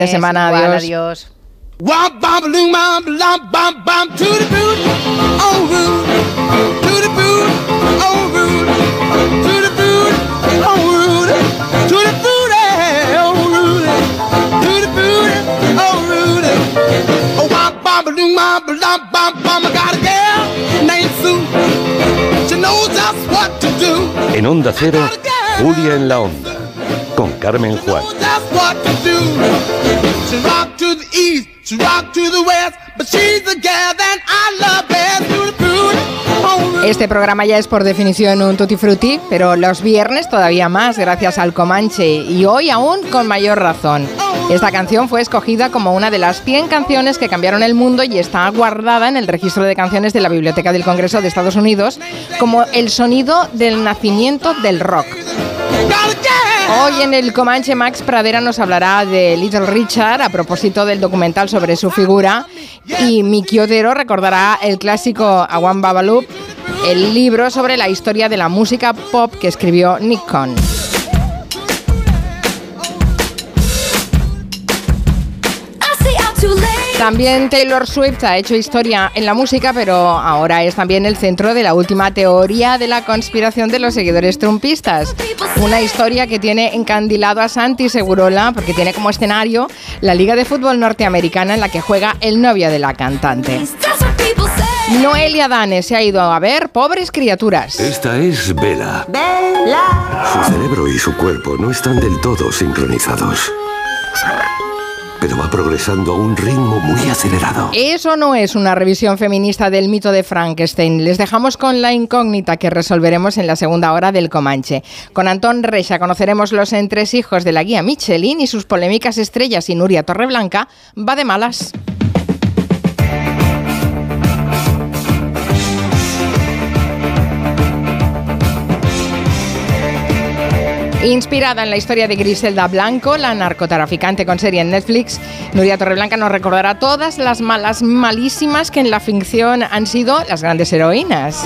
de semana. Igual, Adiós. En Onda Cero, Julia en la Onda, con Carmen Juan. Este programa ya es por definición un tutti frutti, pero los viernes todavía más, gracias al Comanche, y hoy aún con mayor razón. Esta canción fue escogida como una de las 100 canciones que cambiaron el mundo y está guardada en el registro de canciones de la Biblioteca del Congreso de Estados Unidos como el sonido del nacimiento del rock. Hoy en el Comanche Max Pradera nos hablará de Little Richard a propósito del documental sobre su figura, y Miki Otero recordará el clásico A One Babalup, el libro sobre la historia de la música pop que escribió Nick Cohn. También Taylor Swift ha hecho historia en la música, pero ahora es también el centro de la última teoría de la conspiración de los seguidores trumpistas. Una historia que tiene encandilado a Santi Segurola porque tiene como escenario la Liga de Fútbol Norteamericana en la que juega el novio de la cantante. Noelia Dane se ha ido a ver Pobres Criaturas. Esta es Bella. Su cerebro y su cuerpo no están del todo sincronizados, pero va progresando a un ritmo muy acelerado. Eso no es una revisión feminista del mito de Frankenstein. Les dejamos con la incógnita que resolveremos en la segunda hora del Comanche. Con Antón Reixa conoceremos los entresijos de la guía Michelin y sus polémicas estrellas, y Nuria Torreblanca va de malas. Inspirada en la historia de Griselda Blanco, la narcotraficante con serie en Netflix, Nuria Torreblanca nos recordará todas las malas malísimas que en la ficción han sido las grandes heroínas.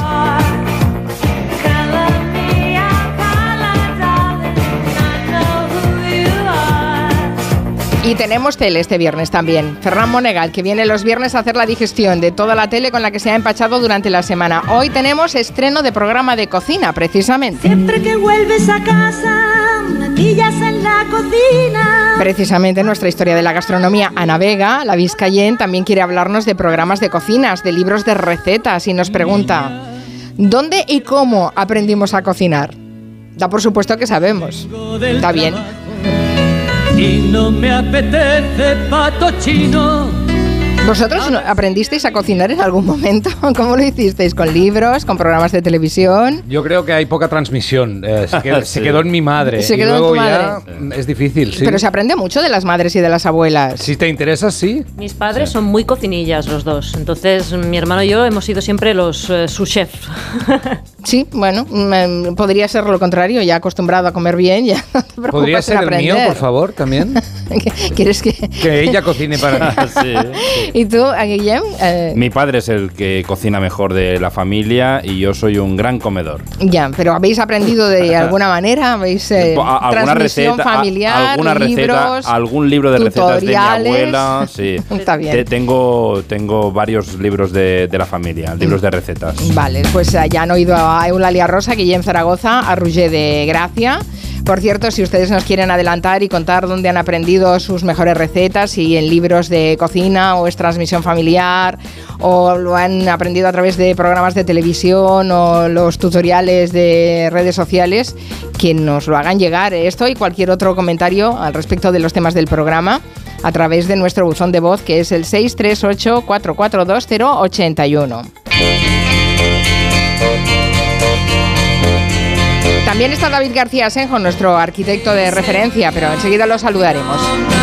Y tenemos tele este viernes también. Ferran Monegal, que viene los viernes a hacer la digestión de toda la tele con la que se ha empachado durante la semana. Hoy tenemos estreno de programa de cocina, precisamente. Siempre que vuelves a casa, me pillas en la cocina. Precisamente nuestra historia de la gastronomía, Ana Vega, la Vizcayen, también quiere hablarnos de programas de cocinas, de libros de recetas, y nos pregunta: ¿dónde y cómo aprendimos a cocinar? Da por supuesto que sabemos. Está bien. Y no me apetece pato chino. ¿Vosotros aprendisteis a cocinar en algún momento? ¿Cómo lo hicisteis? ¿Con libros? ¿Con programas de televisión? Yo creo que hay poca transmisión. Se quedó en mi madre. Se quedó y luego en tu madre. Ya es difícil, sí. Pero se aprende mucho de las madres y de las abuelas. Si te interesa, sí. Mis padres son muy cocinillas los dos. Entonces mi hermano y yo hemos sido siempre los sous-chefs. Sí, bueno, podría ser lo contrario. Ya acostumbrado a comer bien, ya no te preocupes. ¿Podría ser el mío, por favor, también? ¿Quieres que ella cocine para mí? Sí. ¿Y tú, Guillem? Mi padre es el que cocina mejor de la familia y yo soy un gran comedor. Ya, pero ¿habéis aprendido de alguna manera? ¿Habéis transmisión familiar, alguna libros, receta, algún libro de recetas de mi abuela? Sí. Está bien. Tengo varios libros de la familia, libros de recetas. Vale, pues ya han oído a Eulalia Rosa, Guillem Zaragoza, a Roger de Gracia. Por cierto, si ustedes nos quieren adelantar y contar dónde han aprendido sus mejores recetas, si en libros de cocina o es transmisión familiar, o lo han aprendido a través de programas de televisión o los tutoriales de redes sociales, que nos lo hagan llegar, esto y cualquier otro comentario al respecto de los temas del programa, a través de nuestro buzón de voz, que es el 638-442-081. También está David García Asenjo, nuestro arquitecto de referencia, pero enseguida lo saludaremos.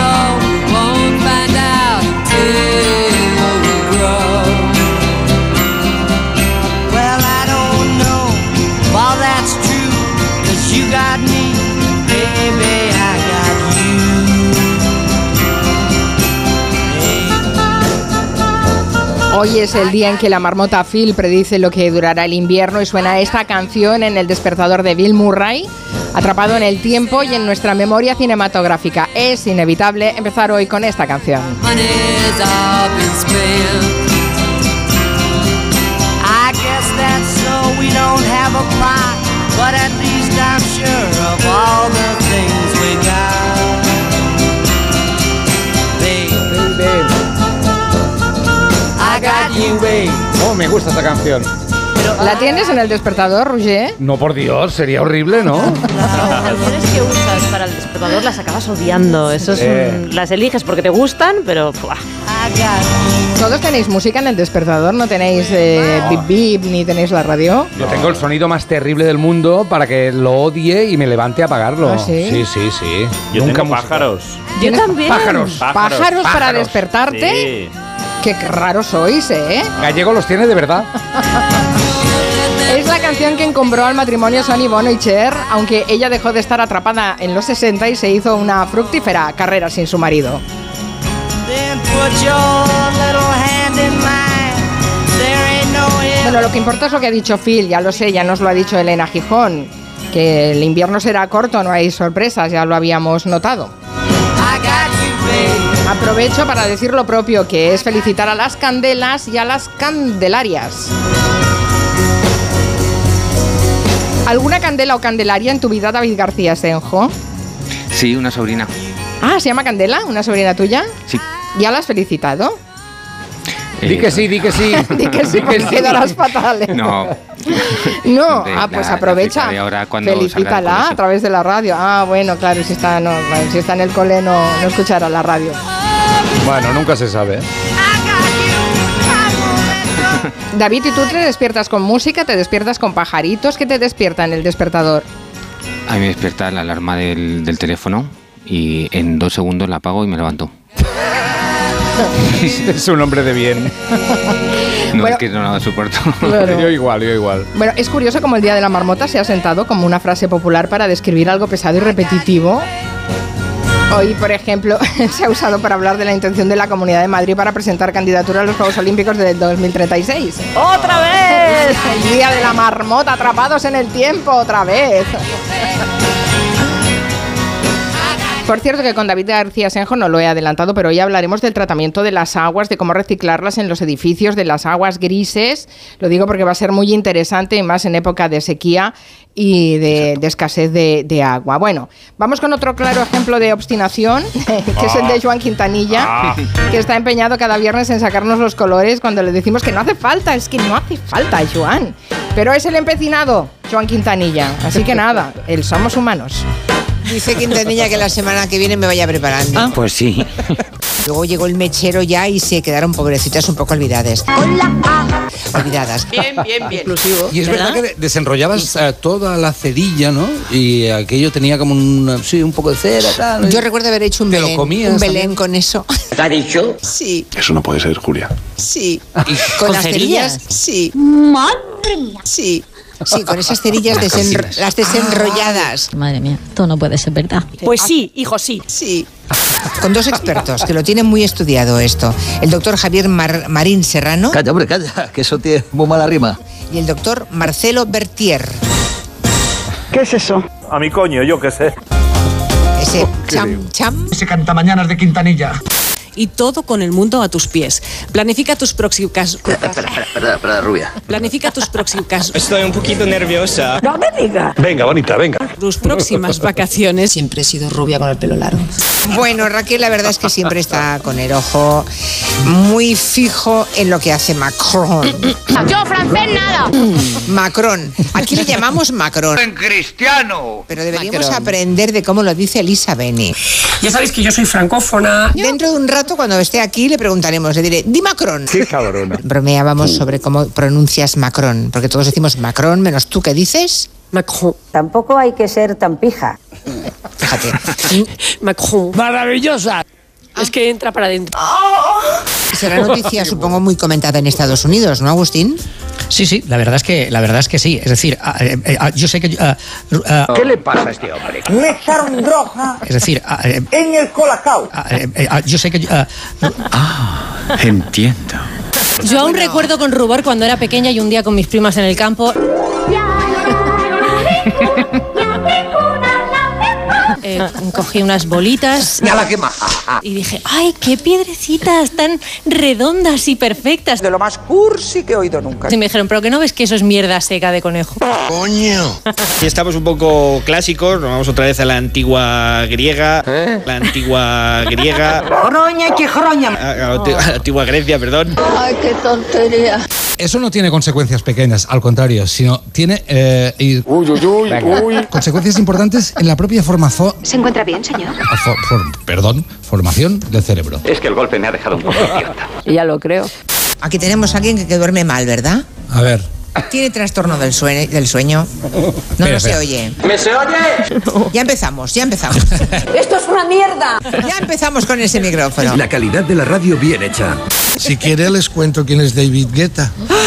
Hoy es el día en que la marmota Phil predice lo que durará el invierno y suena esta canción en el despertador de Bill Murray atrapado en el tiempo y en nuestra memoria cinematográfica. Es inevitable empezar hoy con esta canción. I guess that's so we don't have a plot, but at least I'm sure of all the things we got. Babe, I got you, babe. Oh, me gusta esta canción. ¿La tienes en el despertador, Roger? No, por Dios, sería horrible, ¿no? Las canciones que usas para el despertador las acabas odiando. Eso es las eliges porque te gustan, pero... ¡buah! ¿Todos tenéis música en el despertador? ¿No tenéis bip bip ni tenéis la radio? Yo tengo el sonido más terrible del mundo para que lo odie y me levante a apagarlo. ¿Ah, sí? Sí. Yo Nunca tengo pájaros. Yo también. Pájaros. ¿Pájaros para despertarte? Sí. Qué raros sois, ¿eh? Gallego los tiene de verdad. Es la canción que encumbró al matrimonio Sonny Bono y Cher, aunque ella dejó de estar atrapada en los 60 y se hizo una fructífera carrera sin su marido. Then put your little hand in mine. There ain't no end. Bueno, lo que importa es lo que ha dicho Phil, ya lo sé, ya nos lo ha dicho Elena Gijón, que el invierno será corto, no hay sorpresas, ya lo habíamos notado. I got you, babe. Aprovecho para decir lo propio, que es felicitar a las candelas y a las candelarias. ¿Alguna candela o candelaria en tu vida, David García Senjo? Sí, una sobrina. Ah, ¿se llama Candela? ¿Una sobrina tuya? Sí. ¿Ya la has felicitado? Di que sí, di que sí. Di que sí, porque quedarás fatal. No. No, De- pues la aprovecha. felicitaré ahora cuando salga del Felicítala a colegio. través de la radio. Ah, bueno, claro, si está en el cole no escuchará la radio. Bueno, nunca se sabe. David, ¿y tú te despiertas con música? ¿Te despiertas con pajaritos? ¿Qué te despierta en el despertador? A mí me despierta la alarma del teléfono y en 2 segundos la apago y me levanto. Es un hombre de bien. No, Bueno. es que no la soporto. Claro. Yo igual. Bueno, es curioso como el Día de la Marmota se ha sentado como una frase popular para describir algo pesado y repetitivo. Hoy, por ejemplo, se ha usado para hablar de la intención de la Comunidad de Madrid para presentar candidatura a los Juegos Olímpicos del 2036. ¡Otra vez! El Día de la Marmota, atrapados en el tiempo, otra vez. Por cierto que con David García Senjo no lo he adelantado, pero hoy hablaremos del tratamiento de las aguas, de cómo reciclarlas en los edificios, de las aguas grises. Lo digo porque va a ser muy interesante, y más en época de sequía y de escasez de agua. Bueno, vamos con otro claro ejemplo de obstinación, que es el de Joan Quintanilla, que está empeñado cada viernes en sacarnos los colores cuando le decimos que no hace falta. Es que no hace falta, Joan. Pero es el empecinado, Joan Quintanilla. Así que nada, el somos humanos. Dice Quintanilla que la semana que viene me vaya preparando. Pues sí. Luego llegó el mechero ya y se quedaron pobrecitas un poco olvidadas. Olvidadas. Bien. Inclusivo. Y es verdad que desenrollabas toda la cerilla, ¿no? Y aquello tenía como un poco de cera, tal. Yo recuerdo haber hecho un ¿Te lo Belén, comías un Belén también? con eso. ¿Te ha dicho? Sí, Eso no puede ser, Julia. sí. Y Con ¿Con las cerillas? cerillas, sí. Madre mía. Sí. Sí, con esas cerillas las desenrolladas. Madre mía, esto no puede ser verdad. Pues sí, hijo, sí. Sí. Con 2 expertos que lo tienen muy estudiado esto. El doctor Javier Marín Serrano Calla, hombre, calla, que eso tiene muy mala rima. y el doctor Marcelo Bertier. ¿Qué es eso? A mi coño, yo qué sé. Ese cham. Ese cantamañanas de Quintanilla. Y todo con el mundo a tus pies. Planifica tus próximas... Espera, rubia. Planifica tus próximas... Estoy un poquito nerviosa. No me digas. Venga, bonita, venga. Tus próximas vacaciones. Siempre he sido rubia con el pelo largo. Bueno, Raquel, la verdad es que siempre está con el ojo muy fijo en lo que hace Macron. Yo francés nada. Macron. Aquí le llamamos Macron. ¡En cristiano! Pero deberíamos aprender de cómo lo dice Elisa Beni. ya sabéis que yo soy francófona. Dentro de un rato, cuando esté aquí, le preguntaremos, le diré, di Macron. Qué cabrona. Bromeábamos sobre cómo pronuncias Macron, porque todos decimos Macron, menos tú, ¿qué dices? Macron. Tampoco hay que ser tan pija. Fíjate. Macron. ¡Maravillosa! Es que entra para adentro. Será noticia, supongo, muy comentada en Estados Unidos, ¿no, Agustín? Sí, la verdad es que sí. Es decir, yo sé que... ¿Qué le pasa a este hombre? Me echaron droga Es decir, en el colacao. yo sé que... Entiendo. Yo aún recuerdo con rubor cuando era pequeña y un día con mis primas en el campo. cogí unas bolitas ¡Nada, qué maja! y dije, ¡ay, qué piedrecitas tan redondas y perfectas! De lo más cursi que he oído nunca. Y me dijeron, ¿pero que no ves que eso es mierda seca de conejo? ¡Coño! Y estamos un poco clásicos, nos vamos otra vez a la antigua griega. La antigua griega. ¡Jroña que jroña! A la antigua Grecia, perdón. Ay, qué tontería. Eso no tiene consecuencias pequeñas, al contrario, sino tiene consecuencias importantes en la propia formación. ¿Se encuentra bien, señor? Formación del cerebro. Es que el golpe me ha dejado un poco idiota. Ya lo creo. Aquí tenemos a alguien que duerme mal, ¿verdad? A ver. ¿Tiene trastorno del sueño? No, Espera, no se espera. oye. ¿Me se oye? Ya empezamos. ¡Esto es una mierda! Ya empezamos con ese micrófono. La calidad de la radio bien hecha. Si quiere les cuento quién es David Guetta.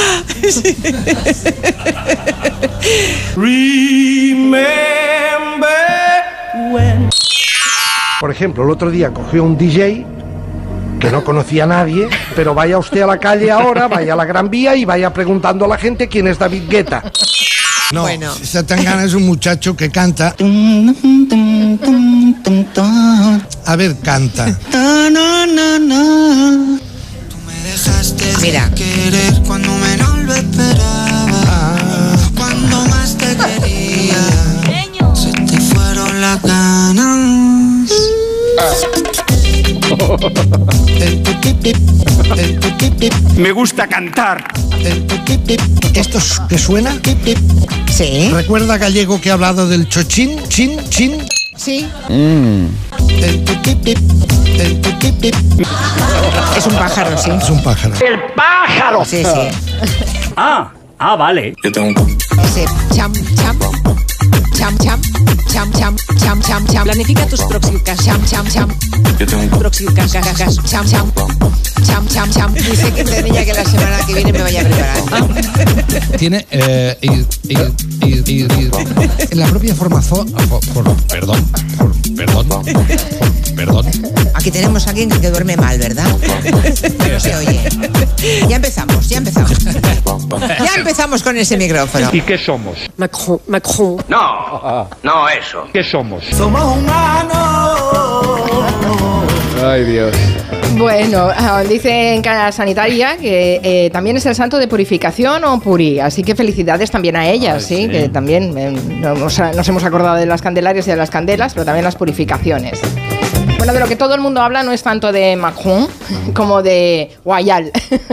Por ejemplo, el otro día cogió un DJ que no conocía a nadie, pero vaya usted a la calle ahora, vaya a la Gran Vía y vaya preguntando a la gente quién es David Guetta. No, Bueno. Zetangana es un muchacho que canta. A ver, canta. Mira. Cuando menos lo esperaba, cuando más te quería, se te fueron las ganas. Me gusta cantar. ¿Esto que suena? Sí. ¿Recuerda gallego que ha hablado del chochín? ¿Chin? Sí. Es un pájaro, sí. Es un pájaro. ¡El pájaro! Sí. Ah, vale. Ese cham. Planifica tus próximas. Cham. Dice que tenía que la semana que viene me vaya a preparar. Tiene en la propia formación. Perdón. Aquí tenemos a alguien que duerme mal, ¿verdad? No se oye. Ya empezamos. Ya empezamos con ese micrófono. ¿Y qué somos? Macron. No eso. ¿Qué somos? Somos humanos. Ay, Dios. Bueno, dice en Casa Sanitaria que también es el santo de purificación o purí, así que felicidades también a ellas, sí, que también nos hemos acordado de las Candelarias y de las candelas, pero también las purificaciones. Bueno, de lo que todo el mundo habla no es tanto de Macron como de Guayal,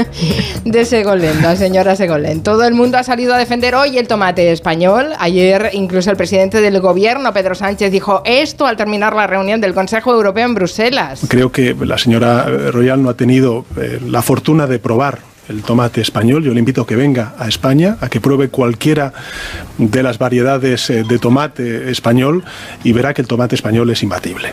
de Ségolène, la señora Ségolène. Todo el mundo ha salido a defender hoy el tomate español. Ayer incluso el presidente del gobierno, Pedro Sánchez, dijo esto al terminar la reunión del Consejo Europeo en Bruselas. Creo que la señora Royal no ha tenido la fortuna de probar el tomate español. Yo le invito a que venga a España, a que pruebe cualquiera de las variedades de tomate español y verá que el tomate español es imbatible.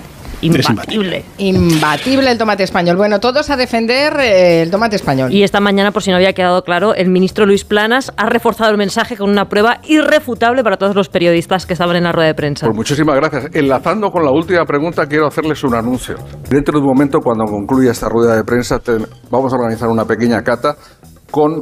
Imbatible el tomate español. Bueno, todos a defender el tomate español. Y esta mañana, por si no había quedado claro, el ministro Luis Planas ha reforzado el mensaje con una prueba irrefutable para todos los periodistas que estaban en la rueda de prensa. Pues muchísimas gracias. Enlazando con la última pregunta, quiero hacerles un anuncio. Dentro de un momento, cuando concluya esta rueda de prensa, vamos a organizar una pequeña cata con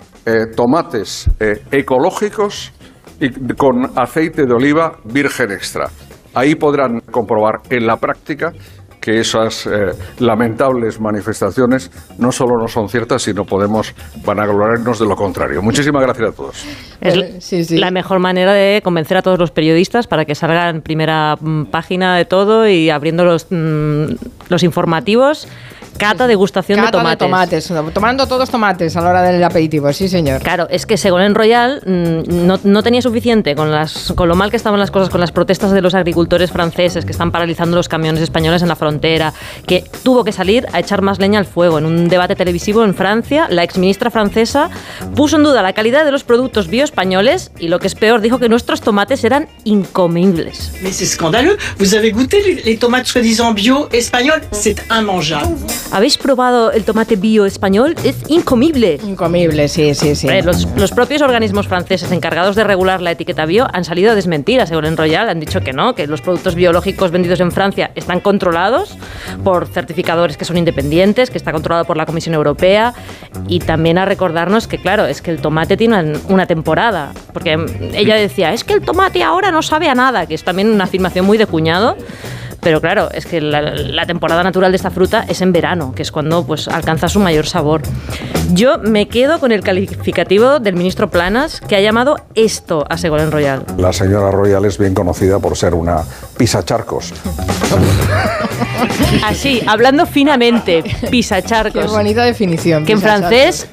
tomates ecológicos y con aceite de oliva virgen extra. Ahí podrán comprobar en la práctica que esas lamentables manifestaciones no solo no son ciertas, sino podemos vanagloriarnos de lo contrario. Muchísimas gracias a todos. Es la mejor manera de convencer a todos los periodistas para que salgan primera página de todo y abriendo los informativos. Cata, degustación de tomates. Tomando todos tomates a la hora del aperitivo, sí señor. Claro, es que Ségolène Royal no tenía suficiente con lo mal que estaban las cosas, con las protestas de los agricultores franceses que están paralizando los camiones españoles en la frontera, que tuvo que salir a echar más leña al fuego. En un debate televisivo en Francia, la exministra francesa puso en duda la calidad de los productos bioespañoles y, lo que es peor, dijo que nuestros tomates eran incomibles. Mais c'est scandaleux. Vous avez goûté les tomates soi-disant bio espagnoles? C'est immangeable. ¿Habéis probado el tomate bio español? Es incomible. Incomible, sí. Los propios organismos franceses encargados de regular la etiqueta bio han salido a desmentir a Ségolène Royal, han dicho que no, que los productos biológicos vendidos en Francia están controlados por certificadores que son independientes, que está controlado por la Comisión Europea, y también a recordarnos que, claro, es que el tomate tiene una temporada, porque ella decía, es que el tomate ahora no sabe a nada, que es también una afirmación muy de cuñado. Pero claro, es que la temporada natural de esta fruta es en verano, que es cuando pues alcanza su mayor sabor. Yo me quedo con el calificativo del ministro Planas, que ha llamado esto a Ségolène Royal. La señora Royal es bien conocida por ser una pisacharcos. Así, hablando finamente, pisacharcos. Qué bonita definición. Que en francés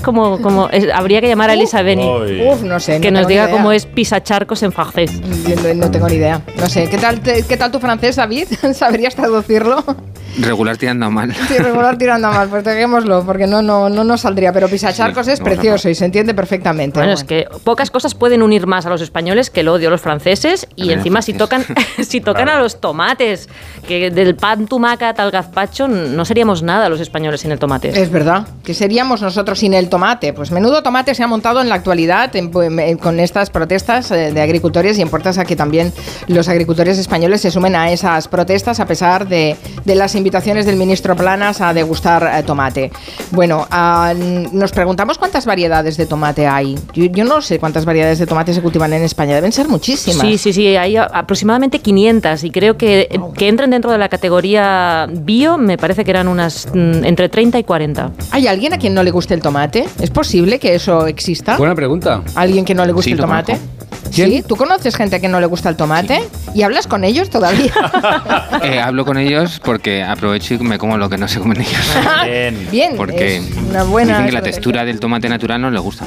habría que llamar a Elisa Beni. No sé. Que nos diga cómo es pisacharcos en francés. No tengo ni idea. No sé. ¿Qué tal tu francés, David? ¿Sabrías traducirlo? Regular tirando a mal. Sí, regular tirando a mal, pues dejémoslo, porque no nos saldría. Pero pisacharcos es precioso y se entiende perfectamente. Bueno, es que pocas cosas pueden unir más a los españoles que el odio a los franceses, y encima si tocan a los tomates, que del pan tumaca al gazpacho no seríamos nada los españoles sin el tomate. Es verdad, que seríamos nosotros sin el tomate. Pues menudo tomate se ha montado en la actualidad con estas protestas de agricultores, y en puertas a que también los agricultores españoles se sumen a esas protestas a pesar de las invitaciones del ministro Planas a degustar tomate. Bueno, nos preguntamos cuántas variedades de tomate hay. Yo no sé cuántas variedades de tomate se cultivan en España. Deben ser muchísimas. Sí, hay aproximadamente 500, y creo que entran dentro de la categoría bio, me parece que eran unas entre 30 y 40. ¿Hay alguien a quien no le guste el tomate? ¿Es posible que eso exista? Buena pregunta. ¿Alguien que no le guste el tomate? ¿Quién? ¿Sí? ¿Tú conoces gente que no le gusta el tomate? Sí. ¿Y hablas con ellos todavía? Hablo con ellos porque aprovecho y me como lo que no se comen ellos. Bien. Porque es una buena dicen que la textura del tomate natural no les gusta.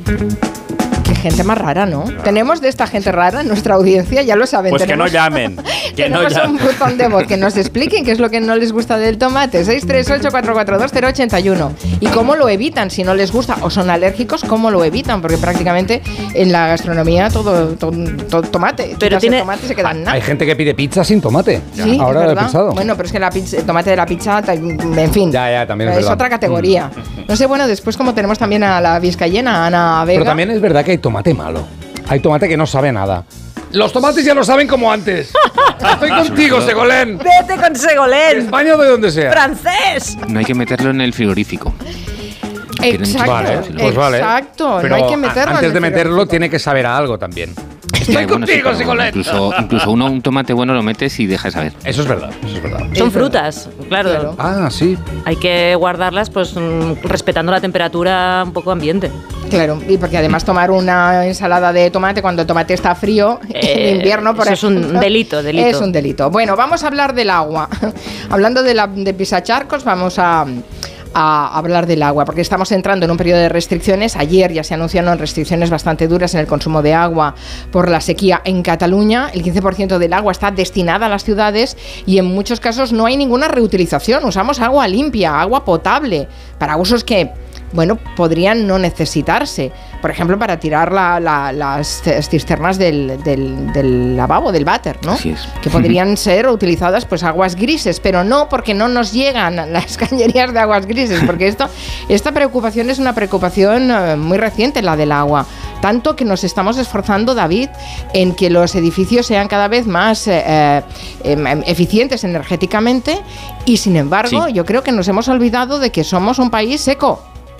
Qué gente más rara, ¿no? Tenemos de esta gente rara en nuestra audiencia, ya lo saben. Pues que no llamen. Tenemos un botón de voz que nos expliquen qué es lo que no les gusta del tomate. 638-442-081. ¿Y cómo lo evitan si no les gusta? ¿O son alérgicos? ¿Cómo lo evitan? Porque prácticamente en la gastronomía todo tomate. Pero tomate se queda nada. Hay gente que pide pizza sin tomate. Sí, ahora lo he pensado. Bueno, pero es que el tomate de la pizza, en fin. Ya, también es verdad. otra categoría. No sé, bueno, después como tenemos también a la vizcayena, Ana Vega. Pero también es verdad que hay tomate malo. Hay tomate que no sabe nada. Los tomates ya lo saben como antes. Estoy contigo, Ségolène. Vete con Ségolène. De España o de donde sea. ¡Francés! No hay que meterlo en el frigorífico. Exacto. Vale, pues vale. Exacto. Pero no hay que meterlo antes de meterlo tiene que saber a algo también. Estoy contigo, Ségolène. Incluso un tomate bueno lo metes y deja de saber. Eso es verdad. Son frutas, claro. Ah, sí. Hay que guardarlas pues respetando la temperatura un poco ambiente. Claro, y porque además tomar una ensalada de tomate cuando el tomate está frío en invierno, por eso ejemplo, es un delito. Es un delito. Bueno, vamos a hablar del agua. Hablando de pisacharcos, vamos a hablar del agua, porque estamos entrando en un periodo de restricciones. Ayer ya se anunciaron restricciones bastante duras en el consumo de agua por la sequía en Cataluña. El 15% del agua está destinada a las ciudades y en muchos casos no hay ninguna reutilización. Usamos agua limpia, agua potable, para usos que, bueno, podrían no necesitarse. Por ejemplo, para tirar las cisternas del lavabo, del váter, ¿no? Así es. Que podrían ser utilizadas pues aguas grises, pero no, porque no nos llegan las cañerías de aguas grises, porque esta preocupación es una preocupación muy reciente, la del agua. Tanto que nos estamos esforzando, David, en que los edificios sean cada vez más eficientes energéticamente, y sin embargo, yo creo que nos hemos olvidado de que somos un país seco.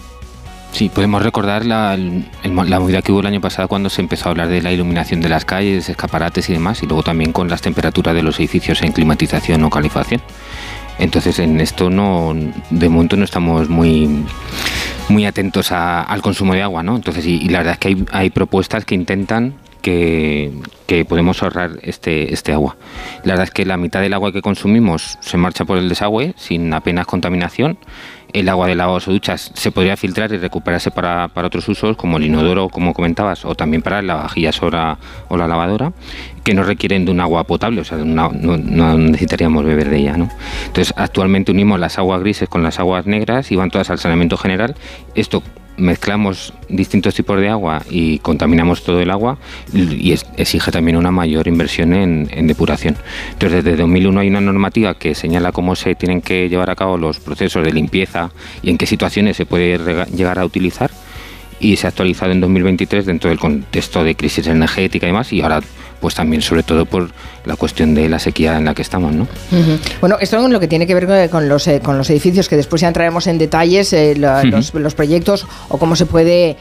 Sí, podemos recordar la movida que hubo el año pasado cuando se empezó a hablar de la iluminación de las calles, escaparates y demás, y luego también con las temperaturas de los edificios en climatización o calefacción. Entonces en esto de momento no estamos muy atentos al consumo de agua, ¿no? Entonces y la verdad es que hay propuestas que intentan que podemos ahorrar este agua. La verdad es que la mitad del agua que consumimos se marcha por el desagüe sin apenas contaminación. El agua de lavabos o duchas se podría filtrar y recuperarse para otros usos, como el inodoro, como comentabas, o también para la lavavajillas o la lavadora, que no requieren de un agua potable, o sea, no necesitaríamos beber de ella, ¿no? Entonces, actualmente unimos las aguas grises con las aguas negras y van todas al saneamiento general. Esto mezclamos distintos tipos de agua y contaminamos todo el agua, y exige también una mayor inversión en depuración. Entonces, desde 2001 hay una normativa que señala cómo se tienen que llevar a cabo los procesos de limpieza y en qué situaciones se puede llegar a utilizar, y se ha actualizado en 2023 dentro del contexto de crisis energética y demás, y ahora pues también sobre todo por la cuestión de la sequía en la que estamos, ¿no? Uh-huh. Bueno, esto es lo que tiene que ver con los edificios, que después ya entraremos en detalles, los proyectos, o cómo se puede,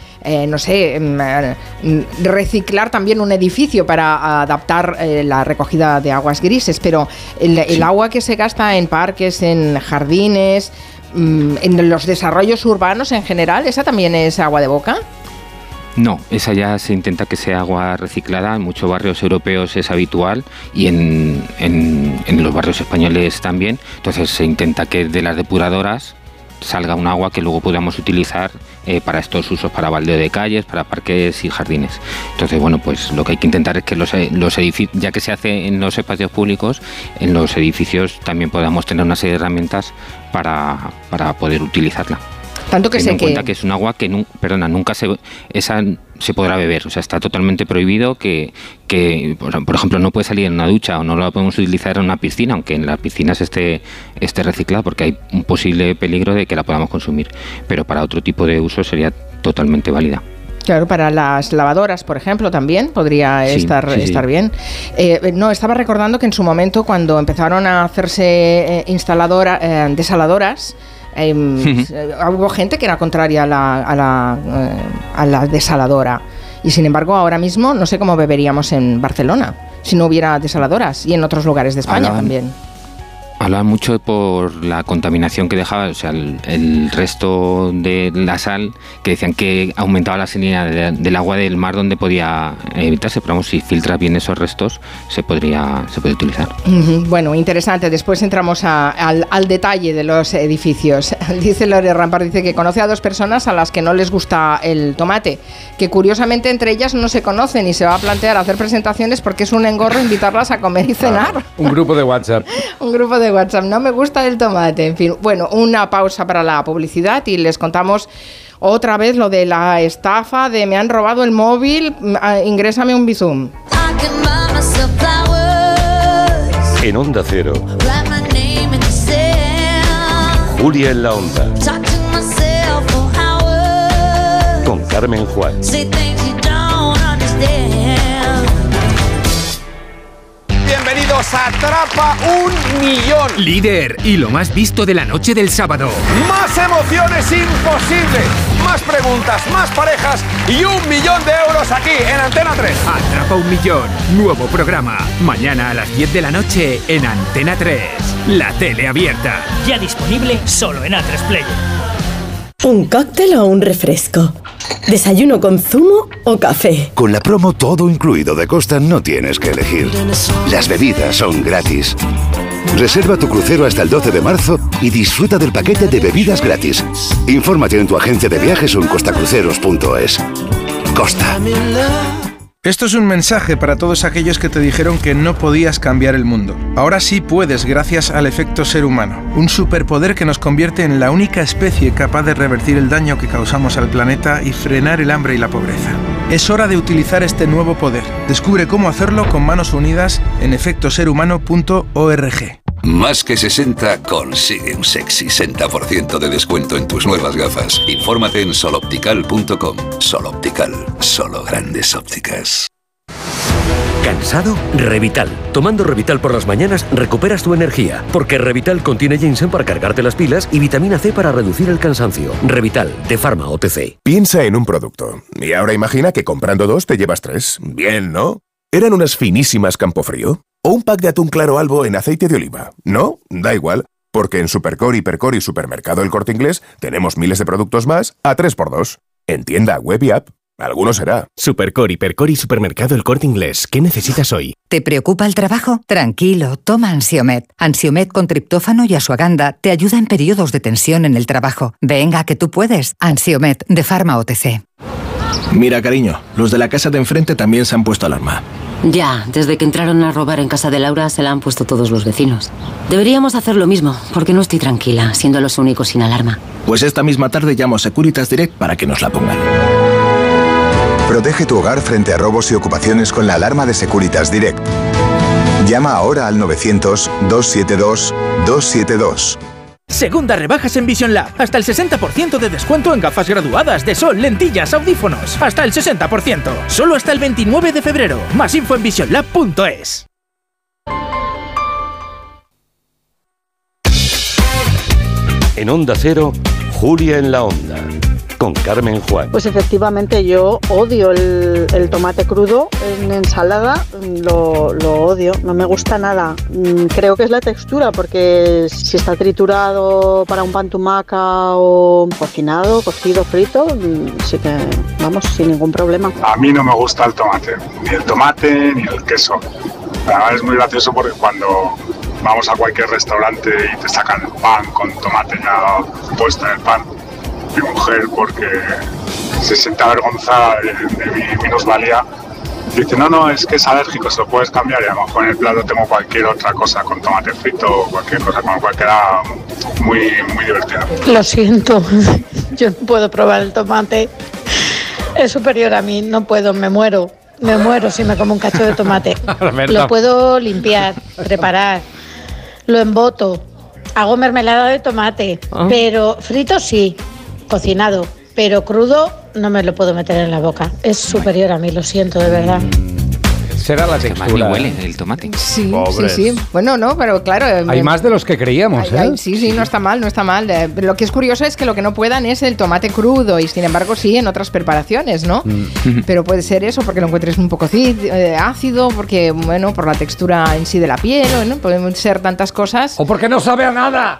reciclar también un edificio para adaptar la recogida de aguas grises, pero el agua que se gasta en parques, en jardines, en los desarrollos urbanos en general, ¿esa también es agua de boca? No, esa ya se intenta que sea agua reciclada. En muchos barrios europeos es habitual, y en los barrios españoles también. Entonces se intenta que de las depuradoras salga un agua que luego podamos utilizar para estos usos, para baldeo de calles, para parques y jardines. Entonces, bueno, pues lo que hay que intentar es que los edificios, ya que se hace en los espacios públicos, en los edificios también podamos tener una serie de herramientas para poder utilizarla. Tanto que Ten en cuenta que es un agua que nunca se podrá beber, o sea, está totalmente prohibido que por ejemplo, no puede salir en una ducha, o no la podemos utilizar en una piscina, aunque en las piscinas esté reciclada, porque hay un posible peligro de que la podamos consumir, pero para otro tipo de uso sería totalmente válida. Claro, para las lavadoras, por ejemplo, también podría estar bien. Estaba recordando que en su momento, cuando empezaron a hacerse desaladoras, hubo gente que era contraria a la desaladora, y sin embargo ahora mismo no sé cómo beberíamos en Barcelona si no hubiera desaladoras, y en otros lugares de España también. Hablaban mucho por la contaminación que dejaba, o sea, el resto de la sal, que decían que aumentaba la salinidad del agua del mar, donde podía evitarse, pero vamos, si filtra bien esos restos se puede utilizar. Bueno, interesante. Después entramos al detalle de los edificios. Dice Lore Rampar, dice que conoce a 2 personas a las que no les gusta el tomate, que curiosamente entre ellas no se conocen, y se va a plantear hacer presentaciones porque es un engorro invitarlas a comer y cenar. Un grupo de WhatsApp. Un grupo de WhatsApp, no me gusta el tomate, en fin. Bueno, una pausa para la publicidad y les contamos otra vez lo de la estafa de me han robado el móvil, ingrésame un Bizum. En Onda Cero, Julia en la Onda, con Carmen Juan. Bienvenidos a Atrapa un Millón. Líder y lo más visto de la noche del sábado. Más emociones imposibles, más preguntas, más parejas y 1 millón de euros aquí en Antena 3. Atrapa un Millón, nuevo programa. Mañana a las 10 de la noche en Antena 3. La tele abierta. Ya disponible solo en A3 Player. ¿Un cóctel o un refresco? ¿Desayuno con zumo o café? Con la promo todo incluido de Costa no tienes que elegir. Las bebidas son gratis. Reserva tu crucero hasta el 12 de marzo y disfruta del paquete de bebidas gratis. Infórmate en tu agencia de viajes o en costacruceros.es. Costa. Esto es un mensaje para todos aquellos que te dijeron que no podías cambiar el mundo. Ahora sí puedes, gracias al efecto ser humano, un superpoder que nos convierte en la única especie capaz de revertir el daño que causamos al planeta y frenar el hambre y la pobreza. Es hora de utilizar este nuevo poder. Descubre cómo hacerlo con manos unidas en efectoserhumano.org. Más que 60 consigue un sexy 60% de descuento en tus nuevas gafas. Infórmate en soloptical.com. Soloptical, solo grandes ópticas. ¿Cansado? Revital. Tomando Revital por las mañanas recuperas tu energía, porque Revital contiene ginseng para cargarte las pilas y vitamina C para reducir el cansancio. Revital, de Pharma OTC. Piensa en un producto, y ahora imagina que comprando 2 te llevas 3. Bien, ¿no? ¿Eran unas finísimas Campofrío? ¿O un pack de atún claro Albo en aceite de oliva? ¿No? Da igual, porque en Supercore, Hipercore y Supermercado El Corte Inglés tenemos miles de productos más a 3x2. En tienda, web y app. Alguno será. Supercore, Hipercore y Supermercado El Corte Inglés. ¿Qué necesitas hoy? ¿Te preocupa el trabajo? Tranquilo, toma Ansiomet. Ansiomet con triptófano y asuaganda te ayuda en periodos de tensión en el trabajo. Venga, que tú puedes. Ansiomet, de Pharma OTC. Mira, cariño, los de la casa de enfrente también se han puesto alarma. Ya, desde que entraron a robar en casa de Laura se la han puesto todos los vecinos. Deberíamos hacer lo mismo, porque no estoy tranquila, siendo los únicos sin alarma. Pues esta misma tarde llamo a Securitas Direct para que nos la pongan. Protege tu hogar frente a robos y ocupaciones con la alarma de Securitas Direct. Llama ahora al 900-272-272. Segunda rebajas en Vision Lab. Hasta el 60% de descuento en gafas graduadas de sol, lentillas, audífonos. Hasta el 60%. Solo hasta el 29 de febrero. Más info en visionlab.es. En Onda Cero, Julia en la Onda, con Carmen Juan. Pues efectivamente yo odio el tomate crudo en ensalada, lo odio, no me gusta nada. Creo que es la textura, porque si está triturado para un pan tumaca o cocinado, cocido, frito, sí que, vamos, sin ningún problema. A mí no me gusta el tomate, ni el tomate ni el queso. Además es muy gracioso porque cuando vamos a cualquier restaurante y te sacan el pan con tomate ya puesto en el pan, mi mujer, porque se siente avergonzada de mi minusvalía, dice, no, es que es alérgico, se lo puedes cambiar, y a lo mejor en el plato tengo cualquier otra cosa con tomate frito o cualquier cosa, con lo cual queda muy, muy divertido. Lo siento, yo no puedo probar el tomate, es superior a mí, no puedo, me muero si me como un cacho de tomate. Lo puedo limpiar, preparar, lo emboto, hago mermelada de tomate, pero frito sí, cocinado, pero crudo no me lo puedo meter en la boca. Es superior a mí, lo siento, de verdad. Será la textura. huele el tomate. Sí, sí. Bueno, no, pero claro. Hay más de los que creíamos, ¿eh? Sí, no está mal. Lo que es curioso es que lo que no puedan es el tomate crudo y sin embargo sí en otras preparaciones, ¿no? Pero puede ser eso porque lo encuentres un poco ácido, porque, bueno, por la textura en sí de la piel, ¿no? Pueden ser tantas cosas. O porque no sabe a nada.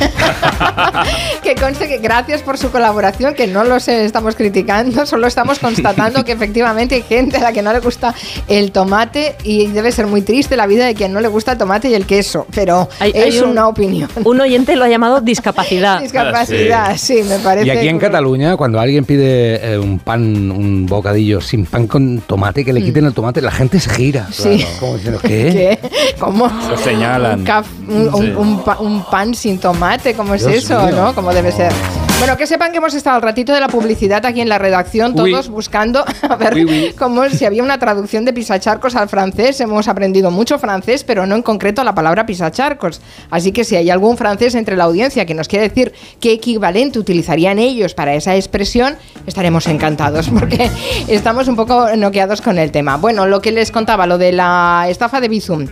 Que conste que gracias por su colaboración, que no los estamos criticando, solo estamos constatando que efectivamente hay gente a la que no le gusta el tomate y debe ser muy triste la vida de quien no le gusta el tomate y el queso, pero es una opinión. Un oyente lo ha llamado discapacidad. Discapacidad, sí, me parece. Y aquí en Cataluña, cuando alguien pide un pan, un bocadillo sin pan con tomate, que le quiten el tomate, la gente se gira. Sí. Claro, como diciendo, ¿qué? ¿Cómo? Lo señalan. Un pan sin tomate, ¿cómo es Dios eso? mío. ¿No? ¿Cómo debe ser? Bueno, que sepan que hemos estado al ratito de la publicidad aquí en la redacción, todos buscando a ver cómo si había una traducción de pisacharcos al francés. Hemos aprendido mucho francés, pero no en concreto la palabra pisacharcos. Así que si hay algún francés entre la audiencia que nos quiere decir qué equivalente utilizarían ellos para esa expresión, estaremos encantados, porque estamos un poco noqueados con el tema. Bueno, lo que les contaba, lo de la estafa de Bizum,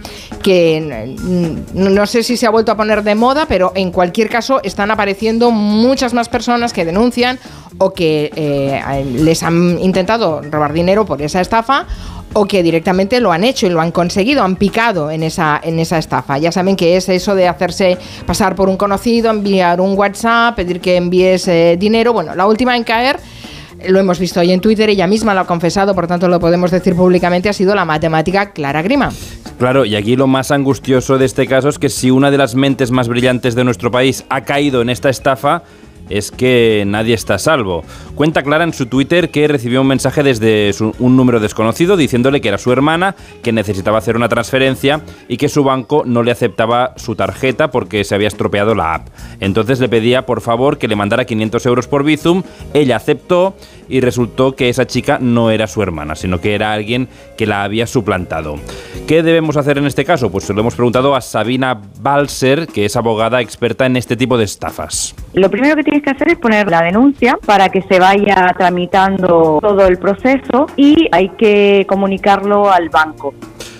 que no sé si se ha vuelto a poner de moda, pero en cualquier caso están apareciendo muchas más personas que denuncian o que les han intentado robar dinero por esa estafa, o que directamente lo han hecho y lo han conseguido, han picado en esa estafa. Ya saben que es eso de hacerse pasar por un conocido, enviar un WhatsApp, pedir que envíes dinero. Bueno, la última en caer, lo hemos visto hoy en Twitter, ella misma lo ha confesado, por tanto lo podemos decir públicamente, ha sido la matemática Clara Grima. Claro, y aquí lo más angustioso de este caso es que si una de las mentes más brillantes de nuestro país ha caído en esta estafa, es que nadie está a salvo. Cuenta Clara en su Twitter que recibió un mensaje desde un número desconocido diciéndole que era su hermana, que necesitaba hacer una transferencia y que su banco no le aceptaba su tarjeta porque se había estropeado la app. Entonces le pedía por favor que le mandara 500 euros por Bizum. Ella aceptó y resultó que esa chica no era su hermana, sino que era alguien que la había suplantado. ¿Qué debemos hacer en este caso? Pues se lo hemos preguntado a Sabina Balser, que es abogada experta en este tipo de estafas. Lo primero que tienes que hacer es poner la denuncia para que se vaya tramitando todo el proceso y hay que comunicarlo al banco.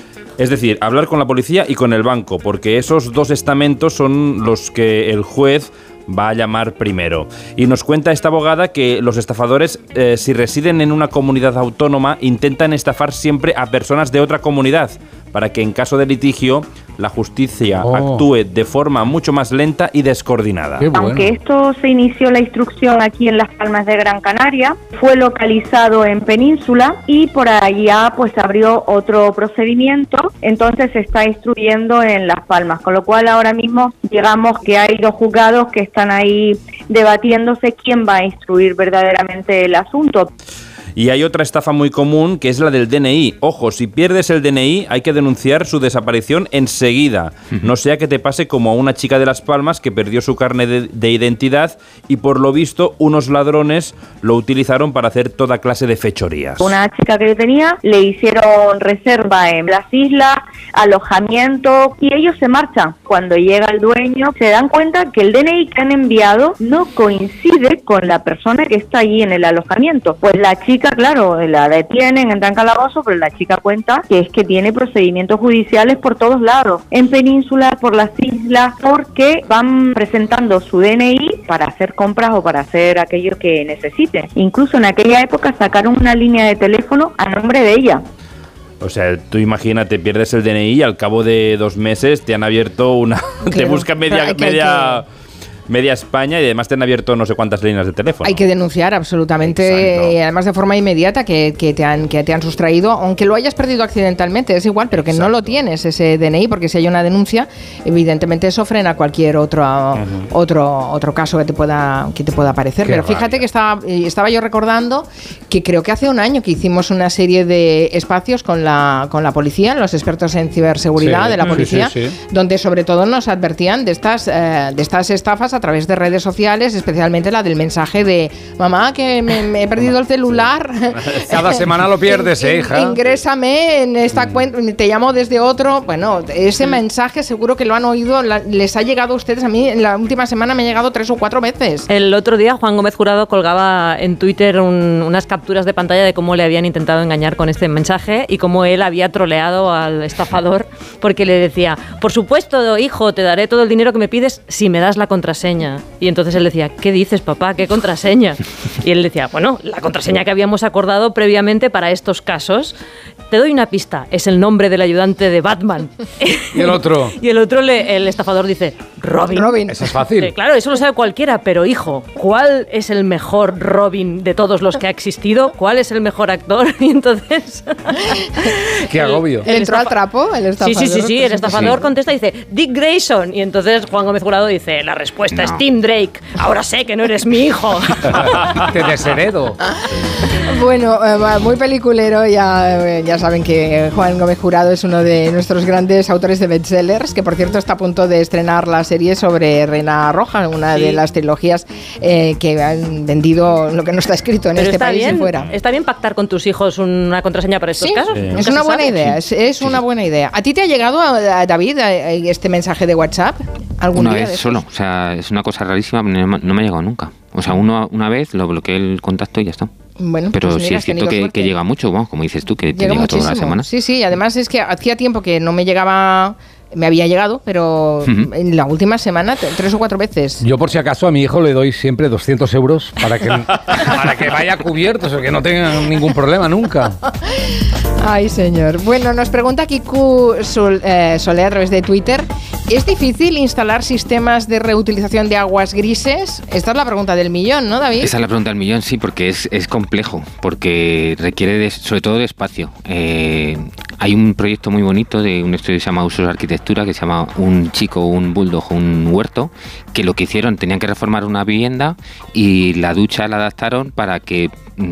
Es decir, hablar con la policía y con el banco, porque esos dos estamentos son los que el juez va a llamar primero. Y nos cuenta esta abogada que los estafadores, si residen en una comunidad autónoma, intentan estafar siempre a personas de otra comunidad, para que en caso de litigio la justicia actúe de forma mucho más lenta y descoordinada. Bueno. Aunque esto se inició la instrucción aquí en Las Palmas de Gran Canaria, fue localizado en Península y por allá pues abrió otro procedimiento, entonces se está instruyendo en Las Palmas, con lo cual ahora mismo digamos que hay dos juzgados que están ahí debatiéndose quién va a instruir verdaderamente el asunto. Y hay otra estafa muy común que es la del DNI. Ojo, si pierdes el DNI hay que denunciar su desaparición enseguida. No sea que te pase como a una chica de Las Palmas que perdió su carnet de identidad y por lo visto unos ladrones lo utilizaron para hacer toda clase de fechorías. Una chica que yo tenía le hicieron reserva en las islas, alojamiento, y ellos se marchan. Cuando llega el dueño se dan cuenta que el DNI que han enviado no coincide con la persona que está allí en el alojamiento. Pues la chica, claro, la detienen, entra en calabozo, pero la chica cuenta que es que tiene procedimientos judiciales por todos lados, en Península, por las islas, porque van presentando su DNI para hacer compras o para hacer aquello que necesiten. Incluso en aquella época sacaron una línea de teléfono a nombre de ella. O sea, tú imagínate, pierdes el DNI y al cabo de 2 meses te han abierto una... Claro. Te buscan media España y además te han abierto no sé cuántas líneas de teléfono. Hay que denunciar absolutamente, y además de forma inmediata que te han sustraído, aunque lo hayas perdido accidentalmente, es igual, pero que no lo tienes ese DNI, porque si hay una denuncia, evidentemente eso frena cualquier otro caso que te pueda aparecer. Pero fíjate que estaba yo recordando que creo que hace un año que hicimos una serie de espacios con la policía, los expertos en ciberseguridad de la policía, donde sobre todo nos advertían de estas estafas a través de redes sociales, especialmente la del mensaje de mamá, que me he perdido el celular. Cada semana lo pierdes, hija. Ingrésame en esta cuenta, te llamo desde otro. Bueno, ese mensaje seguro que lo han oído, les ha llegado a ustedes. A mí en la última semana me ha llegado 3 o 4 veces. El otro día Juan Gómez Jurado colgaba en Twitter unas capturas de pantalla de cómo le habían intentado engañar con este mensaje y cómo él había troleado al estafador porque le decía, por supuesto, hijo, te daré todo el dinero que me pides si me das la contraseña. Y entonces él decía, ¿qué dices, papá? ¿Qué contraseña? Y él decía, bueno, la contraseña que habíamos acordado previamente para estos casos. Te doy una pista, es el nombre del ayudante de Batman. ¿Y el otro? Y el otro, el estafador dice, Robin. Eso es fácil. Claro, eso lo sabe cualquiera, pero hijo, ¿cuál es el mejor Robin de todos los que ha existido? ¿Cuál es el mejor actor? Y entonces... ¡Qué agobio! ¿Entró al trapo el estafador? Sí, el estafador contesta y dice, Dick Grayson. Y entonces Juan Gómez Jurado dice, la respuesta es Tim Drake. Ahora sé que no eres mi hijo. Te desheredo. Bueno, muy peliculero, ya saben que Juan Gómez Jurado es uno de nuestros grandes autores de bestsellers, que por cierto está a punto de estrenar la serie sobre Reina Roja, una de las trilogías que han vendido lo que no está escrito en este país y fuera. ¿Está bien pactar con tus hijos una contraseña para estos casos? Es una buena idea, es una buena idea. ¿A ti te ha llegado, David, este mensaje de WhatsApp? Una vez solo, o sea, es una cosa rarísima, no me ha llegado nunca. O sea, una vez lo bloqueé el contacto y ya está. Bueno, pero pues sí es cierto que llega mucho, bueno, como dices tú, que te llega toda la semana. Sí, además es que hacía tiempo que no me llegaba, me había llegado, pero en la última semana 3 o 4 veces. Yo por si acaso a mi hijo le doy siempre 200 euros para que vaya cubierto, o sea, que no tenga ningún problema nunca. Ay, señor. Bueno, nos pregunta Kiku Solé a través de Twitter, ¿es difícil instalar sistemas de reutilización de aguas grises? Esta es la pregunta del millón, ¿no, David? Esa es la pregunta del millón, sí, porque es complejo, porque requiere sobre todo de espacio. Hay un proyecto muy bonito de un estudio que se llama Usos de Arquitectura, que se llama Un bulldog, un huerto, que lo que hicieron, tenían que reformar una vivienda y la ducha la adaptaron para que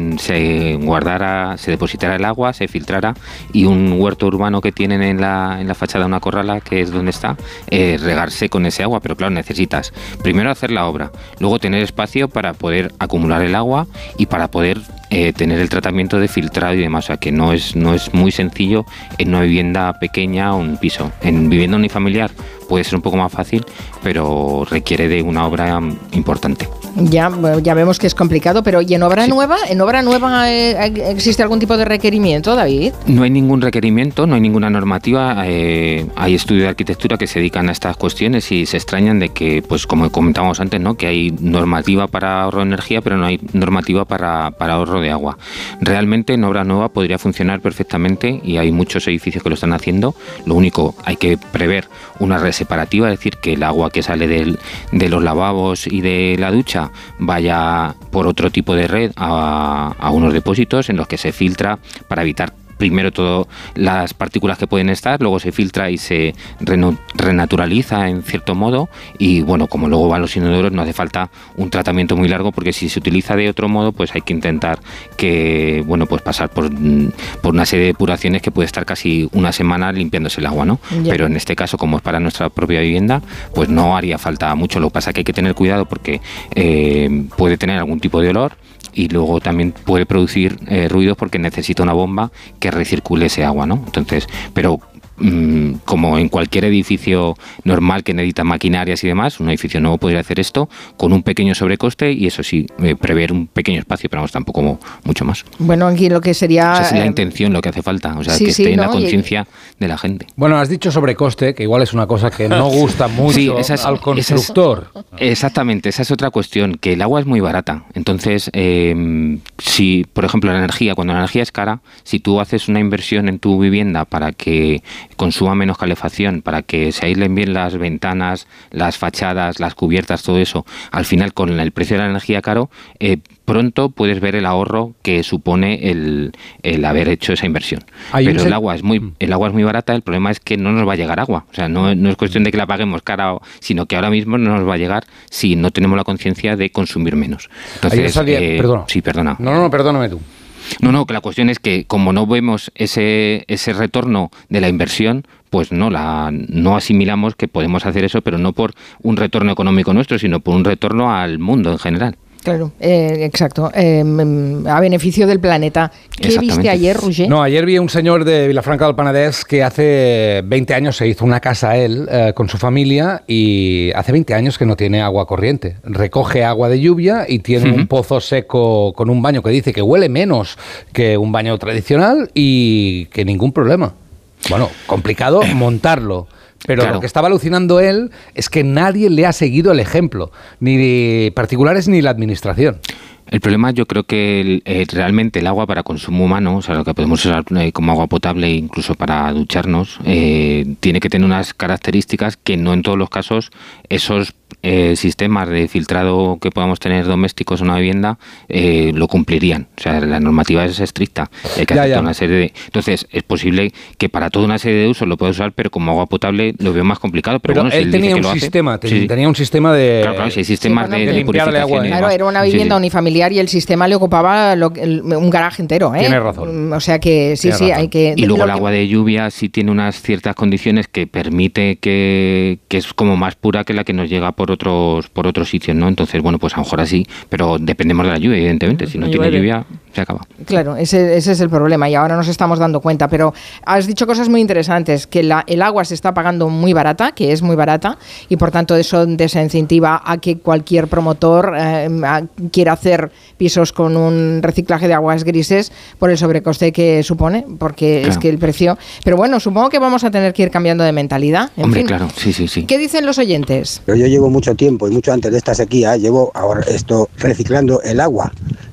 se depositara el agua, se filtrara, y un huerto urbano que tienen en la fachada de una corrala, que es donde está, regarse con ese agua. Pero claro, necesitas primero hacer la obra, luego tener espacio para poder acumular el agua y para poder tener el tratamiento de filtrado y demás. O sea, que no es muy sencillo en una vivienda pequeña o un piso. En vivienda unifamiliar puede ser un poco más fácil, pero requiere de una obra importante. Ya vemos que es complicado, pero ¿y en obra nueva? ¿En obra nueva existe algún tipo de requerimiento, David? No hay ningún requerimiento, no hay ninguna normativa. Hay estudios de arquitectura que se dedican a estas cuestiones y se extrañan de que, pues como comentábamos antes, ¿no?, que hay normativa para ahorro de energía, pero no hay normativa para ahorro de agua. Realmente en obra nueva podría funcionar perfectamente y hay muchos edificios que lo están haciendo. Lo único, hay que prever una red separativa, es decir, que el agua que sale de los lavabos y de la ducha vaya por otro tipo de red a unos depósitos en los que se filtra para evitar primero todas las partículas que pueden estar, luego se filtra y se renaturaliza en cierto modo, y bueno, como luego van los inodoros, no hace falta un tratamiento muy largo, porque si se utiliza de otro modo, pues hay que intentar que, bueno, pues pasar por una serie de depuraciones que puede estar casi una semana limpiándose el agua, ¿no? Ya. Pero en este caso, como es para nuestra propia vivienda, pues no haría falta mucho. Lo que pasa es que hay que tener cuidado porque puede tener algún tipo de olor, y luego también puede producir ruidos porque necesita una bomba que recircule ese agua, ¿no? Entonces, pero como en cualquier edificio normal que necesita maquinarias y demás, un edificio nuevo podría hacer esto con un pequeño sobrecoste, y eso sí, prever un pequeño espacio, pero vamos, tampoco mucho más. Bueno, aquí lo que sería... Esa es la intención, lo que hace falta, o sea, sí, que sí, esté en ¿no? la conciencia de la gente. Bueno, has dicho sobrecoste, que igual es una cosa que no gusta mucho Sí, al constructor. Exactamente, esa es otra cuestión, que el agua es muy barata. Entonces, si, por ejemplo, la energía, cuando la energía es cara, si tú haces una inversión en tu vivienda para que consuma menos calefacción, para que se aíslen bien las ventanas, las fachadas, las cubiertas, todo eso, al final con el precio de la energía caro, pronto puedes ver el ahorro que supone el haber hecho esa inversión. Pero el agua es muy barata, el problema es que no nos va a llegar agua. O sea, no es cuestión de que la paguemos cara, sino que ahora mismo no nos va a llegar si no tenemos la conciencia de consumir menos. Entonces, perdona. Sí, perdona. No, perdóname tú. No, que la cuestión es que como no vemos ese retorno de la inversión, pues no asimilamos que podemos hacer eso, pero no por un retorno económico nuestro, sino por un retorno al mundo en general. Claro, exacto, a beneficio del planeta. ¿Qué viste ayer, Roger? No, ayer vi a un señor de Vilafranca del Penedès que hace 20 años se hizo una casa él con su familia, y hace 20 años que no tiene agua corriente. Recoge agua de lluvia y tiene un pozo seco con un baño que dice que huele menos que un baño tradicional y que ningún problema. Bueno, complicado montarlo. Pero claro, lo que estaba alucinando él es que nadie le ha seguido el ejemplo, ni de particulares ni la administración. El problema, yo creo que realmente el agua para consumo humano, o sea, lo que podemos usar como agua potable incluso para ducharnos, tiene que tener unas características que no en todos los casos esos sistemas de filtrado que podamos tener domésticos en una vivienda lo cumplirían. O sea, la normativa es estricta. Hay que aceptar una serie de... Entonces, es posible que para toda una serie de usos lo pueda usar, pero como agua potable lo veo más complicado. Pero bueno, él si tenía un sistema, tenía un sistema de... Claro, sí, hay sistemas de limpiarle agua. Claro, era una vivienda unifamiliar y el sistema le ocupaba un garaje entero. Tienes razón. O sea que sí, hay que... Y luego el agua de lluvia sí tiene unas ciertas condiciones que permite que es como más pura que la que nos llega por otros sitios, ¿no? Entonces, bueno, pues a lo mejor así, pero dependemos de la lluvia, evidentemente. Si no tiene lluvia, se acaba. Claro, ese es el problema y ahora nos estamos dando cuenta. Pero has dicho cosas muy interesantes, que el agua se está pagando muy barata, que es muy barata, y por tanto eso desincentiva a que cualquier promotor quiera hacer pisos con un reciclaje de aguas grises por el sobrecoste que supone, porque es que el precio... Pero bueno, supongo que vamos a tener que ir cambiando de mentalidad. Hombre, claro, sí. ¿Qué dicen los oyentes? Yo llevo mucho tiempo y mucho antes de esta sequía, llevo ahora reciclando el agua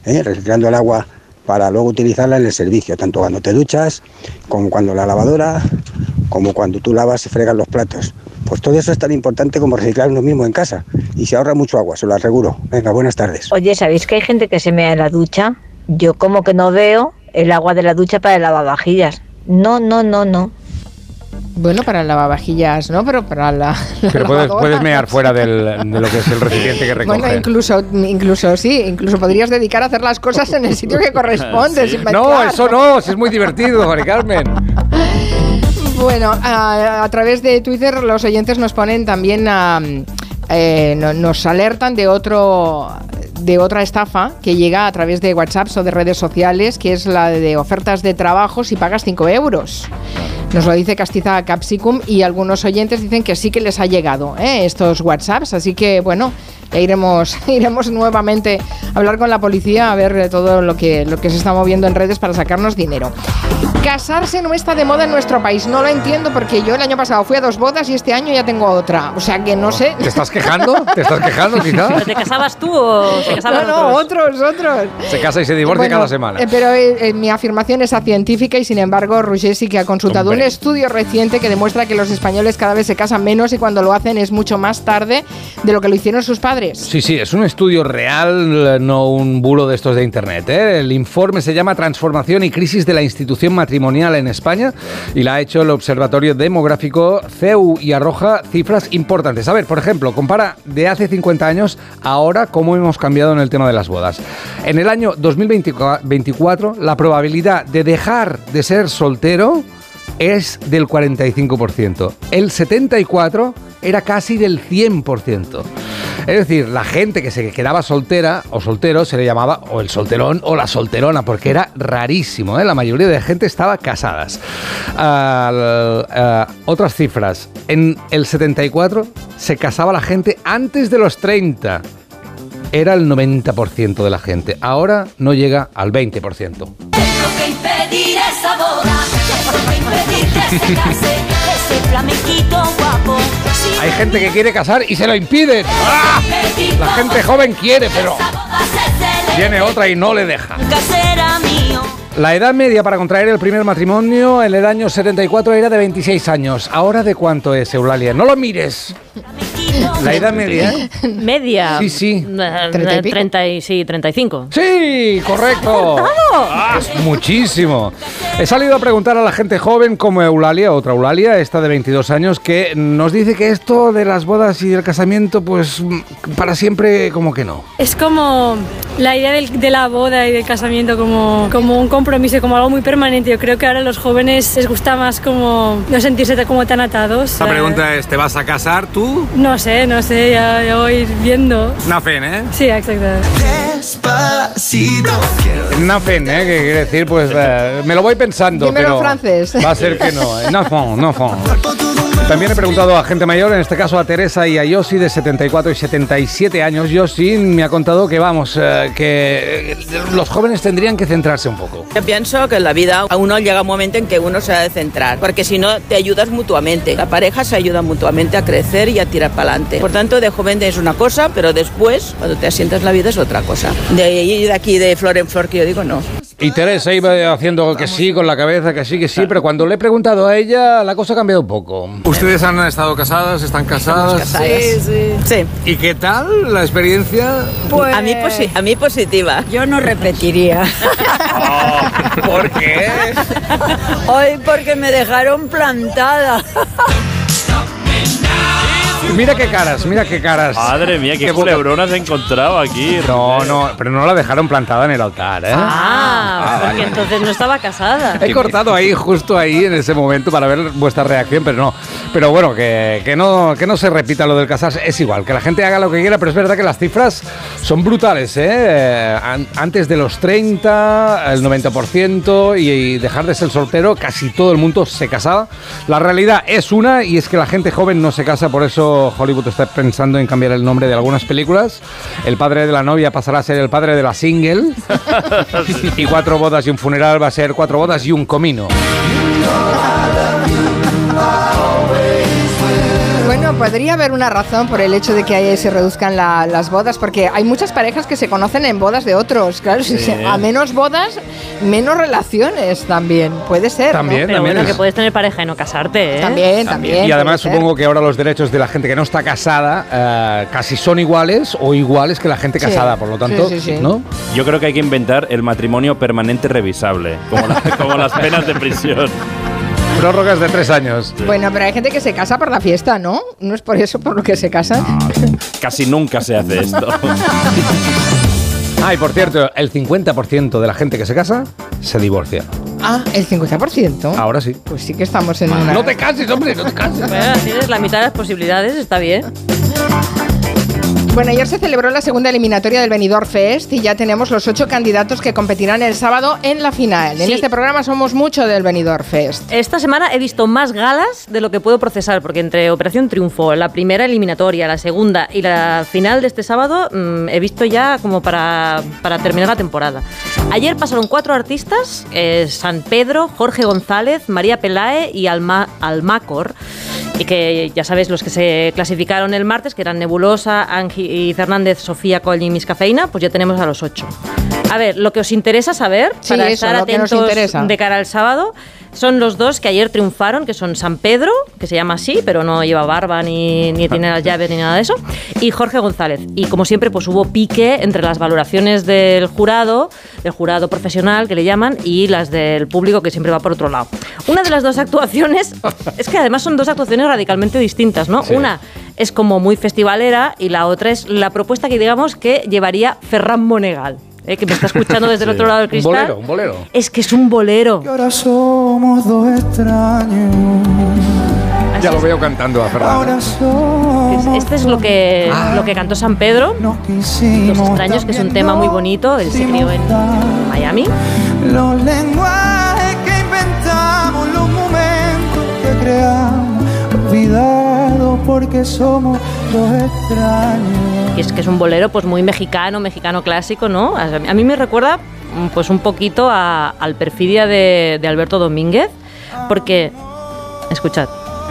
para luego utilizarla en el servicio, tanto cuando te duchas, como cuando la lavadora, como cuando tú lavas y fregas los platos. Pues todo eso es tan importante como reciclar uno mismo en casa. Y se ahorra mucho agua, se lo aseguro. Venga, buenas tardes. Oye, ¿sabéis que hay gente que se mea en la ducha? Yo como que no veo el agua de la ducha para el lavavajillas. No. Bueno, para el lavavajillas, ¿no? Pero para la Pero puedes mear fuera de lo que es el recipiente que recoge. Bueno, incluso podrías dedicar a hacer las cosas en el sitio que corresponde. Sí. No, eso no, es muy divertido, Mari Carmen. Bueno, a través de Twitter los oyentes nos ponen también, nos alertan de otra estafa que llega a través de WhatsApp o de redes sociales, que es la de ofertas de trabajo si pagas 5 euros. Nos lo dice Castiza Capsicum y algunos oyentes dicen que sí que les ha llegado estos WhatsApps, así que bueno, iremos nuevamente a hablar con la policía a ver todo lo que se está moviendo en redes para sacarnos dinero. Casarse no está de moda en nuestro país, no lo entiendo porque yo el año pasado fui a 2 bodas y este año ya tengo otra, o sea que no sé. ¿Te estás quejando? Quizás? ¿Pero te casabas tú o se casaban otros? Se casa y se divorcia cada semana. Pero mi afirmación es científica y sin embargo Roger sí que ha consultado un estudio reciente que demuestra que los españoles cada vez se casan menos y cuando lo hacen es mucho más tarde de lo que lo hicieron sus padres. Sí, es un estudio real, no un bulo de estos de internet. El informe se llama Transformación y crisis de la institución matrimonial matrimonial en España y la ha hecho el Observatorio Demográfico CEU y arroja cifras importantes. A ver, por ejemplo, compara de hace 50 años ahora cómo hemos cambiado en el tema de las bodas. En el año 2024, la probabilidad de dejar de ser soltero es del 45%. El 74% era casi del 100%. Es decir, la gente que se quedaba soltera o soltero se le llamaba o el solterón o la solterona, porque era rarísimo, ¿eh? La mayoría de gente estaba casadas. Otras cifras. En el 74 se casaba la gente antes de los 30. Era el 90% de la gente. Ahora no llega al 20%. Hay gente que quiere casar y se lo impiden. ¡Ah! La gente joven quiere, pero viene otra y no le deja. La edad media para contraer el primer matrimonio en el año 74 era de 26 años. ¿Ahora de cuánto es, Eulalia? No lo mires. La edad media, ¿eh? ¿Media? Sí, sí. 35. Sí, correcto. Es muchísimo. He salido a preguntar a la gente joven como Eulalia, otra Eulalia, esta de 22 años, que nos dice que esto de las bodas y el casamiento, pues para siempre como que no. Es como la idea de la boda y del casamiento como un compromiso, como algo muy permanente. Yo creo que ahora a los jóvenes les gusta más como no sentirse como tan atados. La pregunta es, ¿te vas a casar tú? No sé, ya voy viendo. Nothing, ¿eh? Sí, exacto. Nothing, ¿eh? Que quiere decir, pues me lo voy pensando, dímelo pero francés. Va a ser que no. Nothing. También he preguntado a gente mayor, en este caso a Teresa y a Yosi de 74 y 77 años. Yosi me ha contado que que los jóvenes tendrían que centrarse un poco. Yo pienso que en la vida a uno llega un momento en que uno se ha de centrar, porque si no te ayudas mutuamente. La pareja se ayuda mutuamente a crecer y a tirar para adelante. Por tanto, de joven es una cosa, pero después, cuando te asientas la vida, es otra cosa. De aquí de flor en flor, que yo digo, no. Y Teresa iba haciendo que sí con la cabeza, que sí, pero cuando le he preguntado a ella, la cosa ha cambiado un poco. ¿Ustedes han estado casadas? ¿Están casadas? Sí. ¿Y qué tal la experiencia? Pues a mí positiva. Yo no repetiría. ¿Por qué? Hoy porque me dejaron plantada. Mira qué caras. Madre mía, qué culebronas he encontrado aquí. No, pero no la dejaron plantada en el altar, ¿eh? Porque entonces no estaba casada. He cortado justo ahí, en ese momento, para ver vuestra reacción, pero no. Pero bueno, que no se repita lo del casarse. Es igual, que la gente haga lo que quiera, pero es verdad que las cifras son brutales, ¿eh? Antes de los 30, el 90%, y dejar de ser soltero, casi todo el mundo se casaba. La realidad es una, y es que la gente joven no se casa, por eso Hollywood está pensando en cambiar el nombre de algunas películas. El padre de la novia pasará a ser el padre de la single. Y 4 bodas y un funeral va a ser 4 bodas y un comino. Bueno, podría haber una razón por el hecho de que se reduzcan las bodas, porque hay muchas parejas que se conocen en bodas de otros. Claro, a menos bodas, menos relaciones también. Puede ser, también, ¿no? Pero bueno, que puedes tener pareja y no casarte, ¿eh? También. Y además supongo que ahora los derechos de la gente que no está casada casi son iguales o iguales que la gente casada, por lo tanto, sí. ¿no? Yo creo que hay que inventar el matrimonio permanente revisable, como las penas de prisión. Prórrogas de 3 años. Sí. Bueno, pero hay gente que se casa por la fiesta, ¿no? ¿No es por eso por lo que se casan? Casi nunca se hace esto. Y por cierto, el 50% de la gente que se casa se divorcia. ¿El 50%? Ahora sí. Pues sí que estamos en una... No te cases, hombre, no te cases. Bueno, tienes la mitad de las posibilidades, está bien. Bueno, ayer se celebró la segunda eliminatoria del Benidorm Fest y ya tenemos los 8 candidatos que competirán el sábado en la final. En este programa somos mucho del Benidorm Fest. Esta semana he visto más galas de lo que puedo procesar, porque entre Operación Triunfo, la primera eliminatoria, la segunda y la final de este sábado, he visto ya como para terminar la temporada. Ayer pasaron 4 artistas, San Pedro, Jorge González, María Pelae y Almacor, y que ya sabéis los que se clasificaron el martes, que eran Nebulosa, Angie y Fernández, Sofía Coll y Miss Cafeína, pues ya tenemos a los 8. A ver, lo que os interesa saber, para estar atentos de cara al sábado, son los dos que ayer triunfaron, que son San Pedro, que se llama así, pero no lleva barba ni tiene las llaves ni nada de eso, y Jorge González. Y como siempre, pues hubo pique entre las valoraciones del jurado profesional, que le llaman, y las del público, que siempre va por otro lado. Una de las dos actuaciones, es que además son dos actuaciones radicalmente distintas, ¿no? Sí. Una es como muy festivalera y la otra es la propuesta que digamos que llevaría Ferran Monegal. Que me está escuchando desde el otro lado del cristal. Un bolero. Es que es un bolero. Que ahora somos dos extraños. Ya lo veo cantando a Ferran. Este es lo que cantó San Pedro, Los Extraños, que es un tema muy bonito. Él se crió en Miami. Los lenguajes que inventamos, los momentos que creamos, olvidados porque somos dos extraños. Y es que es un bolero pues muy mexicano clásico, ¿no? A mí me recuerda pues un poquito al Perfidia de Alberto Domínguez, porque, escuchad.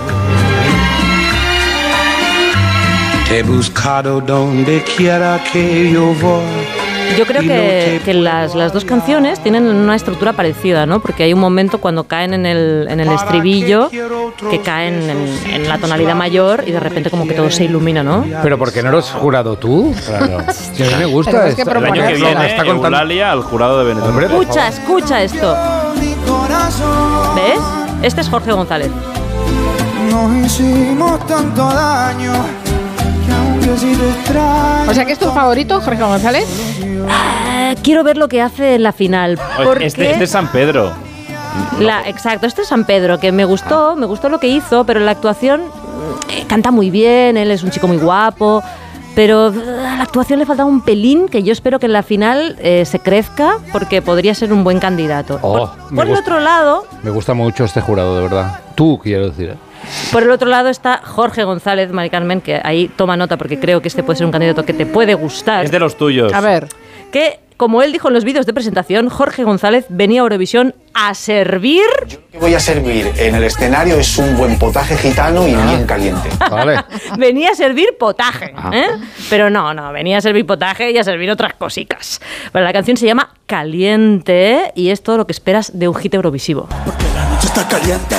Te he buscado donde quiera que yo voy. Yo creo que las dos canciones tienen una estructura parecida, ¿no? Porque hay un momento cuando caen en el estribillo, que caen en la tonalidad mayor y de repente como que todo se ilumina, ¿no? Pero ¿por qué no lo has jurado tú? Claro. A mí me gusta esto. El año que viene, Eulalia al jurado de Benetton. Escucha esto. ¿Ves? Este es Jorge González. Nos hicimos tanto daño. O sea, ¿que es tu favorito, Jorge González? Quiero ver lo que hace en la final. Este es San Pedro. Exacto, este es San Pedro, que me gustó lo que hizo, pero la actuación canta muy bien, él es un chico muy guapo, pero a la actuación le falta un pelín que yo espero que en la final se crezca, porque podría ser un buen candidato. Por el otro lado... Me gusta mucho este jurado, de verdad. Tú, quiero decir. Por el otro lado está Jorge González, Mari Carmen, que ahí toma nota porque creo que este puede ser un candidato que te puede gustar. Es de los tuyos. A ver. Que, como él dijo en los vídeos de presentación, Jorge González venía a Eurovisión a servir... Yo que voy a servir en el escenario es un buen potaje gitano y bien caliente. Vale. Venía a servir potaje, ¿eh? Pero no, venía a servir potaje y a servir otras cositas. Pero la canción se llama Caliente y es todo lo que esperas de un hit eurovisivo. Porque la noche está caliente.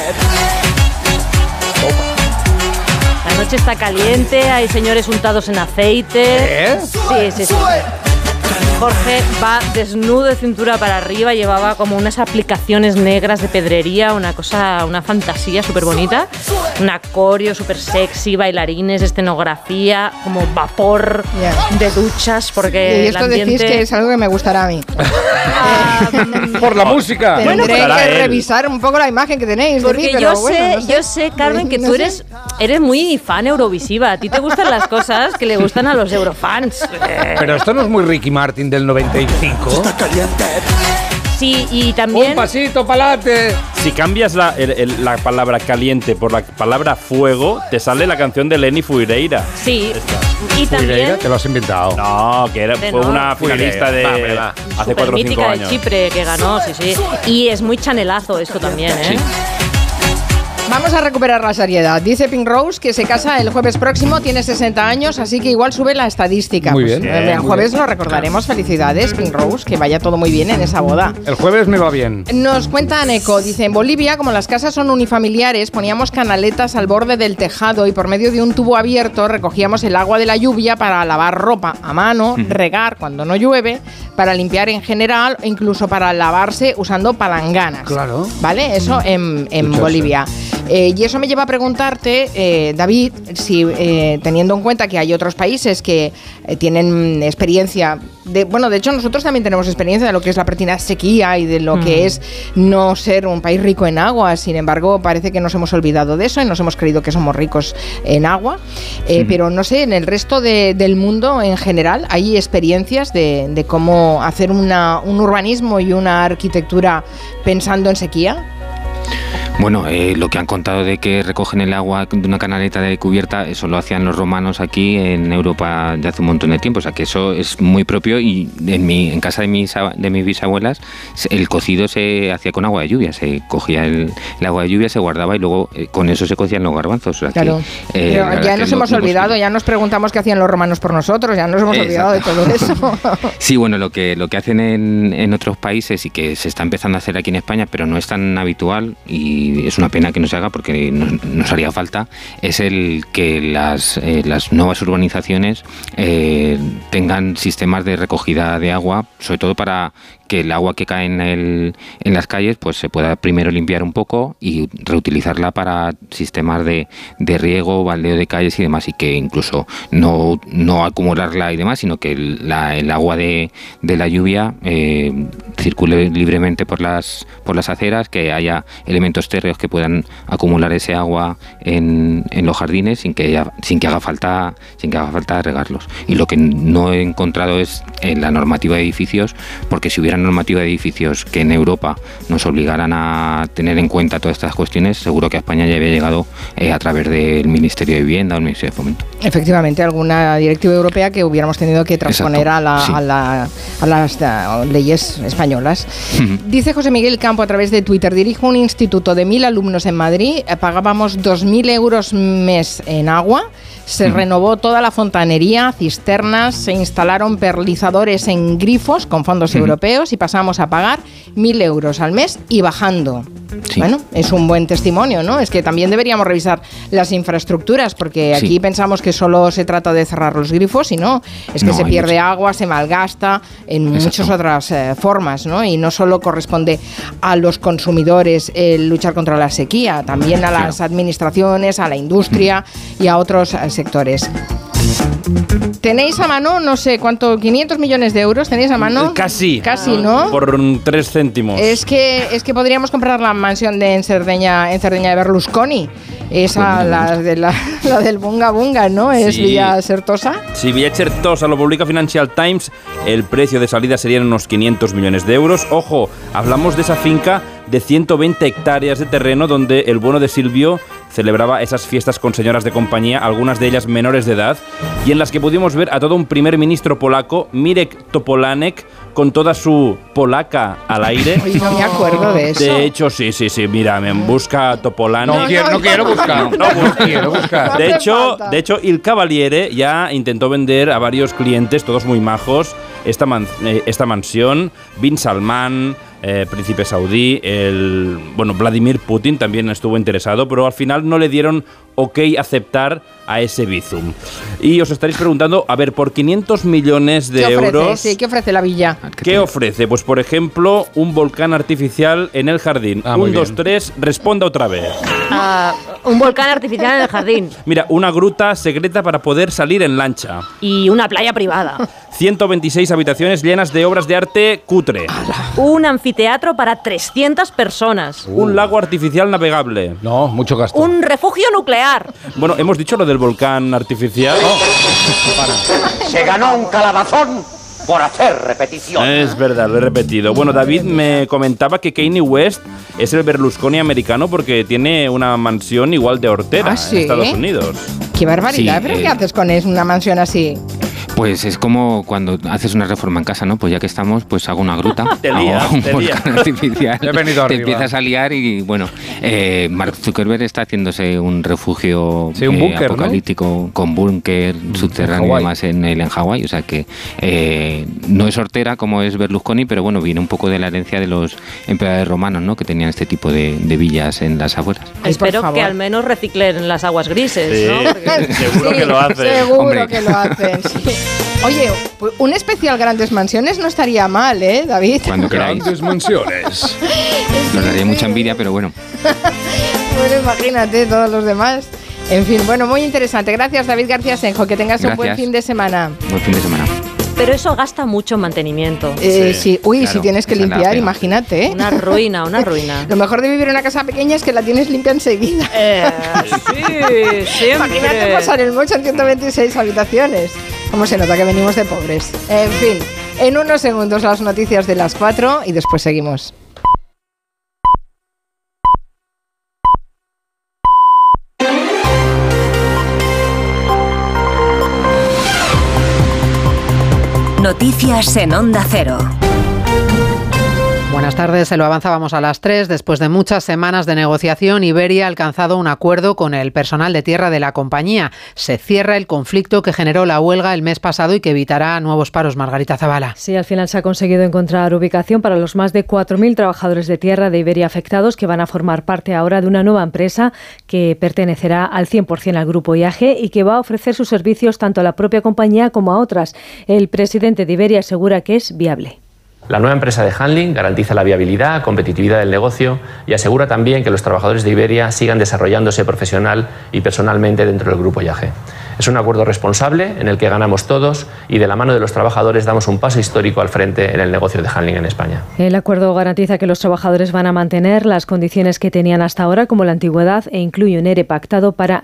La noche está caliente, hay señores untados en aceite. Sí. Jorge va desnudo de cintura para arriba, llevaba como unas aplicaciones negras de pedrería, una fantasía súper bonita, un acorio súper sexy, bailarines, escenografía, como vapor de duchas, porque y esto el ambiente... decís que es algo que me gustará a mí. Por la música. Tendré que revisar un poco la imagen que tenéis de mí, pero yo sé, Carmen, que tú eres muy fan eurovisiva. A ti te gustan las cosas que le gustan a los eurofans. Pero esto no es muy Ricky Martin del 95. Está caliente. Sí, y también... Un pasito para adelante. Si cambias la palabra caliente por la palabra fuego, te sale la canción de Leni Fuireira. Sí. Y Fuireira, también... te lo has inventado. No, que fue una finalista de hace 4 o 5 años. De Chipre que ganó, sí. Y es muy chanelazo esto también, ¿eh? Sí. Vamos a recuperar la seriedad. Dice Pink Rose que se casa el jueves próximo, tiene 60 años, así que igual sube la estadística. Muy bien. El jueves lo recordaremos. Felicidades, Pink Rose, que vaya todo muy bien en esa boda. El jueves me va bien. Nos cuenta Aneco, dice, en Bolivia, como las casas son unifamiliares, poníamos canaletas al borde del tejado y por medio de un tubo abierto recogíamos el agua de la lluvia para lavar ropa a mano, regar cuando no llueve, para limpiar en general e incluso para lavarse usando palanganas. Claro. ¿Vale? Eso en Bolivia. Y eso me lleva a preguntarte, David, si teniendo en cuenta que hay otros países que tienen experiencia, de hecho nosotros también tenemos experiencia de lo que es la pertinaz sequía y de lo que es no ser un país rico en agua, sin embargo parece que nos hemos olvidado de eso y nos hemos creído que somos ricos en agua, pero no sé, en el resto del mundo en general hay experiencias de cómo hacer un urbanismo y una arquitectura pensando en sequía. Bueno, lo que han contado de que recogen el agua de una canaleta de cubierta, eso lo hacían los romanos aquí en Europa de hace un montón de tiempo, o sea que eso es muy propio, y en casa de mis bisabuelas el cocido se hacía con agua de lluvia, se cogía el agua de lluvia, se guardaba y luego con eso se cocían los garbanzos. O sea claro, que, pero ya nos hemos olvidado, ya nos preguntamos qué hacían los romanos por nosotros, ya nos hemos olvidado de todo eso. Sí, bueno, lo que hacen en otros países y que se está empezando a hacer aquí en España, pero no es tan habitual y es una pena que no se haga porque nos haría falta, es el que las nuevas urbanizaciones tengan sistemas de recogida de agua, sobre todo para que el agua que cae en las calles pues se pueda primero limpiar un poco y reutilizarla para sistemas de riego, baldeo de calles y demás, y que incluso no acumularla y demás, sino que el agua de la lluvia circule libremente por las aceras, que haya elementos térreos que puedan acumular ese agua en los jardines sin que haga falta regarlos. Y lo que no he encontrado es en la normativa de edificios, porque si hubiera normativa de edificios que en Europa nos obligaran a tener en cuenta todas estas cuestiones, seguro que a España ya había llegado a través del Ministerio de Vivienda o el Ministerio de Fomento. Efectivamente, alguna directiva europea que hubiéramos tenido que transponer a las leyes españolas. Dice José Miguel Campo a través de Twitter: dirijo un instituto de 1.000 alumnos en Madrid, pagábamos 2.000 euros mes en agua. Se renovó toda la fontanería, cisternas, se instalaron perlizadores en grifos con fondos europeos y pasamos a pagar 1.000 euros al mes y bajando. Sí. Bueno, es un buen testimonio, ¿no? Es que también deberíamos revisar las infraestructuras, porque aquí pensamos que solo se trata de cerrar los grifos y no, es que se pierde agua, se malgasta en muchas otras formas, ¿no? Y no solo corresponde a los consumidores el luchar contra la sequía, también a las administraciones, a la industria y a otros sectores. ¿Tenéis a mano, no sé cuánto, 500 millones de euros? ¿Tenéis a mano? Casi, ¿no? Por 3 céntimos. Es que podríamos comprar la mansión en Cerdeña de Berlusconi. Esa, la del Bunga Bunga, ¿no? ¿Es Villa Certosa? Sí, Villa Certosa, lo publica Financial Times. El precio de salida serían unos 500 millones de euros. Ojo, hablamos de esa finca de 120 hectáreas de terreno donde el bueno de Silvio celebraba esas fiestas con señoras de compañía, algunas de ellas menores de edad, y en las que pudimos ver a todo un primer ministro polaco, Mirek Topolánek, con toda su polaca al aire. Oye, no me acuerdo de eso. De hecho, sí, mira, me busca Topolánek. No quiero buscar. De hecho, Il Cavaliere ya intentó vender a varios clientes, todos muy majos, esta mansión. Bin Salman, príncipe saudí, Vladimir Putin también estuvo interesado, pero al final no le dieron ok aceptar a ese bizum. Y os estaréis preguntando, a ver, por 500 millones de euros... Sí, ¿qué ofrece la villa? ¿Qué ofrece? Pues, por ejemplo, un volcán artificial en el jardín. 1, 2, 3, responda otra vez. Un volcán artificial en el jardín. Mira, una gruta secreta para poder salir en lancha. Y una playa privada. 126 habitaciones llenas de obras de arte cutre. Un anfiteatro para 300 personas. Un lago artificial navegable. No, mucho gasto. Un refugio nuclear. Bueno, hemos dicho lo del volcán artificial. Se ganó un calabazón por hacer repetición. Es verdad, lo he repetido. Bueno, David me comentaba que Kanye West es el Berlusconi americano porque tiene una mansión igual de hortera en Estados Unidos. ¡Qué barbaridad! ¿Pero qué haces con una mansión así? Pues es como cuando haces una reforma en casa, ¿no? Pues ya que estamos, pues hago una gruta, hago un volcán artificial, te empiezas a liar y bueno, Mark Zuckerberg está haciéndose un refugio un búnker, apocalíptico, ¿no? Con búnker subterráneo y demás en Hawái, o sea que no es hortera como es Berlusconi, pero bueno, viene un poco de la herencia de los emperadores romanos, ¿no? Que tenían este tipo de villas en las afueras. Espero que al menos reciclen las aguas grises, ¿no? Porque... Seguro que lo hacen. Seguro que lo hacen, sí. Oye, un especial Grandes Mansiones no estaría mal, David? Cuando queráis. Grandes Mansiones. Nos daría mucha envidia, pero bueno. Bueno, imagínate todos los demás. En fin, bueno, muy interesante. Gracias, David García Senjo. Que tengas un buen fin de semana. Buen fin de semana. Pero eso gasta mucho en mantenimiento. Sí. Uy, claro, si tienes que limpiar, imagínate. Una ruina. Lo mejor de vivir en una casa pequeña es que la tienes limpia enseguida. Sí, siempre. Imagínate pasar el mocho en 126 habitaciones. Cómo se nota que venimos de pobres. En fin, en unos segundos las noticias de las 4 y después seguimos. Noticias en Onda Cero. Buenas tardes, se lo avanzábamos a las 3. Después de muchas semanas de negociación, Iberia ha alcanzado un acuerdo con el personal de tierra de la compañía. Se cierra el conflicto que generó la huelga el mes pasado y que evitará nuevos paros. Margarita Zavala. Sí, al final se ha conseguido encontrar ubicación para los más de 4.000 trabajadores de tierra de Iberia afectados, que van a formar parte ahora de una nueva empresa que pertenecerá al 100% al grupo IAG y que va a ofrecer sus servicios tanto a la propia compañía como a otras. El presidente de Iberia asegura que es viable. La nueva empresa de handling garantiza la viabilidad, competitividad del negocio y asegura también que los trabajadores de Iberia sigan desarrollándose profesional y personalmente dentro del grupo IAG. Es un acuerdo responsable en el que ganamos todos y de la mano de los trabajadores damos un paso histórico al frente en el negocio de handling en España. El acuerdo garantiza que los trabajadores van a mantener las condiciones que tenían hasta ahora, como la antigüedad, e incluye un ERE pactado para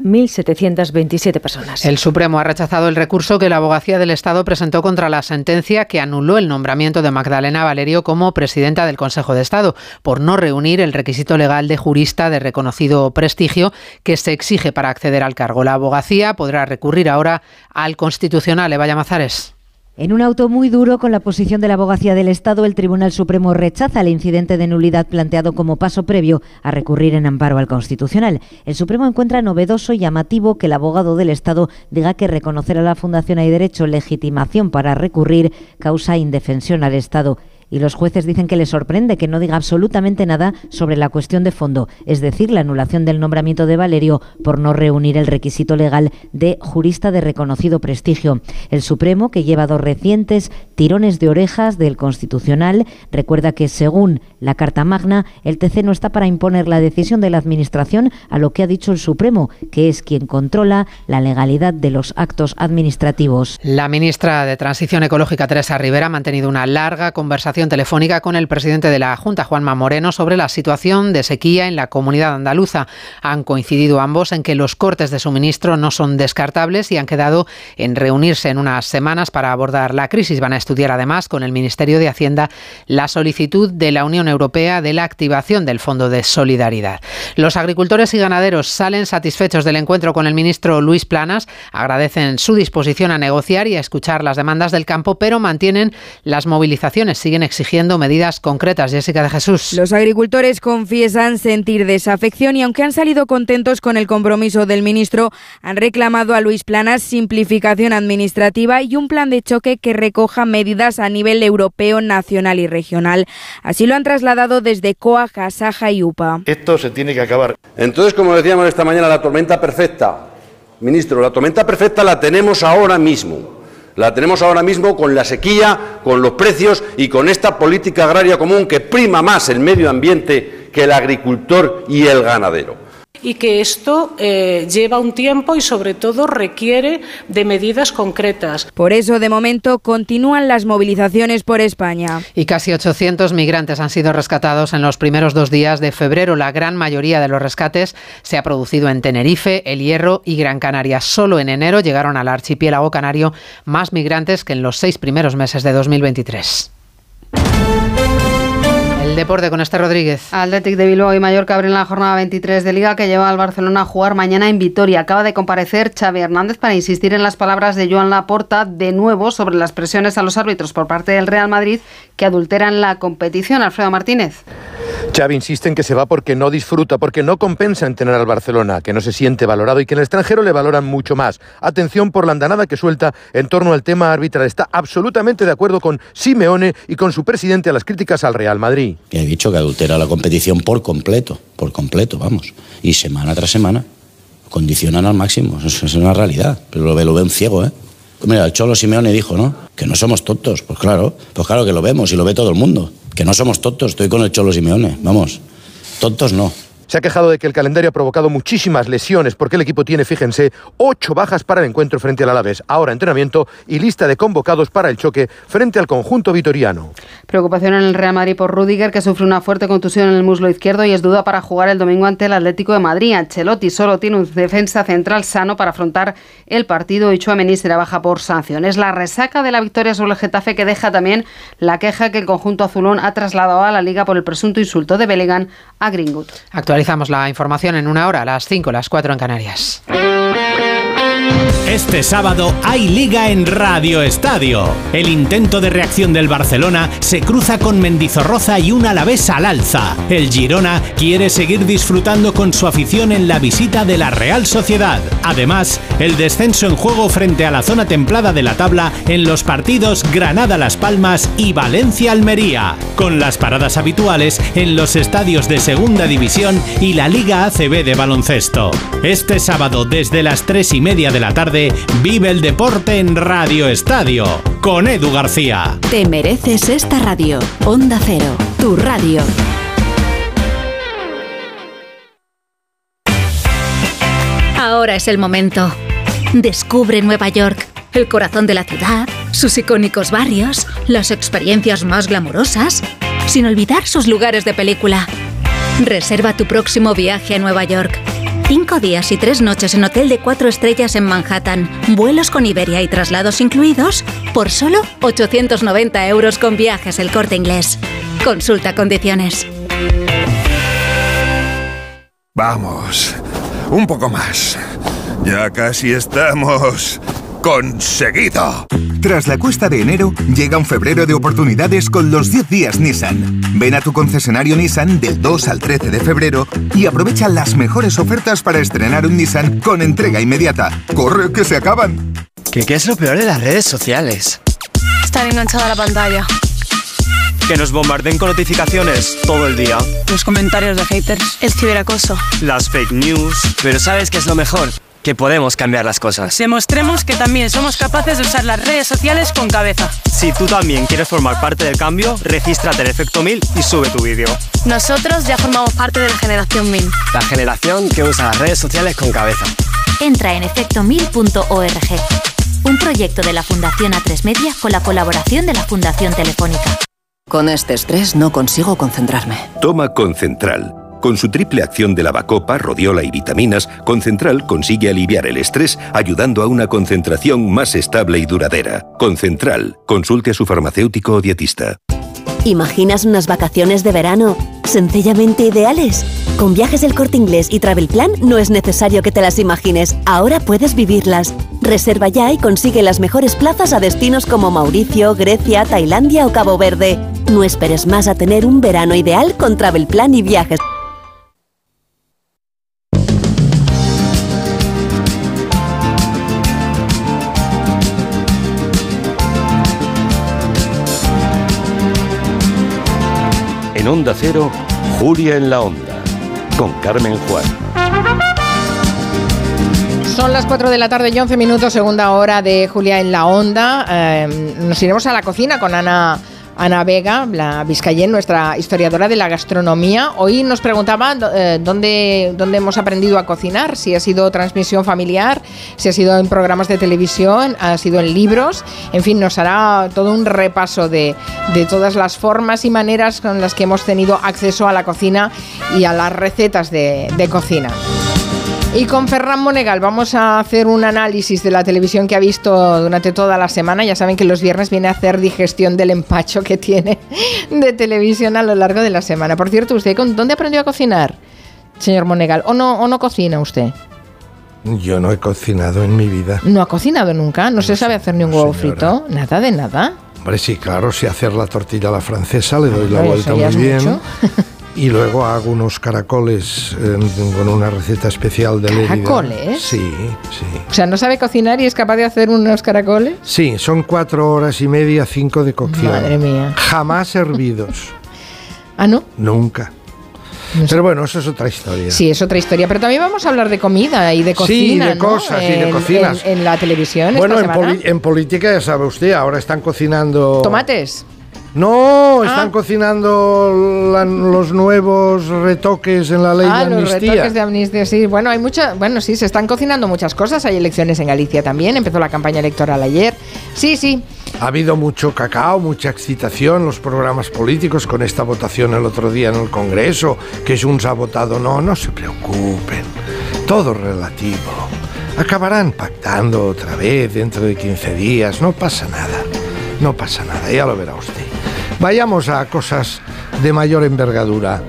1.727 personas. El Supremo ha rechazado el recurso que la Abogacía del Estado presentó contra la sentencia que anuló el nombramiento de Magdalena Valerio como presidenta del Consejo de Estado por no reunir el requisito legal de jurista de reconocido prestigio que se exige para acceder al cargo. La abogacía podrá recurrir ahora al Constitucional. Eva Llamazares. En un auto muy duro con la posición de la Abogacía del Estado, el Tribunal Supremo rechaza el incidente de nulidad planteado como paso previo a recurrir en amparo al Constitucional. El Supremo encuentra novedoso y llamativo que el abogado del Estado diga que reconocer a la Fundación Hay Derecho legitimación para recurrir causa indefensión al Estado. Y los jueces dicen que les sorprende que no diga absolutamente nada sobre la cuestión de fondo, es decir, la anulación del nombramiento de Valerio por no reunir el requisito legal de jurista de reconocido prestigio. El Supremo, que lleva 2 recientes tirones de orejas del Constitucional, recuerda que según la Carta Magna, el TC no está para imponer la decisión de la Administración a lo que ha dicho el Supremo, que es quien controla la legalidad de los actos administrativos. La ministra de Transición Ecológica, Teresa Rivera, ha mantenido una larga conversación telefónica con el presidente de la Junta, Juanma Moreno, sobre la situación de sequía en la comunidad andaluza. Han coincidido ambos en que los cortes de suministro no son descartables y han quedado en reunirse en unas semanas para abordar la crisis. Van a estudiar además con el Ministerio de Hacienda la solicitud de la Unión Europea de la activación del Fondo de Solidaridad. Los agricultores y ganaderos salen satisfechos del encuentro con el ministro Luis Planas, agradecen su disposición a negociar y a escuchar las demandas del campo, pero mantienen las movilizaciones, siguen exigiendo medidas concretas. Jessica de Jesús. Los agricultores confiesan sentir desafección y aunque han salido contentos con el compromiso del ministro, han reclamado a Luis Planas simplificación administrativa y un plan de choque que recoja medidas a nivel europeo, nacional y regional. Así lo han trasladado desde COAG, Asaja y UPA. Esto se tiene que acabar. Entonces, como decíamos esta mañana, la tormenta perfecta. Ministro, la tormenta perfecta la tenemos ahora mismo. La tenemos ahora mismo con la sequía, con los precios y con esta política agraria común que prima más el medio ambiente que el agricultor y el ganadero. Y que esto lleva un tiempo y sobre todo requiere de medidas concretas. Por eso, de momento, continúan las movilizaciones por España. Y casi 800 migrantes han sido rescatados en los primeros 2 días de febrero. La gran mayoría de los rescates se ha producido en Tenerife, El Hierro y Gran Canaria. Solo en enero llegaron al archipiélago canario más migrantes que en los 6 primeros meses de 2023. El deporte con Esther Rodríguez. Athletic de Bilbao y Mallorca abren la jornada 23 de Liga que lleva al Barcelona a jugar mañana en Vitoria. Acaba de comparecer Xavi Hernández para insistir en las palabras de Joan Laporta de nuevo sobre las presiones a los árbitros por parte del Real Madrid que adulteran la competición. Alfredo Martínez. Xavi insiste en que se va porque no disfruta, porque no compensa en tener al Barcelona, que no se siente valorado y que en el extranjero le valoran mucho más. Atención por la andanada que suelta en torno al tema arbitral. Está absolutamente de acuerdo con Simeone y con su presidente a las críticas al Real Madrid. He dicho que adultera la competición por completo, vamos. Y semana tras semana condicionan al máximo. Eso es una realidad, pero lo ven ciego, ¿eh? Mira, el Cholo Simeone dijo, ¿no? Que no somos tontos. Pues claro que lo vemos y lo ve todo el mundo. Que no somos tontos, estoy con el Cholo Simeone, vamos, tontos no. Se ha quejado de que el calendario ha provocado muchísimas lesiones porque el equipo tiene, fíjense, 8 bajas para el encuentro frente al Alavés. Ahora entrenamiento y lista de convocados para el choque frente al conjunto vitoriano. Preocupación en el Real Madrid por Rüdiger, que sufre una fuerte contusión en el muslo izquierdo y es duda para jugar el domingo ante el Atlético de Madrid. Ancelotti solo tiene un defensa central sano para afrontar el partido y Tchouaméni será baja por sanciones. La resaca de la victoria sobre el Getafe que deja también la queja que el conjunto azulón ha trasladado a la Liga por el presunto insulto de Bellingham a Greenwood. Actualizamos la información en una hora, a las 5, las 4 en Canarias. Este sábado hay Liga en Radio Estadio. El intento de reacción del Barcelona se cruza con Mendizorroza y un Alavés al alza. El Girona quiere seguir disfrutando con su afición en la visita de la Real Sociedad. Además, el descenso en juego frente a la zona templada de la tabla en los partidos Granada-Las Palmas y Valencia-Almería, con las paradas habituales en los estadios de Segunda División y la Liga ACB de baloncesto. Este sábado desde las 3:30 de la tarde vive el deporte en Radio Estadio con Edu García. Te mereces esta radio. Onda Cero, tu radio. Ahora es el momento. Descubre Nueva York, el corazón de la ciudad, sus icónicos barrios, las experiencias más glamurosas, sin olvidar sus lugares de película. Reserva tu próximo viaje a Nueva York. 5 días y 3 noches en hotel de 4 estrellas en Manhattan, vuelos con Iberia y traslados incluidos, por solo 890 € con Viajes El Corte Inglés. Consulta condiciones. Vamos, un poco más. Ya casi estamos... ¡conseguido! Tras la cuesta de enero, llega un febrero de oportunidades con los 10 días Nissan. Ven a tu concesionario Nissan del 2 al 13 de febrero y aprovecha las mejores ofertas para estrenar un Nissan con entrega inmediata. ¡Corre, que se acaban! ¿Qué es lo peor de las redes sociales? Estar enganchada a la pantalla. Que nos bombarden con notificaciones todo el día. Los comentarios de haters. El ciberacoso. Las fake news. Pero ¿sabes qué es lo mejor? Que podemos cambiar las cosas. Demostremos que también somos capaces de usar las redes sociales con cabeza. Si tú también quieres formar parte del cambio, regístrate en Efecto 1000 y sube tu vídeo. Nosotros ya formamos parte de la generación 1000. La generación que usa las redes sociales con cabeza. Entra en efecto1000.org. Un proyecto de la Fundación A3 Media con la colaboración de la Fundación Telefónica. Con este estrés no consigo concentrarme. Toma Concentral. Con su triple acción de lavacopa, rodiola y vitaminas, Concentral consigue aliviar el estrés ayudando a una concentración más estable y duradera. Concentral. Consulte a su farmacéutico o dietista. ¿Imaginas unas vacaciones de verano sencillamente ideales? Con Viajes El Corte Inglés y Travel Plan no es necesario que te las imagines. Ahora puedes vivirlas. Reserva ya y consigue las mejores plazas a destinos como Mauricio, Grecia, Tailandia o Cabo Verde. No esperes más a tener un verano ideal con Travel Plan y Viajes. En Onda Cero, Julia en la Onda, con Carmen Juan. Son las 4 de la tarde y 11 minutos, segunda hora de Julia en la Onda. Nos iremos a la cocina con Ana Vega, la Vizcayén, nuestra historiadora de la gastronomía. Hoy nos preguntaba dónde hemos aprendido a cocinar, si ha sido transmisión familiar, si ha sido en programas de televisión, ha sido en libros. En fin, nos hará todo un repaso de todas las formas y maneras con las que hemos tenido acceso a la cocina y a las recetas de cocina. Y con Ferran Monegal vamos a hacer un análisis de la televisión que ha visto durante toda la semana. Ya saben que los viernes viene a hacer digestión del empacho que tiene de televisión a lo largo de la semana. Por cierto, ¿usted dónde aprendió a cocinar, señor Monegal? ¿O no cocina usted? Yo no he cocinado en mi vida. ¿No ha cocinado nunca? ¿No se sabe hacer ni un huevo frito? ¿Nada de nada? Hombre, sí, claro, sé hacer la tortilla a la francesa, le doy la vuelta muy bien. Y luego hago unos caracoles con una receta especial de Lérida. ¿Caracoles? Sí. O sea, ¿no sabe cocinar y es capaz de hacer unos caracoles? Sí, son 4 horas y media, 5 de cocción. Madre mía. Jamás hervidos. ¿Ah, no? Nunca. No sé. Pero bueno, eso es otra historia. Sí, es otra historia. Pero también vamos a hablar de comida y de cocina, sí, de cosas, ¿no? Y de cocinas. En la televisión. Bueno, en política ya sabe usted, ahora están cocinando... ¿Tomates? No, están cocinando los nuevos retoques en la ley de amnistía. Los retoques de amnistía, sí. Bueno, sí, se están cocinando muchas cosas. Hay elecciones en Galicia también. Empezó la campaña electoral ayer. Sí. Ha habido mucho cacao, mucha excitación, los programas políticos con esta votación el otro día en el Congreso, que Junts ha votado no se preocupen. Todo relativo. Acabarán pactando otra vez dentro de 15 días. No pasa nada, ya lo verá usted. Vayamos a cosas de mayor envergadura.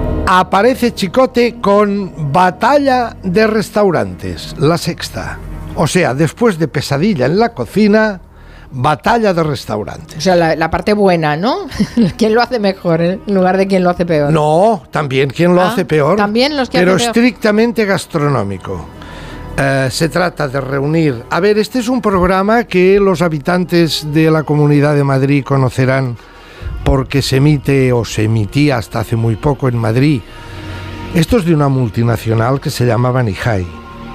Aparece Chicote con Batalla de Restaurantes, La Sexta. O sea, después de Pesadilla en la cocina, Batalla de restaurantes. O sea, la parte buena, ¿no? ¿Quién lo hace mejor en lugar de quién lo hace peor? No, también quién lo hace peor. También los que pero hacen peor. Estrictamente gastronómico. Se trata de reunir... A ver, este es un programa que los habitantes de la Comunidad de Madrid conocerán porque se emite o se emitía hasta hace muy poco en Madrid. Esto es de una multinacional que se llama Banijay,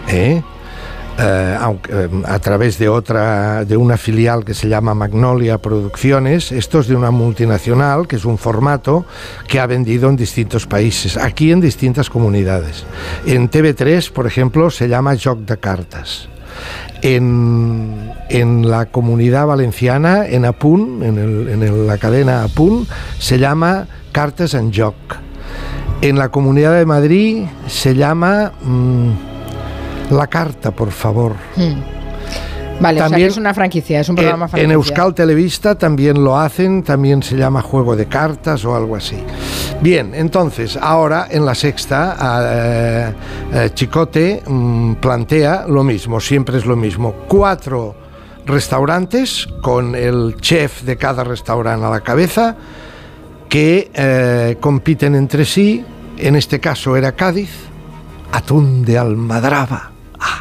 a través de una filial que se llama Magnolia Producciones. Esto es de una multinacional, que es un formato que ha vendido en distintos países, aquí en distintas comunidades. En TV3, por ejemplo, se llama Joc de Cartes. En la Comunidad Valenciana, en Apunt, en la cadena Apunt, se llama Cartes en Joc. En la Comunidad de Madrid se llama La Carta, por favor. Vale, también, o sea que es una franquicia, es un programa franquicia. En Euskal Televista también lo hacen, también se llama Juego de Cartas o algo así. Bien, entonces, ahora en La Sexta, Chicote plantea lo mismo, siempre es lo mismo. 4 restaurantes con el chef de cada restaurante a la cabeza, que compiten entre sí. En este caso era Cádiz, atún de Almadraba,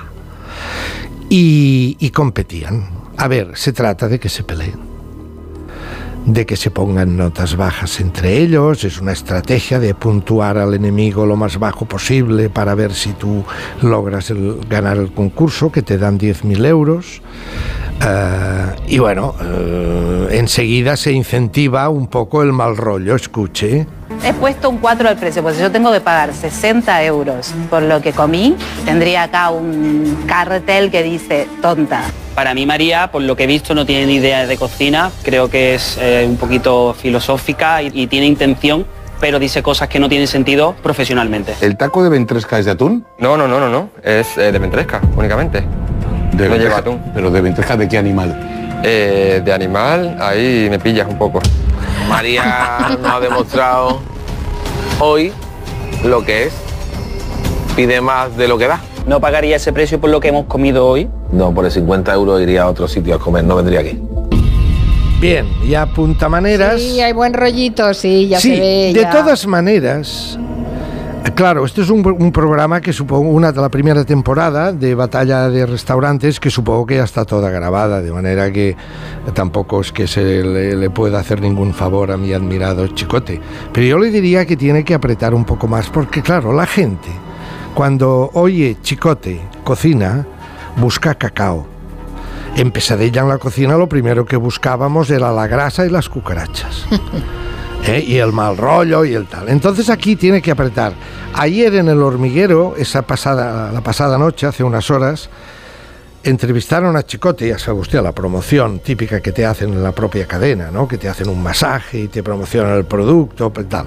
y competían. A ver, se trata de que se peleen, de que se pongan notas bajas entre ellos. Es una estrategia de puntuar al enemigo lo más bajo posible para ver si tú logras ganar el concurso, que te dan 10.000 euros. Y bueno, enseguida se incentiva un poco el mal rollo. Escuche. He puesto un 4 al precio, porque si yo tengo que pagar 60 euros por lo que comí, tendría acá un cartel que dice tonta. Para mí, María, por lo que he visto, no tiene ni idea de cocina. Creo que es un poquito filosófica y tiene intención, pero dice cosas que no tienen sentido profesionalmente. ¿El taco de ventresca es de atún? No. Es de ventresca, únicamente. No lleva atún. ¿Pero de ventresca de qué animal? De animal, ahí me pillas un poco. María nos ha demostrado hoy lo que es. Pide más de lo que da. ¿No pagaría ese precio por lo que hemos comido hoy? No, por 50 euros iría a otro sitio a comer, no vendría aquí. Bien, y a puntamaneras... Sí, hay buen rollito, sí, ya se ve. De todas maneras... Claro, este es un programa que supongo, de la primera temporada de Batalla de Restaurantes, que supongo que ya está toda grabada, de manera que tampoco es que se le pueda hacer ningún favor a mi admirado Chicote. Pero yo le diría que tiene que apretar un poco más, porque claro, la gente, cuando oye Chicote cocina, busca cacao. En Pesadilla en la cocina lo primero que buscábamos era la grasa y las cucarachas. Y el mal rollo y el tal. Entonces aquí tiene que apretar. Ayer en El Hormiguero, la pasada noche, hace unas horas, entrevistaron a Chicote, ya sabe usted, a la promoción típica que te hacen en la propia cadena, ¿no? Que te hacen un masaje y te promocionan el producto, tal.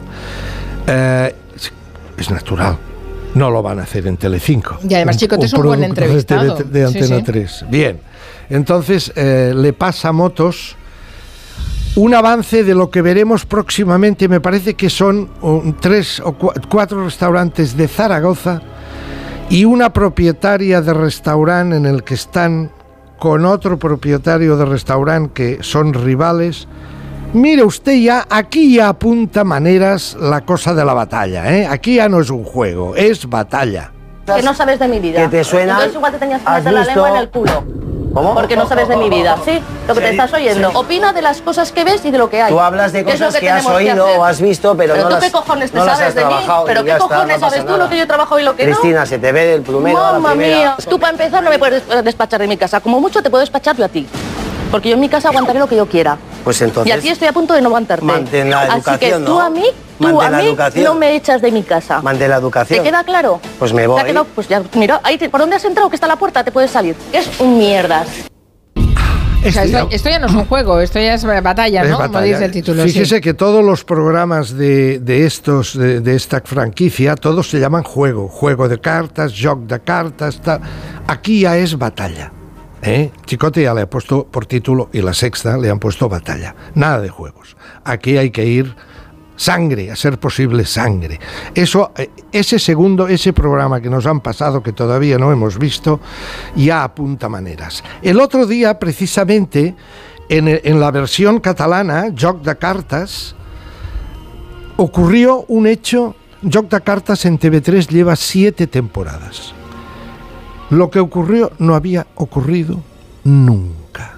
Es natural. No lo van a hacer en Telecinco. Y además Chicote es un buen entrevistado. De Antena 3. Bien. Entonces le pasa motos un avance de lo que veremos próximamente. Me parece que son 3 o 4 restaurantes de Zaragoza y una propietaria de restaurante en el que están con otro propietario de restaurante que son rivales. Mire usted, aquí ya apunta maneras la cosa de la batalla, ¿eh? Aquí ya no es un juego, es batalla. Que no sabes de mi vida. ¿Que te suena? Entonces igual te tenías que meter la lengua en el culo. ¿Cómo? Porque no sabes de mi vida. Sí, lo que te estás oyendo. Sí. Opina de las cosas que ves y de lo que hay. Tú hablas de cosas que has oído o has visto, pero no tú las qué cojones te no sabes de mí. Pero qué cojones sabes tú lo que yo trabajo y lo que no. Cristina, se te ve del plumero a la Mamma primera. mía. Tú para empezar no me puedes despachar de mi casa. Como mucho te puedo despachar yo a ti. Porque yo en mi casa aguantaré lo que yo quiera. Pues entonces... Y aquí estoy a punto de no aguantarte. Mantén la educación, así que tú ¿no? a mí no me echas de mi casa. Mantén la educación. ¿Te queda claro? Pues me voy. ¿Te ha quedado? Pues ya, mira, ahí ¿por dónde has entrado? Que está la puerta, te puedes salir. Es un mierdas. O sea, esto ya no es un juego, esto ya es batalla, ¿no? Como dice el título. Fíjese que todos los programas de esta franquicia, todos se llaman juego de cartas, joc de cartas, tal. Aquí ya es batalla. Chicote ya le ha puesto por título, y La Sexta le han puesto batalla. Nada de juegos. Aquí hay que ir Sangre, a ser posible sangre. Eso, ese programa que nos han pasado, que todavía no hemos visto, ya apunta maneras. El otro día, precisamente, en la versión catalana, Joc de Cartas, ocurrió un hecho. Joc de Cartas en TV3 lleva 7 temporadas. Lo que ocurrió no había ocurrido nunca.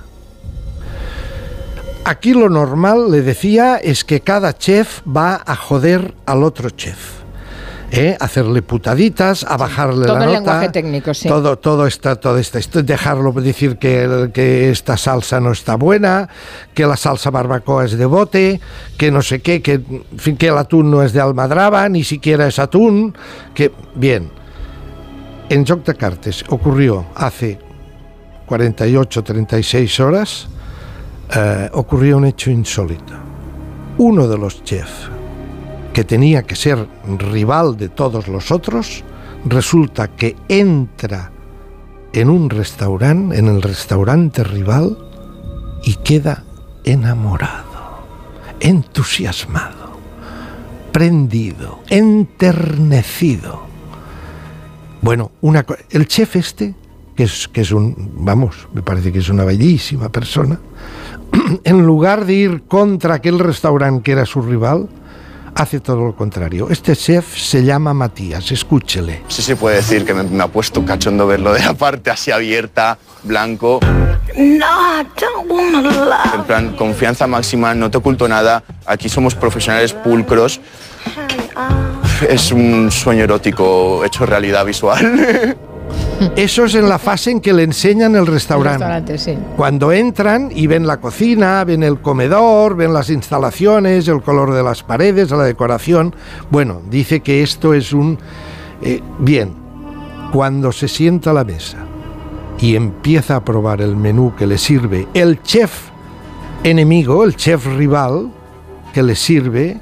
Aquí lo normal, le decía, es que cada chef va a joder al otro chef. Hacerle putaditas, a bajarle todo la nota. Todo el lenguaje técnico, sí. Todo esto, dejarlo decir que esta salsa no está buena, que la salsa barbacoa es de bote, que no sé qué, que, en fin, que el atún no es de almadraba, ni siquiera es atún, que... Bien, en Joc de Cartes ocurrió hace 48, 36 horas, ocurrió un hecho insólito. Uno de los chefs, que tenía que ser rival de todos los otros, resulta que entra en un restaurante, en el restaurante rival, y queda enamorado, entusiasmado, prendido, enternecido. Bueno, el chef este, que es me parece que es una bellísima persona, en lugar de ir contra aquel restaurante que era su rival, hace todo lo contrario. Este chef se llama Matías, escúchele. Sí se puede decir que me ha puesto cachondo verlo de la parte así abierta, blanco. En plan, confianza máxima, no te oculto nada. Aquí somos profesionales pulcros. Es un sueño erótico hecho realidad visual. Eso es en la fase en que le enseñan el restaurante. Sí. Cuando entran y ven la cocina, ven el comedor, ven las instalaciones, el color de las paredes, la decoración. Bueno, dice que esto es bien, cuando se sienta a la mesa y empieza a probar el menú que le sirve el chef enemigo, el chef rival que le sirve,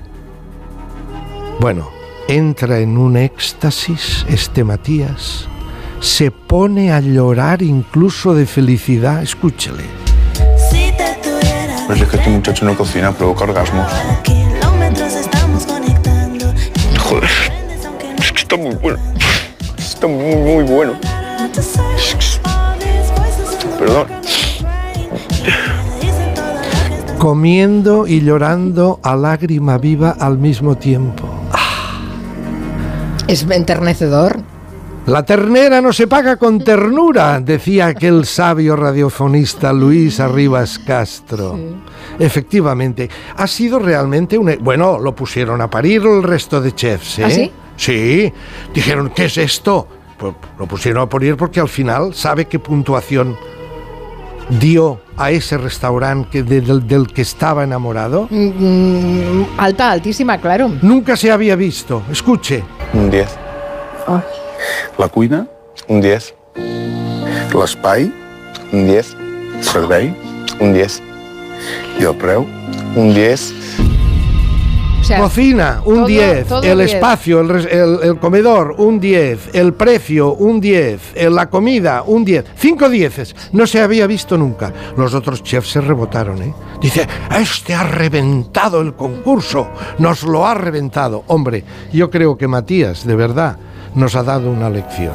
bueno, entra en un éxtasis este Matías. Se pone a llorar incluso de felicidad. Escúchale. Pues es que este muchacho no cocina, provoca orgasmos. Joder, es que está muy bueno. Está muy bueno. Perdón. Comiendo y llorando a lágrima viva al mismo tiempo. Es enternecedor. La ternera no se paga con ternura, decía aquel sabio radiofonista Luis Arribas Castro. Sí. Efectivamente, ha sido realmente bueno, lo pusieron a parir el resto de chefs, ¿eh? ¿Ah, sí? Sí, dijeron, ¿qué es esto? Pues lo pusieron a parir porque al final, ¿sabe qué puntuación dio a ese restaurante del que estaba enamorado? Alta, altísima, claro. Nunca se había visto. Escuche. Un 10. Oh. La cuina, un 10. L'espai, un 10. Servei, un 10. I el preu, un 10. O sea, cocina, un 10. El 10. Espacio, el comedor, un 10. El precio, un 10. La comida, un 10. 5 dieces. No se había visto nunca. Los otros chefs se rebotaron, ¿eh? Dice, este ha reventado el concurso. Nos lo ha reventado. Hombre, yo creo que Matías, de verdad, nos ha dado una lección.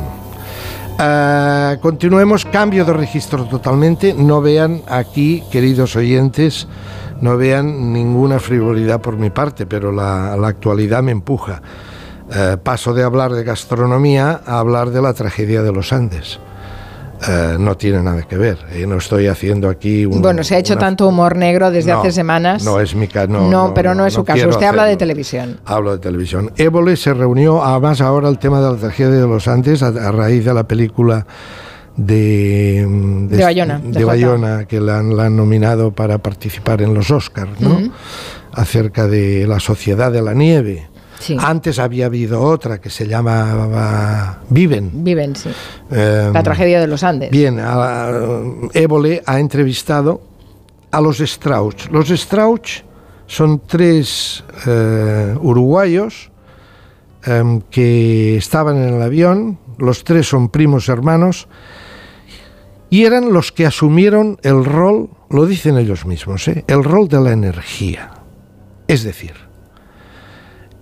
Continuemos, cambio de registro totalmente. No vean aquí, queridos oyentes, no vean ninguna frivolidad por mi parte, pero la actualidad me empuja. Paso de hablar de gastronomía a hablar de la tragedia de los Andes. No tiene nada que ver. No estoy haciendo aquí bueno, se ha hecho tanto humor negro desde hace semanas. No es mi caso. No, pero no es su caso. Usted habla de televisión. Hablo de televisión. Évole se reunió, además ahora el tema de la tragedia de los Andes, a raíz de la película de Bayona, de Bayona, que la han nominado para participar en los Oscars, ¿no? Uh-huh. Acerca de la sociedad de la nieve. Sí. Antes había habido otra que se llamaba Viven, sí. La tragedia de los Andes. Bien, Évole ha entrevistado a los Strauch. Los Strauch son 3 uruguayos que estaban en el avión. Los 3 son primos hermanos y eran los que asumieron el rol, lo dicen ellos mismos, el rol de la energía. Es decir,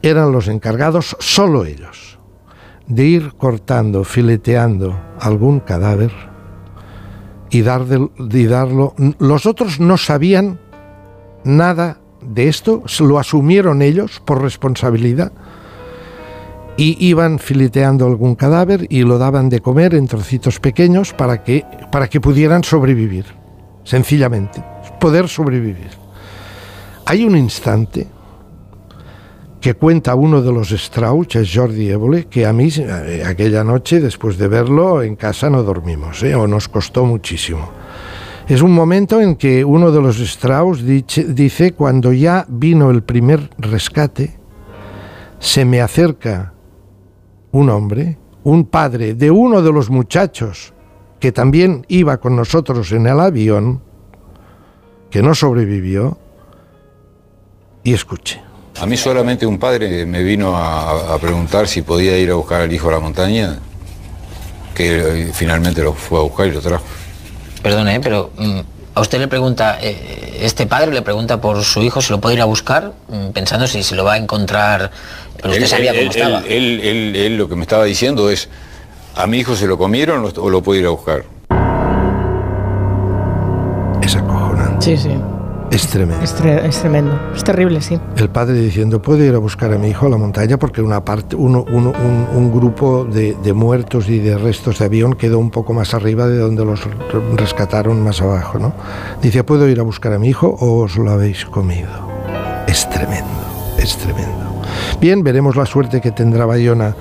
eran los encargados, solo ellos, de ir cortando, fileteando algún cadáver y darlo. Los otros no sabían nada de esto, lo asumieron ellos por responsabilidad y iban fileteando algún cadáver y lo daban de comer en trocitos pequeños para que pudieran sobrevivir, sencillamente, poder sobrevivir. Hay un instante que cuenta uno de los Strauch, es Jordi Évole, que a mí aquella noche, después de verlo, en casa no dormimos, o nos costó muchísimo. Es un momento en que uno de los Strauch dice, cuando ya vino el primer rescate, se me acerca un hombre, un padre de uno de los muchachos que también iba con nosotros en el avión, que no sobrevivió, y escuche. A mí solamente un padre me vino a preguntar si podía ir a buscar al hijo a la montaña, que finalmente lo fue a buscar y lo trajo. Perdone, pero a usted le pregunta, este padre le pregunta por su hijo si lo puede ir a buscar, pensando si se lo va a encontrar, pero usted sabía cómo estaba. Él lo que me estaba diciendo es, ¿a mi hijo se lo comieron o lo puede ir a buscar? Es acojonante. Sí. Es tremendo. Es tremendo. Es terrible, sí. El padre diciendo, puedo ir a buscar a mi hijo a la montaña porque un grupo de muertos y de restos de avión quedó un poco más arriba de donde los rescataron más abajo, ¿no? Dice, ¿puedo ir a buscar a mi hijo o os lo habéis comido? Es tremendo, es tremendo. Bien, veremos la suerte que tendrá Bayona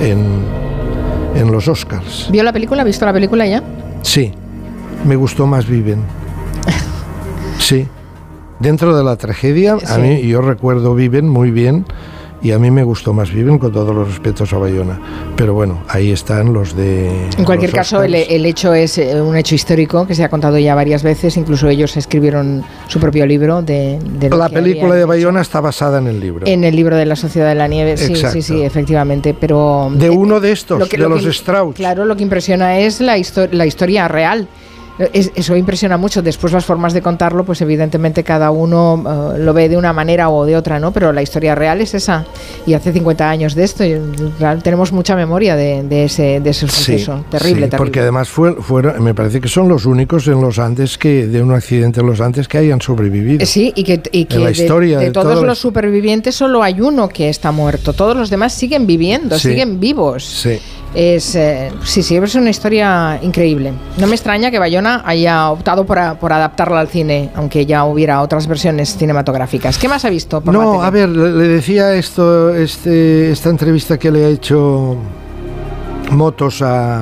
en los Oscars. ¿Vio la película? ¿Ha visto la película ya? Sí, me gustó más Viven. Sí. Dentro de la tragedia, sí. A mí, yo recuerdo Viven muy bien y a mí me gustó más Viven, con todos los respetos a Bayona. Pero bueno, ahí están los de... En cualquier caso, el hecho es un hecho histórico que se ha contado ya varias veces. Incluso ellos escribieron su propio libro de la película de Bayona está basada en el libro. En el libro de La Sociedad de la Nieve, sí, efectivamente. Pero de uno de estos, de los Strauch. Claro, lo que impresiona es la historia real. Eso impresiona mucho. Después las formas de contarlo, pues evidentemente cada uno lo ve de una manera o de otra, ¿no? Pero la historia real es esa. Y hace 50 años de esto, y tenemos mucha memoria de ese suceso. Terrible. Porque además fueron, me parece que son los únicos en los Andes de un accidente en los Andes que hayan sobrevivido. Sí, y que en la historia de todos los supervivientes solo hay uno que está muerto. Todos los demás siguen viviendo, siguen vivos. Sí. Es una historia increíble. No me extraña que Bayona haya optado por adaptarla al cine, aunque ya hubiera otras versiones cinematográficas. ¿Qué más ha visto por la tele? A ver, le decía esta entrevista que le ha hecho Motos a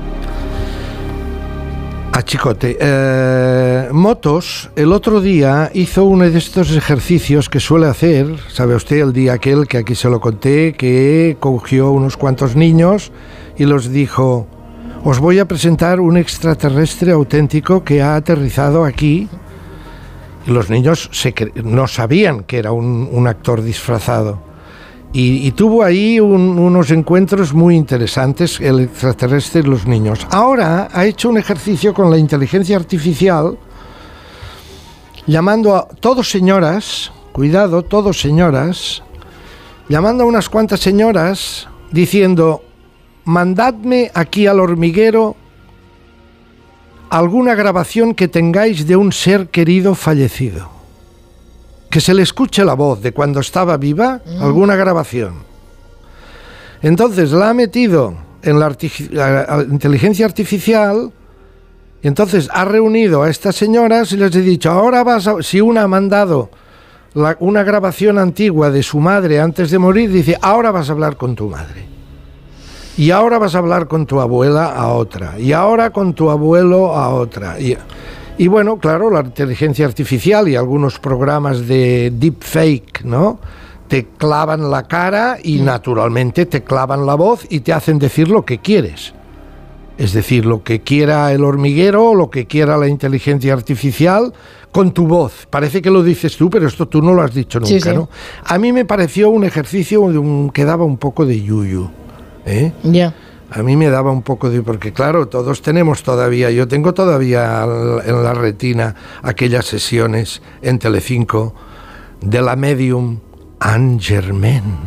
Chicote. Motos el otro día hizo uno de estos ejercicios que suele hacer, sabe usted, el día aquel que aquí se lo conté, que cogió unos cuantos niños y los dijo, os voy a presentar un extraterrestre auténtico que ha aterrizado aquí. Y los niños no sabían que era un actor disfrazado. Y tuvo ahí unos encuentros muy interesantes, el extraterrestre y los niños. Ahora ha hecho un ejercicio con la inteligencia artificial, llamando a todos señoras, cuidado, todos señoras, llamando a unas cuantas señoras, diciendo, mandadme aquí al hormiguero alguna grabación que tengáis de un ser querido fallecido. Que se le escuche la voz de cuando estaba viva, alguna grabación. Entonces la ha metido en la inteligencia artificial y entonces ha reunido a estas señoras y les he dicho, ahora si una ha mandado una grabación antigua de su madre antes de morir, dice, ahora vas a hablar con tu madre. Y ahora vas a hablar con tu abuela a otra. Y ahora con tu abuelo a otra. Y bueno, claro, la inteligencia artificial y algunos programas de deepfake, ¿no? Te clavan la cara y naturalmente te clavan la voz y te hacen decir lo que quieres. Es decir, lo que quiera el hormiguero, lo que quiera la inteligencia artificial, con tu voz. Parece que lo dices tú, pero esto tú no lo has dicho nunca, sí. ¿No? A mí me pareció un ejercicio que daba un poco de yuyu, ¿eh? Ya. Yeah. A mí me daba un poco de... Porque claro, todos tenemos todavía... Yo tengo todavía en la retina aquellas sesiones en Telecinco de la medium Anne Germain.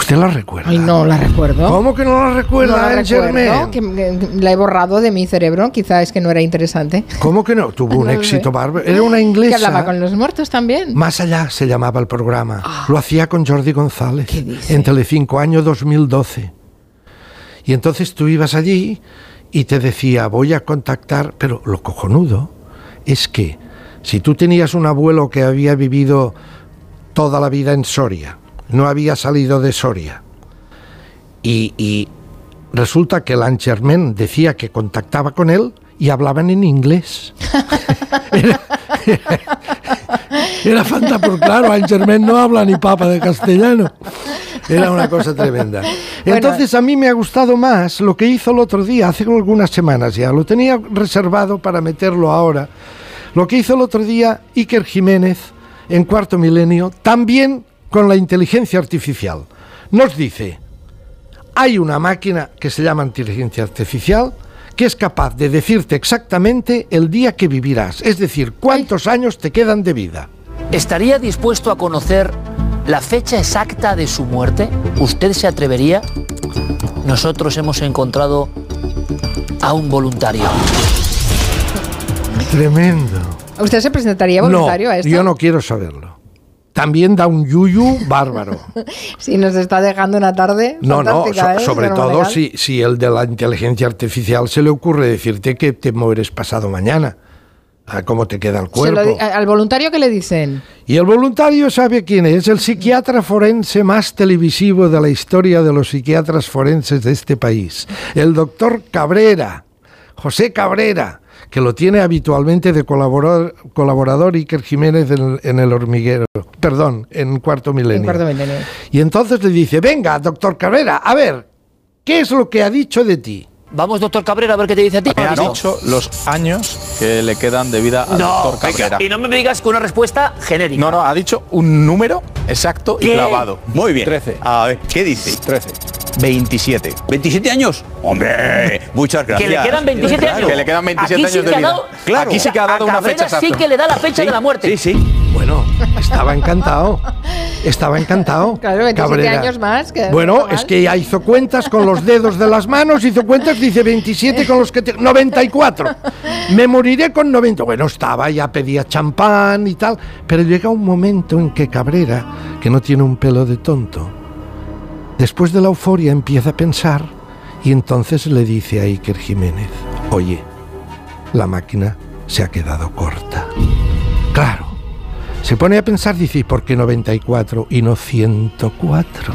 ¿Usted la recuerda? Ay, no la recuerdo. ¿Cómo que no la recuerda, No la Angermen? recuerdo, que la he borrado de mi cerebro. Quizá es que no era interesante. ¿Cómo que no? Tuvo un No lo éxito sé. bárbaro. Era una inglesa. Que hablaba con los muertos también. Más allá se llamaba el programa. Lo hacía con Jordi González en Telecinco, año 2012. Y entonces tú ibas allí y te decía, voy a contactar, pero lo cojonudo es que si tú tenías un abuelo que había vivido toda la vida en Soria, no había salido de Soria, y resulta que el Angermen decía que contactaba con él y hablaban en inglés. Era fantástico, porque claro, Angermen no habla ni papa de castellano. Era una cosa tremenda. Entonces a mí me ha gustado más lo que hizo el otro día, hace algunas semanas ya, lo tenía reservado para meterlo ahora, lo que hizo el otro día Iker Jiménez en Cuarto Milenio, también con la inteligencia artificial. Nos dice, hay una máquina que se llama inteligencia artificial que es capaz de decirte exactamente el día que vivirás, es decir, cuántos años te quedan de vida. ¿Estaría dispuesto a conocer la fecha exacta de su muerte? ¿Usted se atrevería? Nosotros hemos encontrado a un voluntario. Tremendo. ¿Usted se presentaría voluntario a esto? Yo no quiero saberlo. También da un yuyu bárbaro. Si nos está dejando una tarde fantástica, sobre todo si el de la inteligencia artificial se le ocurre decirte que te mueres pasado mañana. A cómo te queda el cuerpo. ¿Al voluntario qué le dicen? Y el voluntario sabe quién es, el psiquiatra forense más televisivo de la historia de los psiquiatras forenses de este país. El doctor Cabrera, José Cabrera, que lo tiene habitualmente de colaborador Iker Jiménez en El Hormiguero, perdón, en Cuarto Milenio. Y entonces le dice, venga, doctor Cabrera, a ver, ¿qué es lo que ha dicho de ti? Vamos, doctor Cabrera, a ver qué te dice a ti. Me ha dicho los años que le quedan de vida al doctor Cabrera. Y no me digas con una respuesta genérica. No, ha dicho un número exacto y clavado. Muy bien. 13. A ver, ¿qué dice? 13. 27. ¿27 años? ¡Hombre! Muchas gracias. Que le quedan 27 años. Que le quedan 27 Aquí sí años de que ha vida. dado, Claro. Aquí sí que ha dado una fecha exacta. Sí que le da la fecha de la muerte. Sí, sí. Bueno, estaba encantado. Estaba encantado. Claro, 27 Cabrera. años más. Que Bueno, es que ya hizo cuentas con los dedos de las manos, hizo cuentas, dice 27 con los que... 94. Me moriré con 90. Bueno, estaba, ya pedía champán y tal, pero llega un momento en que Cabrera, que no tiene un pelo de tonto, después de la euforia empieza a pensar y entonces le dice a Iker Jiménez, oye, la máquina se ha quedado corta. Claro. Se pone a pensar, dice, ¿por qué 94 y no 104?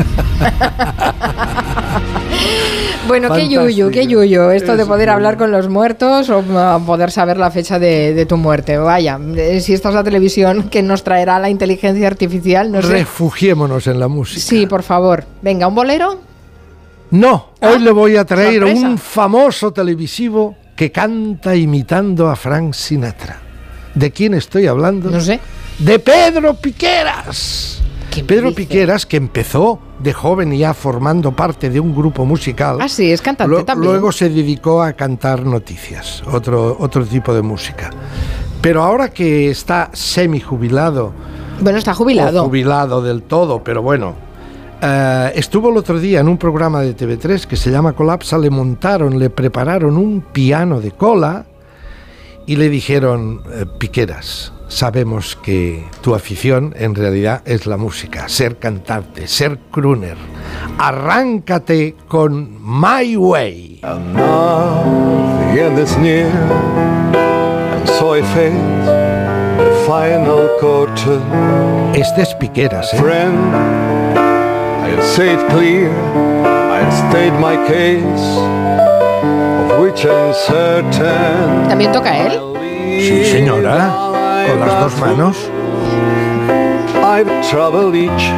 Bueno, qué yuyu, esto de poder hablar con los muertos o poder saber la fecha de tu muerte. Vaya, si esta es la televisión que nos traerá la inteligencia artificial, no sé. Refugiémonos en la música. Sí, por favor. Venga, ¿un bolero? No, hoy le voy a traer sorpresa. un famoso televisivo que canta imitando a Frank Sinatra. ¿De quién estoy hablando? No sé. De Pedro Piqueras. Pedro Piqueras, que empezó de joven ya formando parte de un grupo musical. Ah, sí, es cantante también. Luego se dedicó a cantar noticias, otro tipo de música. Pero ahora que está semi-jubilado... Bueno, está jubilado. O jubilado del todo, pero bueno... estuvo el otro día en un programa de TV3 que se llama Colapsa, le prepararon un piano de cola y le dijeron, Piqueras, sabemos que tu afición en realidad es la música, ser cantante, ser crooner. Arráncate con My Way. And now the end is near, and so I face the final curtain. Este es Piqueras, Friend, I'll say it clear, I'll state my case, of which I'm certain. ¿También toca él? Sí, señora, con las dos manos. I've traveled each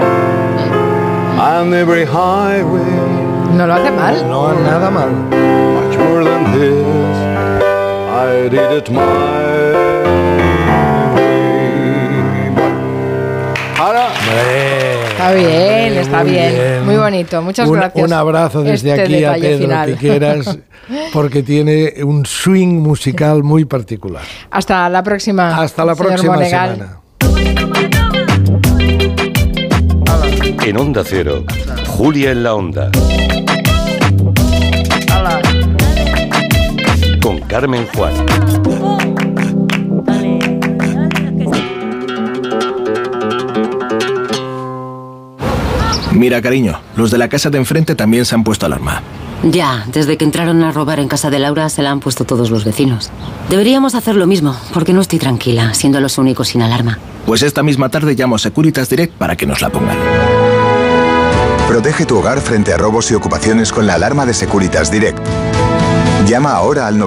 and every highway. No lo hace mal. No, nada mal. Much more than this, I did it my way. Ahora. Está bien. Muy bonito. Muchas gracias. Un abrazo desde aquí a Pedro final. Piqueras, porque tiene un swing musical muy particular. Hasta la próxima. Hasta la próxima semana. En Onda Cero, Julia en la Onda. Con Carmen Juan. Mira, cariño, los de la casa de enfrente también se han puesto alarma. Ya, desde que entraron a robar en casa de Laura se la han puesto todos los vecinos. Deberíamos hacer lo mismo, porque no estoy tranquila, siendo los únicos sin alarma. Pues esta misma tarde llamo a Securitas Direct para que nos la pongan. Protege tu hogar frente a robos y ocupaciones con la alarma de Securitas Direct. Llama ahora al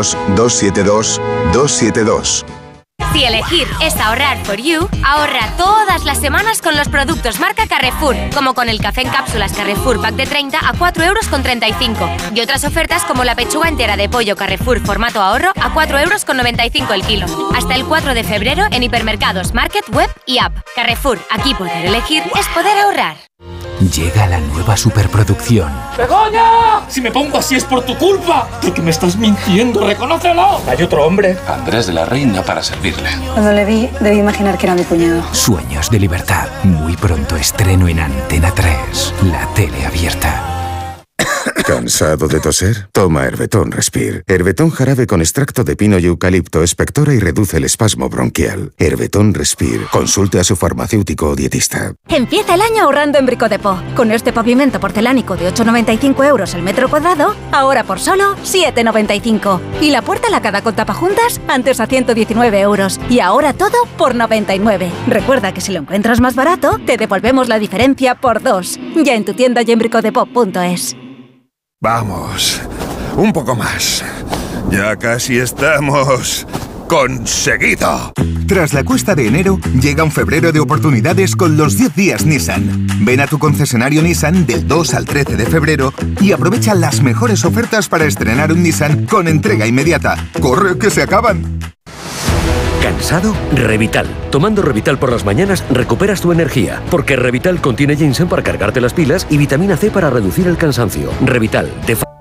900-272-272. Si elegir es ahorrar for you, ahorra todas las semanas con los productos marca Carrefour, como con el café en cápsulas Carrefour Pack de 30 a 4,35 € y otras ofertas como la pechuga entera de pollo Carrefour formato ahorro a 4,95 € el kilo. Hasta el 4 de febrero en hipermercados, market, web y app. Carrefour, aquí poder elegir es poder ahorrar. Llega la nueva superproducción. ¡Begoña! Si me pongo así es por tu culpa. Porque me estás mintiendo, reconócelo. Hay otro hombre. Andrés de la Reina para servirle. Cuando le vi, debí imaginar que era mi cuñado. Sueños de libertad. Muy pronto estreno en Antena 3, la tele abierta. ¿Cansado de toser? Toma Herbetón Respire. Herbetón jarabe con extracto de pino y eucalipto espectora y reduce el espasmo bronquial. Herbetón Respire. Consulte a su farmacéutico o dietista. Empieza el año ahorrando en Brico Dépôt. Con este pavimento porcelánico de 8,95 € el metro cuadrado, ahora por solo 7,95. Y la puerta lacada con tapajuntas, antes a 119 €. Y ahora todo por 99. Recuerda que si lo encuentras más barato, te devolvemos la diferencia por 2. Ya en tu tienda y en bricodepot.es. Vamos, un poco más. Ya casi estamos... ¡conseguido! Tras la cuesta de enero, llega un febrero de oportunidades con los 10 días Nissan. Ven a tu concesionario Nissan del 2 al 13 de febrero y aprovecha las mejores ofertas para estrenar un Nissan con entrega inmediata. ¡Corre, que se acaban! ¿Cansado? Revital. Tomando Revital por las mañanas recuperas tu energía, porque Revital contiene ginseng para cargarte las pilas y vitamina C para reducir el cansancio. Revital.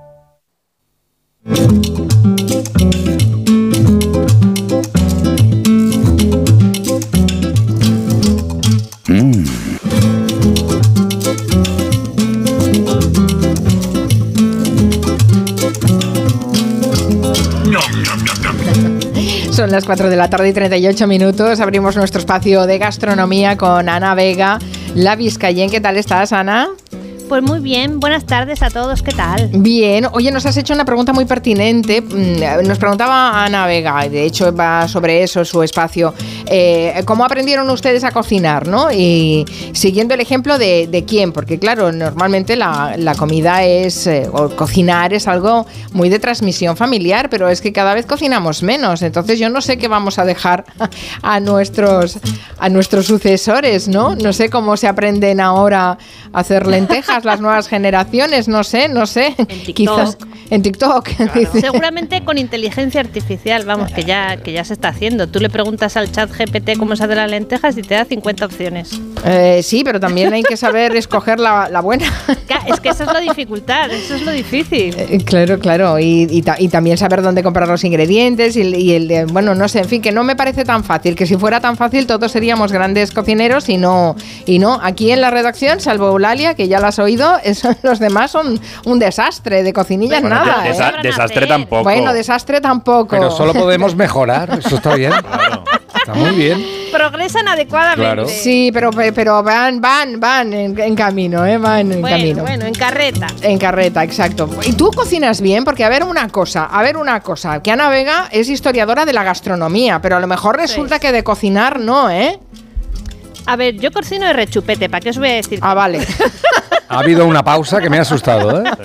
Son las 4 de la tarde y 38 minutos. Abrimos nuestro espacio de gastronomía con Ana Vega, la vizcaína. ¿Qué tal estás, Ana? Pues muy bien, buenas tardes a todos, ¿qué tal? Bien, oye, nos has hecho una pregunta muy pertinente. Nos preguntaba Ana Vega, y de hecho va sobre eso su espacio, ¿cómo aprendieron ustedes a cocinar, no? Y siguiendo el ejemplo de quién, porque claro, normalmente la comida es, o cocinar es algo muy de transmisión familiar, pero es que cada vez cocinamos menos, entonces yo no sé qué vamos a dejar a nuestros sucesores, ¿no? No sé cómo se aprenden ahora a hacer lentejas las nuevas generaciones, no sé. En TikTok. Quizás en TikTok. Claro. Seguramente con inteligencia artificial, vamos, que ya se está haciendo. Tú le preguntas al chat GPT cómo se hacen las lentejas y te da 50 opciones. Sí, pero también hay que saber escoger la buena. Es que esa es la dificultad, eso es lo difícil. Claro, y también saber dónde comprar los ingredientes y el de, bueno, no sé, en fin, que no me parece tan fácil, que si fuera tan fácil todos seríamos grandes cocineros y no, aquí en la redacción, salvo Eulalia, que ya la has oído, los demás son un desastre de cocinillas, bueno, nada. Desastre tampoco. Bueno, desastre tampoco. Pero solo podemos mejorar, eso está bien. Claro. Está muy bien. Progresan adecuadamente. Claro. Sí, pero van en camino, van en camino. Bueno, en carreta. En carreta, exacto. ¿Y tú cocinas bien? Porque a ver una cosa, que Ana Vega es historiadora de la gastronomía, pero a lo mejor resulta que de cocinar no, ¿eh? A ver, yo cocino de rechupete, ¿para qué os voy a decir? Ah, vale. Ha habido una pausa que me ha asustado, ¿eh?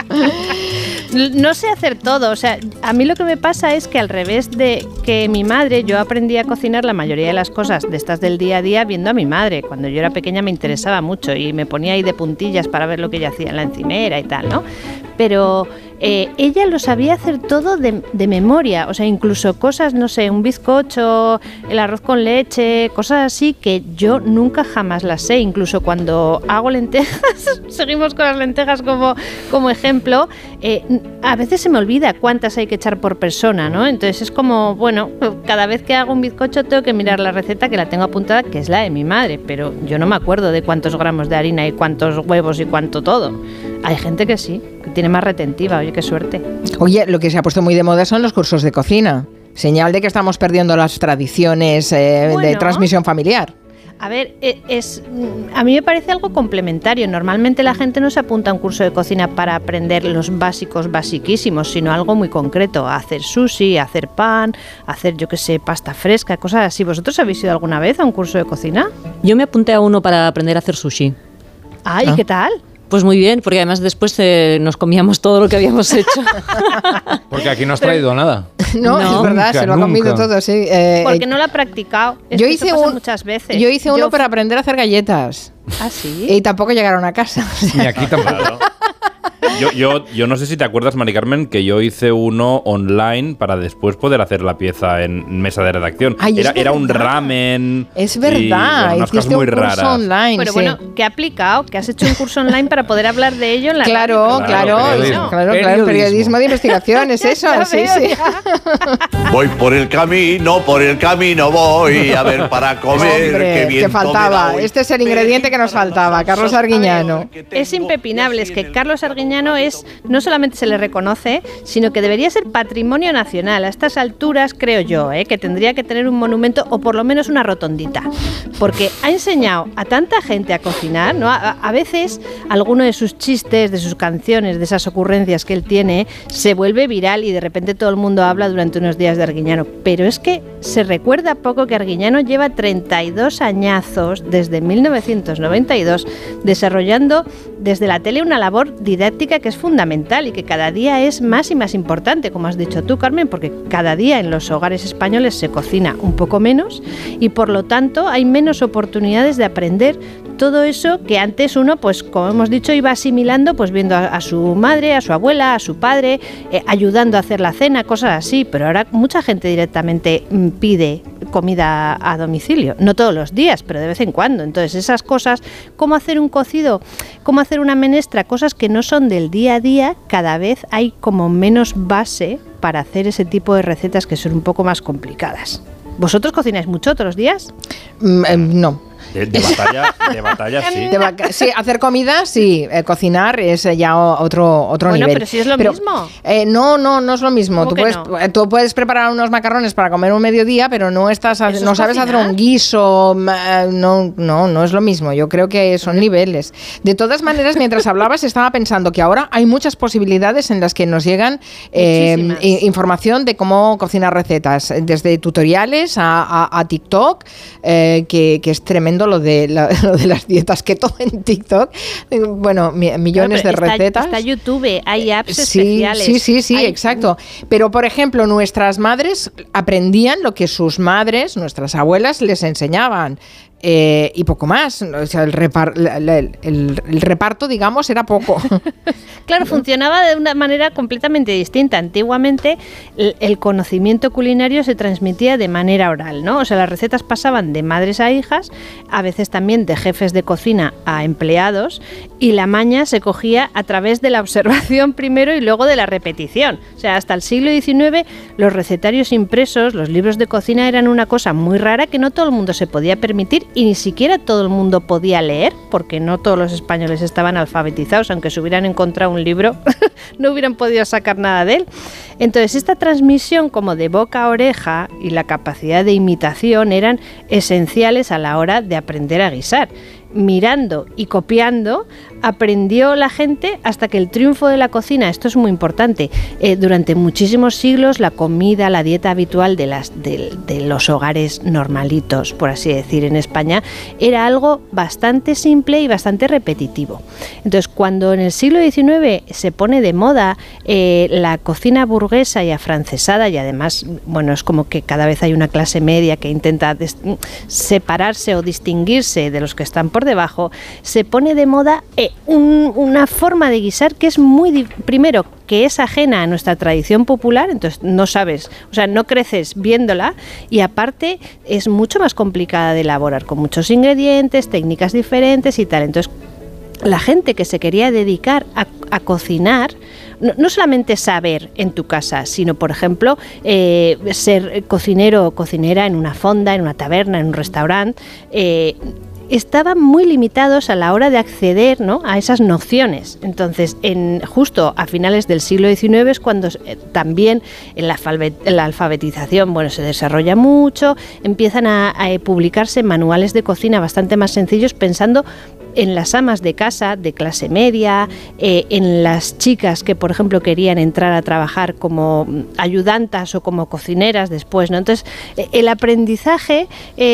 No sé hacer todo, o sea, a mí lo que me pasa es que al revés de que mi madre, yo aprendí a cocinar la mayoría de las cosas de estas del día a día viendo a mi madre. Cuando yo era pequeña me interesaba mucho y me ponía ahí de puntillas para ver lo que ella hacía en la encimera y tal, ¿no? Pero ella lo sabía hacer todo de memoria, o sea, incluso cosas, no sé, un bizcocho, el arroz con leche, cosas así que yo nunca jamás las sé, incluso cuando hago lentejas, seguimos con las lentejas como ejemplo, a veces se me olvida cuántas hay que echar por persona, ¿no? Entonces es como, bueno, cada vez que hago un bizcocho tengo que mirar la receta que la tengo apuntada, que es la de mi madre, pero yo no me acuerdo de cuántos gramos de harina y cuántos huevos y cuánto todo. Hay gente que sí, que tiene más retentiva, oye, qué suerte. Oye, lo que se ha puesto muy de moda son los cursos de cocina, señal de que estamos perdiendo las tradiciones de transmisión familiar. A ver, a mí me parece algo complementario. Normalmente la gente no se apunta a un curso de cocina para aprender los básicos basiquísimos, sino algo muy concreto, a hacer sushi, a hacer pan, a hacer, yo qué sé, pasta fresca, cosas así. ¿Vosotros habéis ido alguna vez a un curso de cocina? Yo me apunté a uno para aprender a hacer sushi. ¿Y qué tal? Pues muy bien, porque además después nos comíamos todo lo que habíamos hecho. Porque aquí no has traído nada. No, es verdad, se lo ha comido todo, sí. Porque no lo ha practicado. Yo hice muchas veces. Yo hice uno para aprender a hacer galletas. ¿Ah, sí? Y tampoco llegaron a casa. Ni aquí tampoco. Yo no sé si te acuerdas, Mari Carmen, que yo hice uno online para después poder hacer la pieza en mesa de redacción. Era un ramen. Es verdad, y unas cosas muy raras. Online, pero sí. Bueno, ¿qué ha aplicado? Que has hecho un curso online para poder hablar de ello en la radio. Claro, periodismo de investigación, es eso. Sí. Voy por el camino voy a ver para comer. Hombre, que faltaba. Este es el ingrediente que nos faltaba, Carlos Arguiñano. Es impepinable, es que Carlos Arguiñano no solamente se le reconoce, sino que debería ser patrimonio nacional. A estas alturas, creo yo, que tendría que tener un monumento o por lo menos una rotondita, porque ha enseñado a tanta gente a cocinar, ¿no? A veces alguno de sus chistes, de sus canciones, de esas ocurrencias que él tiene, se vuelve viral y de repente todo el mundo habla durante unos días de Arguiñano. Pero es que se recuerda poco que Arguiñano lleva 32 añazos desde 1992 desarrollando desde la tele una labor didáctica que es fundamental y que cada día es más y más importante, como has dicho tú, Carmen, porque cada día en los hogares españoles se cocina un poco menos y por lo tanto hay menos oportunidades de aprender todo eso que antes uno, pues como hemos dicho, iba asimilando, pues viendo a su madre, a su abuela, a su padre, ayudando a hacer la cena, cosas así, pero ahora mucha gente directamente pide comida a domicilio, no todos los días, pero de vez en cuando. Entonces esas cosas, cómo hacer un cocido, cómo hacer una menestra, cosas que no son del día a día, cada vez hay como menos base para hacer ese tipo de recetas que son un poco más complicadas. ¿Vosotros cocináis mucho todos los días? No. De batalla sí. Sí, hacer comida, sí. Cocinar es ya otro nivel. Bueno, pero si es lo mismo. No es lo mismo. Tú puedes preparar unos macarrones para comer un mediodía, pero no sabes hacer un guiso. No es lo mismo. Yo creo que son niveles. De todas maneras, mientras hablabas, estaba pensando que ahora hay muchas posibilidades en las que nos llegan información de cómo cocinar recetas, desde tutoriales a TikTok, que es tremendo lo de las dietas keto en TikTok. Bueno, millones de recetas. Está YouTube, hay apps especiales. Sí, exacto. Pero, por ejemplo, nuestras madres aprendían lo que sus madres, nuestras abuelas, les enseñaban. Y poco más. O sea, el reparto, digamos, era poco. Claro, funcionaba de una manera completamente distinta. Antiguamente el conocimiento culinario se transmitía de manera oral, ¿no? O sea, las recetas pasaban de madres a hijas, a veces también de jefes de cocina a empleados, y la maña se cogía a través de la observación primero y luego de la repetición. O sea, hasta el siglo XIX los recetarios impresos, los libros de cocina eran una cosa muy rara que no todo el mundo se podía permitir y ni siquiera todo el mundo podía leer, porque no todos los españoles estaban alfabetizados, aunque se hubieran encontrado un libro, no hubieran podido sacar nada de él. Entonces, esta transmisión como de boca a oreja y la capacidad de imitación eran esenciales a la hora de aprender a guisar. Mirando y copiando, aprendió la gente hasta que el triunfo de la cocina, esto es muy importante, durante muchísimos siglos la comida, la dieta habitual de los hogares normalitos, por así decir, en España, era algo bastante simple y bastante repetitivo. Entonces, cuando en el siglo XIX se pone de moda la cocina burguesa y afrancesada, y además, bueno, es como que cada vez hay una clase media que intenta separarse o distinguirse de los que están por debajo, se pone de moda una forma de guisar que es primero, que es ajena a nuestra tradición popular, entonces no sabes, o sea, no creces viéndola, y aparte es mucho más complicada de elaborar, con muchos ingredientes, técnicas diferentes y tal. Entonces, la gente que se quería dedicar a cocinar, no solamente saber en tu casa, sino, por ejemplo, ser cocinero o cocinera en una fonda, en una taberna, en un restaurante, estaban muy limitados a la hora de acceder, ¿no?, a esas nociones. Entonces, justo a finales del siglo XIX es cuando también la alfabetización, bueno, se desarrolla mucho, empiezan a publicarse manuales de cocina bastante más sencillos, pensando en las amas de casa de clase media, en las chicas que, por ejemplo, querían entrar a trabajar como ayudantas o como cocineras después, ¿no? Entonces, el aprendizaje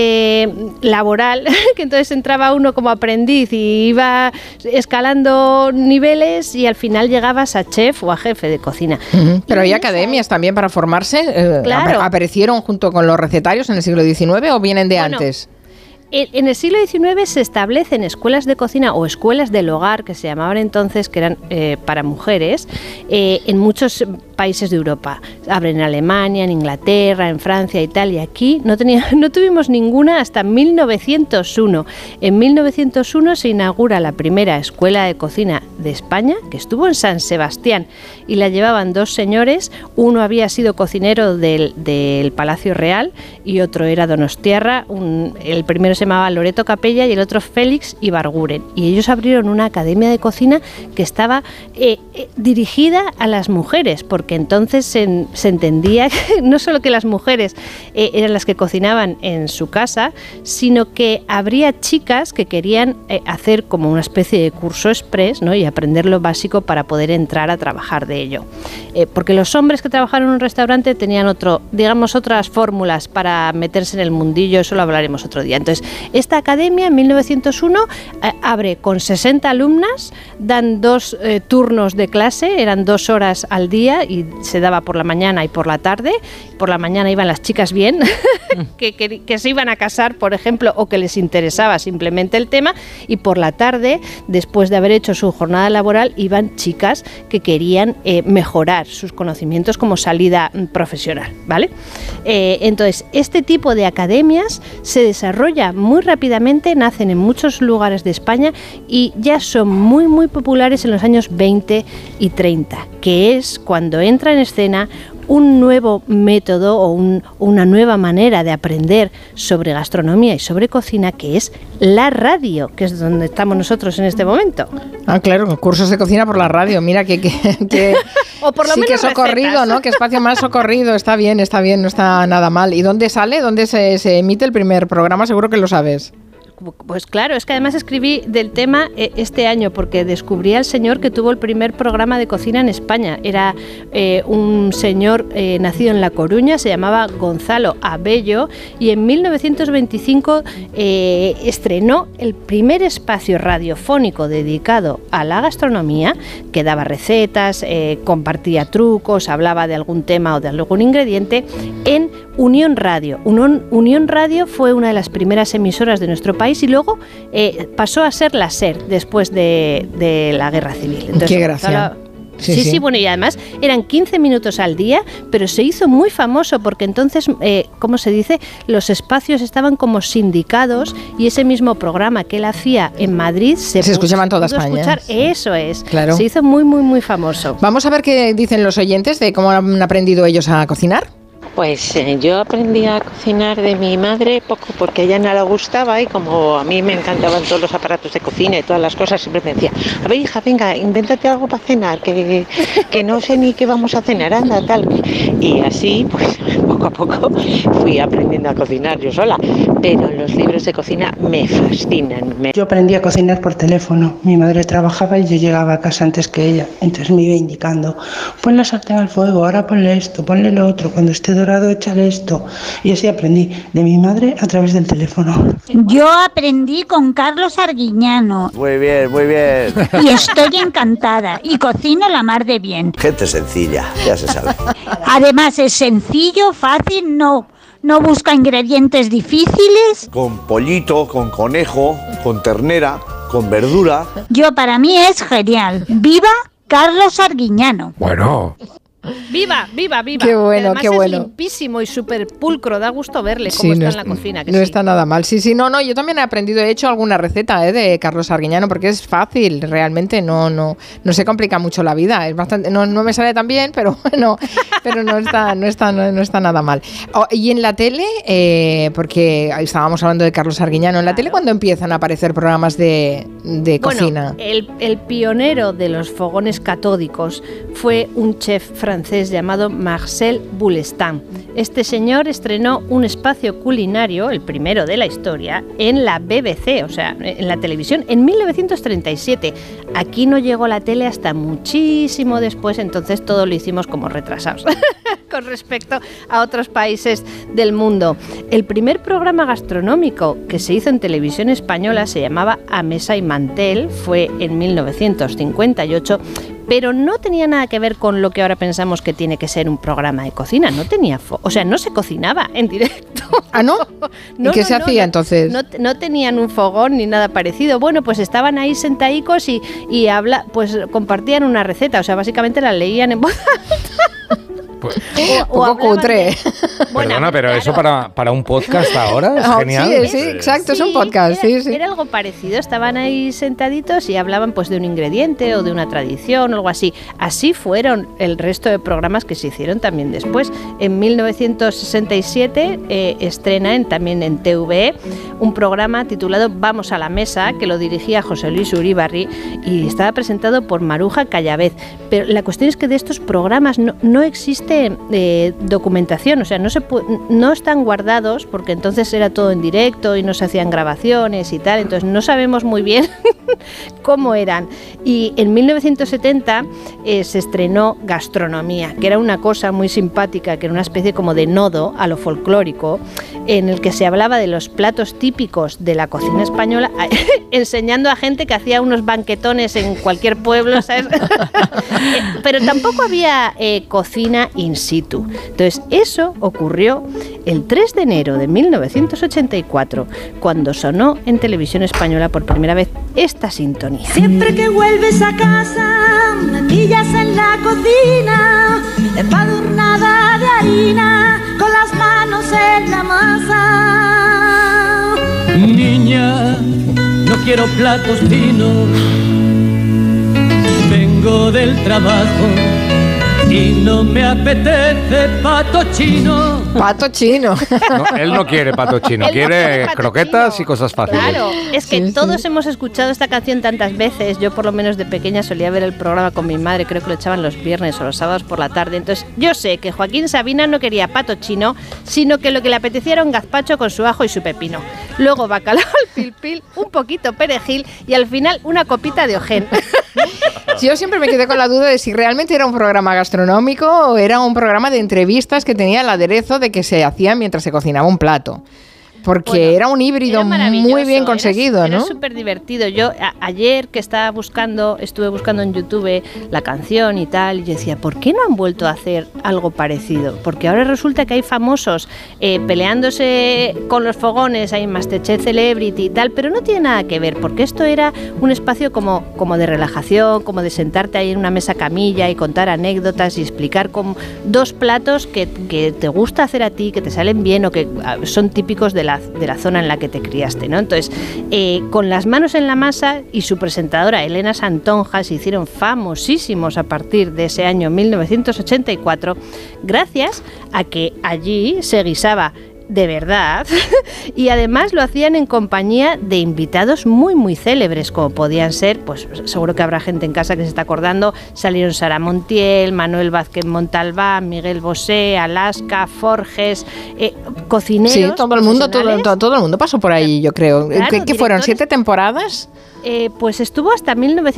laboral, que entonces entraba uno como aprendiz y iba escalando niveles y al final llegabas a chef o a jefe de cocina. Pero hay academias también para formarse. Claro. ¿Aparecieron junto con los recetarios en el siglo XIX o vienen de antes? En el siglo XIX se establecen escuelas de cocina o escuelas del hogar, que se llamaban entonces, que eran para mujeres, en muchos países de Europa. Abren en Alemania, en Inglaterra, en Francia, Italia. Aquí no tuvimos ninguna hasta 1901. En 1901 se inaugura la primera escuela de cocina de España, que estuvo en San Sebastián, y la llevaban dos señores. Uno había sido cocinero del Palacio Real y otro era donostiarra. El primero se llamaba Loreto Capella y el otro Félix Ibarguren. Y ellos abrieron una academia de cocina que estaba dirigida a las mujeres, porque entonces se entendía que no solo que las mujeres eran las que cocinaban en su casa, sino que habría chicas que querían hacer como una especie de curso express, ¿no?, y aprender lo básico para poder entrar a trabajar de ello. Porque los hombres que trabajaron en un restaurante tenían otras fórmulas para meterse en el mundillo, eso lo hablaremos otro día. Entonces, esta academia en 1901 abre con 60 alumnas, dan 2 turnos de clase, eran 2 horas al día y se daba por la mañana y por la tarde. Por la mañana iban las chicas bien, que se iban a casar, por ejemplo, o que les interesaba simplemente el tema, y por la tarde, después de haber hecho su jornada laboral, iban chicas que querían mejorar sus conocimientos como salida profesional, ¿vale? Entonces, este tipo de academias se desarrolla muy rápidamente, nacen en muchos lugares de España y ya son muy, muy populares en los años 20 y 30, que es cuando entra en escena un nuevo método o una nueva manera de aprender sobre gastronomía y sobre cocina, que es la radio, que es donde estamos nosotros en este momento. Ah, claro, cursos de cocina por la radio, mira que o por lo sí, menos que socorrido, recetas, ¿no? Que espacio más socorrido, está bien, no está nada mal. ¿Y dónde sale? ¿Dónde se emite el primer programa? Seguro que lo sabes. Pues claro, es que además escribí del tema este año porque descubrí al señor que tuvo el primer programa de cocina en España. Era un señor nacido en La Coruña, se llamaba Gonzalo Abello, y en 1925 estrenó el primer espacio radiofónico dedicado a la gastronomía, que daba recetas, compartía trucos, hablaba de algún tema o de algún ingrediente en Unión Radio. Unión Radio fue una de las primeras emisoras de nuestro país y luego pasó a ser la SER después de la Guerra Civil. Entonces, qué gracia. Sí, bueno, y además eran 15 minutos al día, pero se hizo muy famoso porque entonces, ¿cómo se dice? Los espacios estaban como sindicados y ese mismo programa que él hacía en Madrid se escuchaba en toda España. Escuchar. Eso es, claro. Se hizo muy, muy, muy famoso. Vamos a ver qué dicen los oyentes de cómo han aprendido ellos a cocinar. Pues yo aprendí a cocinar de mi madre poco porque a ella no le gustaba y como a mí me encantaban todos los aparatos de cocina y todas las cosas, siempre me decía, a ver hija, venga, invéntate algo para cenar, que no sé ni qué vamos a cenar, anda, tal. Y así, pues poco a poco fui aprendiendo a cocinar yo sola, pero los libros de cocina me fascinan. Yo aprendí a cocinar por teléfono, mi madre trabajaba y yo llegaba a casa antes que ella, entonces me iba indicando, pon la sartén al fuego, ahora ponle esto, ponle lo otro, cuando esté dorado échale esto, y así aprendí de mi madre a través del teléfono. Yo aprendí con Carlos Arguiñano. Muy bien, muy bien. Y estoy encantada y cocino la mar de bien. Gente sencilla, ya se sabe. Además es sencillo, fácil, no busca ingredientes difíciles. Con pollito, con conejo, con ternera, con verdura. Para mí es genial. ¡Viva Carlos Arguiñano. Bueno. ¡Viva, viva, viva! Qué bueno, además qué bueno. Es limpísimo y súper pulcro, da gusto verle cómo está en la cocina. No está nada mal. Sí, no, yo también he aprendido, he hecho alguna receta de Carlos Arguiñano porque es fácil, realmente no se complica mucho la vida. Es bastante, no me sale tan bien, pero bueno, pero no está nada mal. Y en la tele, porque estábamos hablando de Carlos Arguiñano, en la tele, ¿cuándo empiezan a aparecer programas de cocina? El pionero de los fogones catódicos fue un chef francés llamado Marcel Boulestin. Este señor estrenó un espacio culinario, el primero de la historia, en la BBC, o sea, en la televisión, en 1937. Aquí no llegó la tele hasta muchísimo después, entonces todo lo hicimos como retrasados con respecto a otros países del mundo. El primer programa gastronómico que se hizo en televisión española se llamaba A Mesa y Mantel, fue en 1958, pero no tenía nada que ver con lo que ahora pensamos que tiene que ser un programa de cocina. No tenía, no se cocinaba en directo. ¿Ah, no? ¿Y qué se hacía entonces? No tenían un fogón ni nada parecido. Bueno, pues estaban ahí sentadicos y pues compartían una receta. O sea, básicamente la leían en voz alta. Pues, un poco cutre. Perdona, pero claro. Eso para un podcast ahora es genial. Sí, exacto, es un podcast. Era algo parecido, estaban ahí sentaditos y hablaban pues de un ingrediente o de una tradición o algo así. Así fueron el resto de programas que se hicieron también después. En 1967 estrena también en TVE un programa titulado Vamos a la Mesa, que lo dirigía José Luis Uribarri y estaba presentado por Maruja Callavez. Pero la cuestión es que de estos programas no existe documentación, o sea, no están guardados porque entonces era todo en directo y no se hacían grabaciones y tal, entonces no sabemos muy bien cómo eran. Y en 1970 se estrenó Gastronomía, que era una cosa muy simpática, que era una especie como de nodo a lo folclórico, en el que se hablaba de los platos típicos de la cocina española, enseñando a gente que hacía unos banquetones en cualquier pueblo, ¿sabes? Pero tampoco había cocina in situ. Entonces, eso ocurrió el 3 de enero de 1984, cuando sonó en televisión española por primera vez esta sintonía. Siempre que vuelves a casa, me pillas en la cocina, empadurnada de harina, con las manos en la masa. Niña, no quiero platos finos, vengo del trabajo y no me apetece pato chino. Pato chino. No, él no quiere pato chino, quiere croquetas y cosas fáciles. Claro, es que todos hemos escuchado esta canción tantas veces. Yo por lo menos de pequeña solía ver el programa con mi madre, creo que lo echaban los viernes o los sábados por la tarde. Entonces yo sé que Joaquín Sabina no quería pato chino, sino que lo que le apetecía era un gazpacho con su ajo y su pepino. Luego bacalao al pil, un poquito perejil y al final una copita de ojén. Yo siempre me quedé con la duda de si realmente era un programa gastronómico o era un programa de entrevistas que tenía el aderezo de que se hacía mientras se cocinaba un plato. Porque era un híbrido muy bien conseguido, era ¿no? Era súper divertido. Yo ayer que estuve buscando en YouTube la canción y tal, y yo decía, ¿por qué no han vuelto a hacer algo parecido? Porque ahora resulta que hay famosos peleándose con los fogones, hay Masterchef Celebrity y tal, pero no tiene nada que ver, porque esto era un espacio como de relajación, como de sentarte ahí en una mesa camilla y contar anécdotas y explicar con dos platos que te gusta hacer a ti, que te salen bien o que son típicos de la zona en la que te criaste, ¿no? Entonces, con las manos en la masa y su presentadora Elena Santonja se hicieron famosísimos a partir de ese año 1984, gracias a que allí se guisaba de verdad y además lo hacían en compañía de invitados muy muy célebres, como podían ser, pues seguro que habrá gente en casa que se está acordando, salieron Sara Montiel, Manuel Vázquez Montalbán, Miguel Bosé, Alaska, Forges, cocineros. Sí, todo el mundo pasó por ahí, yo creo. Claro, ¿Qué fueron? ¿7 temporadas? Pues estuvo hasta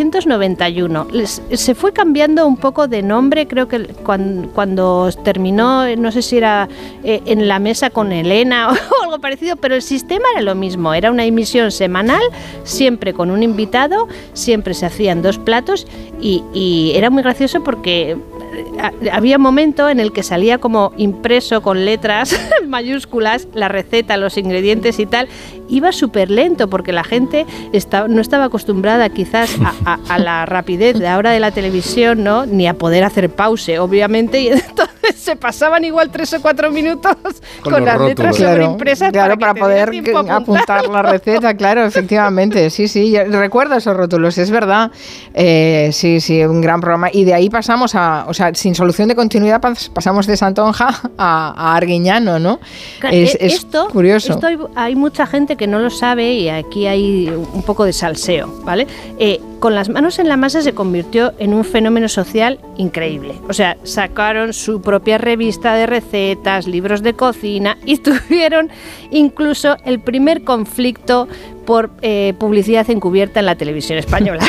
1991. Se fue cambiando un poco de nombre, creo que cuando terminó, no sé si era en la mesa con Elena o algo parecido, pero el sistema era lo mismo, era una emisión semanal, siempre con un invitado, siempre se hacían 2 platos y era muy gracioso porque había un momento en el que salía como impreso con letras mayúsculas la receta, los ingredientes y tal. Iba súper lento porque la gente no estaba acostumbrada quizás a la rapidez de ahora de la televisión, ¿no? Ni a poder hacer pause, obviamente, y entonces se pasaban igual 3 o 4 minutos con las letras sobreimpresas para poder apuntar la receta, claro, efectivamente, sí, yo recuerdo esos rótulos, es verdad, sí, un gran programa, y de ahí pasamos sin solución de continuidad pasamos de Santonja a Arguiñano, ¿no? Es curioso. Esto hay mucha gente que no lo sabe y aquí hay un poco de salseo, ¿vale? Con las manos en la masa se convirtió en un fenómeno social increíble. O sea, sacaron su propia revista de recetas, libros de cocina y tuvieron incluso el primer conflicto por publicidad encubierta en la televisión española.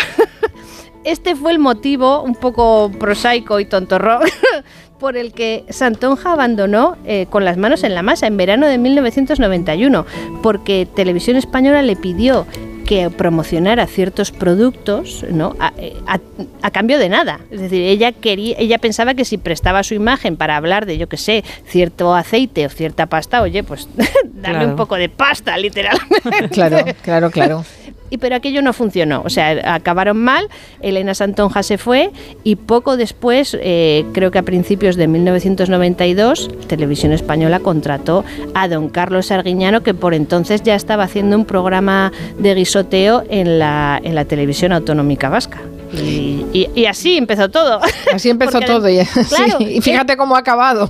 Este fue el motivo un poco prosaico y tontorrón por el que Santonja abandonó Con las manos en la masa en verano de 1991, porque Televisión Española le pidió que promocionara ciertos productos, ¿no? a cambio de nada. Es decir, ella pensaba que si prestaba su imagen para hablar de, yo qué sé, cierto aceite o cierta pasta, oye, pues darle un poco de pasta, literalmente. Claro. Pero aquello no funcionó, o sea, acabaron mal, Elena Santonja se fue y poco después, creo que a principios de 1992, Televisión Española contrató a don Carlos Arguiñano, que por entonces ya estaba haciendo un programa de guisoteo en la televisión autonómica vasca. Y así empezó todo. Así empezó todo. Claro, sí, y fíjate cómo ha acabado.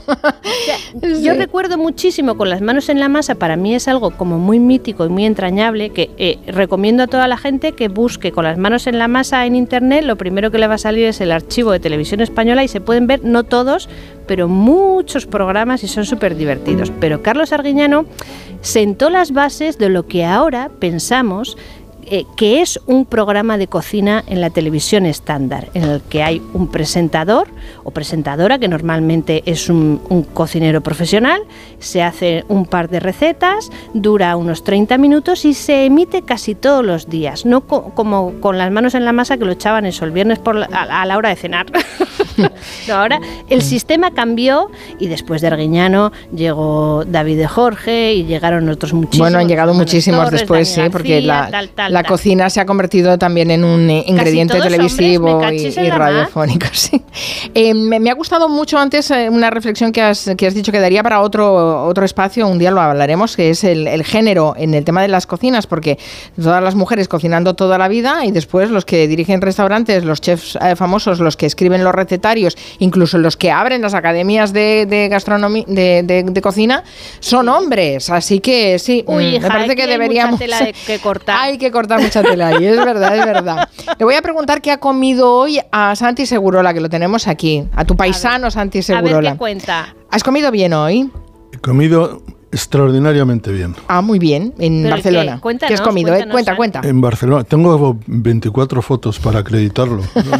Yo recuerdo muchísimo Con las manos en la masa, para mí es algo como muy mítico y muy entrañable, que recomiendo a toda la gente que busque Con las manos en la masa en internet. Lo primero que le va a salir es el archivo de Televisión Española y se pueden ver, no todos, pero muchos programas y son súper divertidos. Pero Carlos Arguiñano sentó las bases de lo que ahora pensamos que es un programa de cocina en la televisión estándar, en el que hay un presentador o presentadora, que normalmente es un cocinero profesional, se hace un par de recetas, dura unos 30 minutos y se emite casi todos los días, no como Con las manos en la masa, que lo echaban eso el viernes a la hora de cenar. No, ahora el sistema cambió y después de Arguiñano llegó David de Jorge y llegaron otros muchísimos. Bueno, han llegado muchísimos Torres, después, sí, porque la cocina se ha convertido también en un ingrediente televisivo y radiofónico. Sí. Me ha gustado mucho antes una reflexión que has dicho que daría para otro espacio, un día lo hablaremos, que es el género en el tema de las cocinas, porque todas las mujeres cocinando toda la vida y después los que dirigen restaurantes, los chefs famosos, los que escriben los recetarios, incluso los que abren las academias de gastronomía, de cocina, son hombres. Así que sí, me parece que deberíamos... Hay mucha tela que cortar. Hay que cortar mucha tela ahí, es verdad. Le voy a preguntar qué ha comido hoy a Santi Segurola, que lo tenemos aquí, a tu paisano Santi Segurola. A ver qué cuenta. ¿Has comido bien hoy? He comido extraordinariamente bien. Ah, muy bien, en Barcelona. ¿Qué has comido? Cuenta. En Barcelona. Tengo 24 fotos para acreditarlo.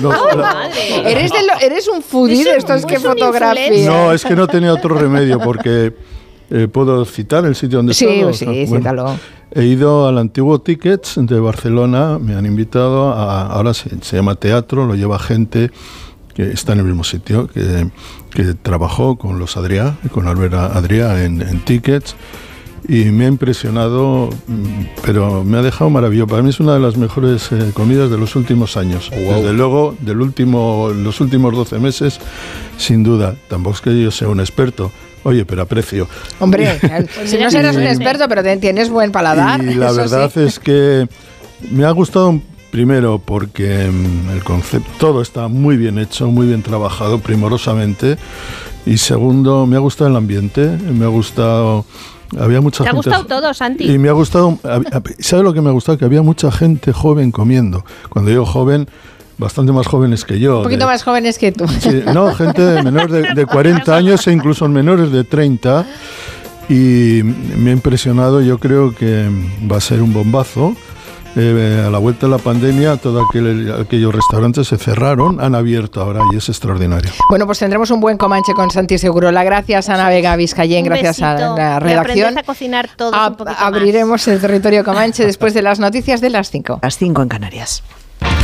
Eres un foodie de estos que fotografías. No, es que no tenía otro remedio porque... ¿puedo citar el sitio donde he estado? Sí, cítalo. He ido al antiguo Tickets de Barcelona, me han invitado, ahora se llama Teatro, lo lleva gente que está en el mismo sitio, que trabajó con los Adrià, con Albert Adrià en Tickets, y me ha impresionado, pero me ha dejado maravilloso. Para mí es una de las mejores comidas de los últimos años. Wow. Desde luego, los últimos 12 meses, sin duda. Tampoco es que yo sea un experto. Oye, pero aprecio. Hombre, si no serás un experto, pero tienes buen paladar. Y la verdad es que me ha gustado, primero, porque el concepto, todo está muy bien hecho, muy bien trabajado, primorosamente. Y segundo, me ha gustado el ambiente, me ha gustado... Había mucha gente. ¿Te ha gustado todo, Santi? Y me ha gustado... ¿Sabe lo que me ha gustado? Que había mucha gente joven comiendo. Cuando digo joven... Bastante más jóvenes que yo. Un poquito más jóvenes que tú. Sí, no, gente de menores de 40 años e incluso menores de 30. Y me ha impresionado, yo creo que va a ser un bombazo. A la vuelta de la pandemia, todos aquellos restaurantes se cerraron, han abierto ahora y es extraordinario. Bueno, pues tendremos un buen Comanche con Santi Segurola. Gracias, Ana Vega Vizcayén, gracias a la redacción. A cocinar todos un poquito abriremos el territorio Comanche después de las noticias de las 5. Las 5 en Canarias.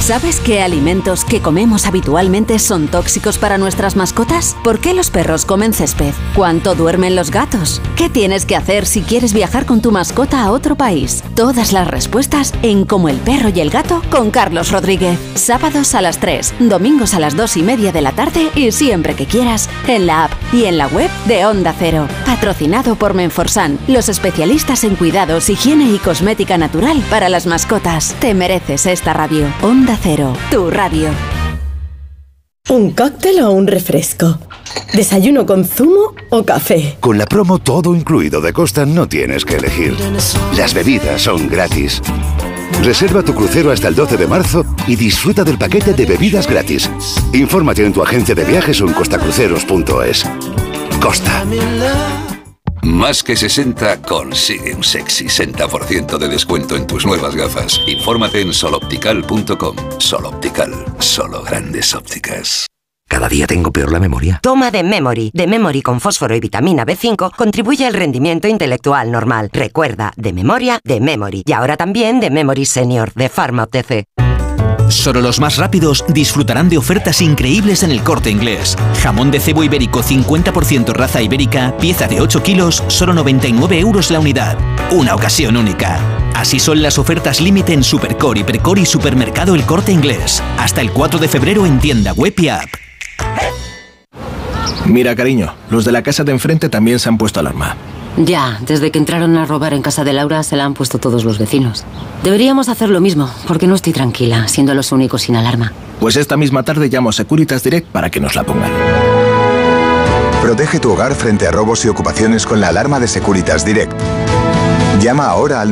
¿Sabes qué alimentos que comemos habitualmente son tóxicos para nuestras mascotas? ¿Por qué los perros comen césped? ¿Cuánto duermen los gatos? ¿Qué tienes que hacer si quieres viajar con tu mascota a otro país? Todas las respuestas en Como el perro y el gato con Carlos Rodríguez. Sábados a las 3, domingos a las 2:30 de la tarde y siempre que quieras en la app y en la web de Onda Cero. Patrocinado por Menforsan, los especialistas en cuidados, higiene y cosmética natural para las mascotas. Te mereces esta radio. Onda Cero, tu radio. ¿Un cóctel o un refresco? ¿Desayuno con zumo o café? Con la promo Todo Incluido de Costa no tienes que elegir. Las bebidas son gratis. Reserva tu crucero hasta el 12 de marzo y disfruta del paquete de bebidas gratis. Infórmate en tu agencia de viajes o en costacruceros.es. Costa. Más que 60 consigue un sexy 60% de descuento en tus nuevas gafas. Infórmate en soloptical.com. Soloptical, solo grandes ópticas. Cada día tengo peor la memoria. Toma de Memory. De Memory con fósforo y vitamina B5 contribuye al rendimiento intelectual normal. Recuerda, de memoria, de Memory. Y ahora también de Memory Senior, de Pharma OTC. Solo los más rápidos disfrutarán de ofertas increíbles en El Corte Inglés. Jamón de cebo ibérico 50% raza ibérica, pieza de 8 kilos, solo 99 euros la unidad. Una ocasión única. Así son las ofertas límite en Supercore, Hipercore y Supermercado El Corte Inglés. Hasta el 4 de febrero en tienda web y app. Mira, cariño, los de la casa de enfrente también se han puesto alarma. Ya, desde que entraron a robar en casa de Laura se la han puesto todos los vecinos. Deberíamos hacer lo mismo, porque no estoy tranquila, siendo los únicos sin alarma. Pues esta misma tarde llamo a Securitas Direct para que nos la pongan. Protege tu hogar frente a robos y ocupaciones con la alarma de Securitas Direct. Llama ahora al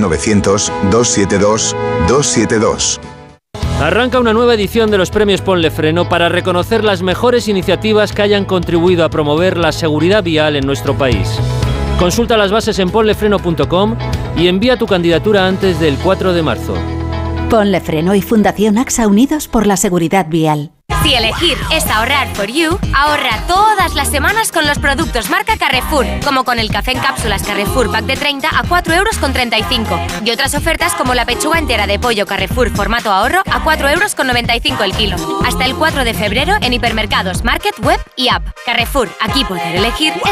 900-272-272. Arranca una nueva edición de los premios Ponle Freno para reconocer las mejores iniciativas que hayan contribuido a promover la seguridad vial en nuestro país. Consulta las bases en ponlefreno.com y envía tu candidatura antes del 4 de marzo. Ponle Freno y Fundación AXA, unidos por la seguridad vial. Si elegir es ahorrar for you, ahorra todas las semanas con los productos marca Carrefour, como con el café en cápsulas Carrefour Pack de 30 a 4,35 € y otras ofertas como la pechuga entera de pollo Carrefour formato ahorro a 4,95 € el kilo. Hasta el 4 de febrero en hipermercados, market, web y app. Carrefour, aquí poder elegir es...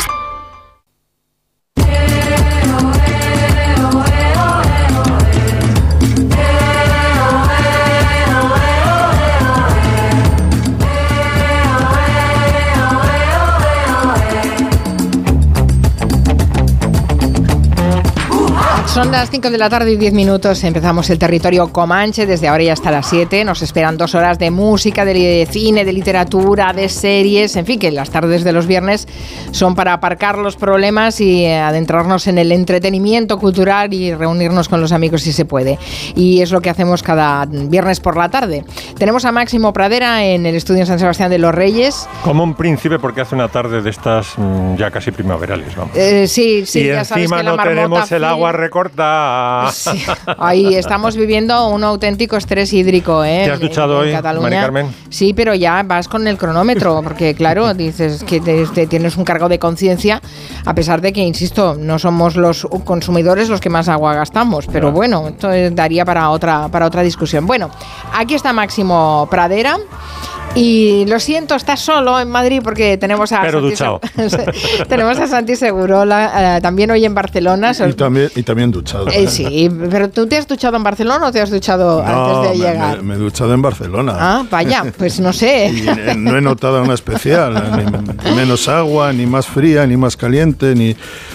Son las 5 de la tarde y 10 minutos. Empezamos el territorio Comanche desde ahora y hasta las 7. Nos esperan 2 horas de música, de cine, de literatura, de series. En fin, que las tardes de los viernes son para aparcar los problemas y adentrarnos en el entretenimiento cultural y reunirnos con los amigos si se puede. Y es lo que hacemos cada viernes por la tarde. Tenemos a Máximo Pradera en el estudio en San Sebastián de los Reyes. Como un príncipe, porque hace una tarde de estas ya casi primaverales, vamos. Sí, y ya sabes encima que la no tenemos el agua recortada. Sí. Ahí estamos viviendo un auténtico estrés hídrico, ¿Te has duchado hoy, Mari Carmen? Sí, pero ya vas con el cronómetro, porque claro, dices que te tienes un cargo de conciencia, a pesar de que, insisto, no somos los consumidores los que más agua gastamos, pero bueno, esto daría para otra discusión. Bueno, aquí está Máximo Pradera. Y lo siento, estás solo en Madrid porque tenemos a tenemos a Santi Segurola también hoy en Barcelona. Y también duchado. Sí, pero ¿tú te has duchado en Barcelona o te has duchado antes de llegar? Me he duchado en Barcelona. Ah, vaya, pues no sé. Y no he notado una especial, ni menos agua, ni más fría, ni más caliente, ni...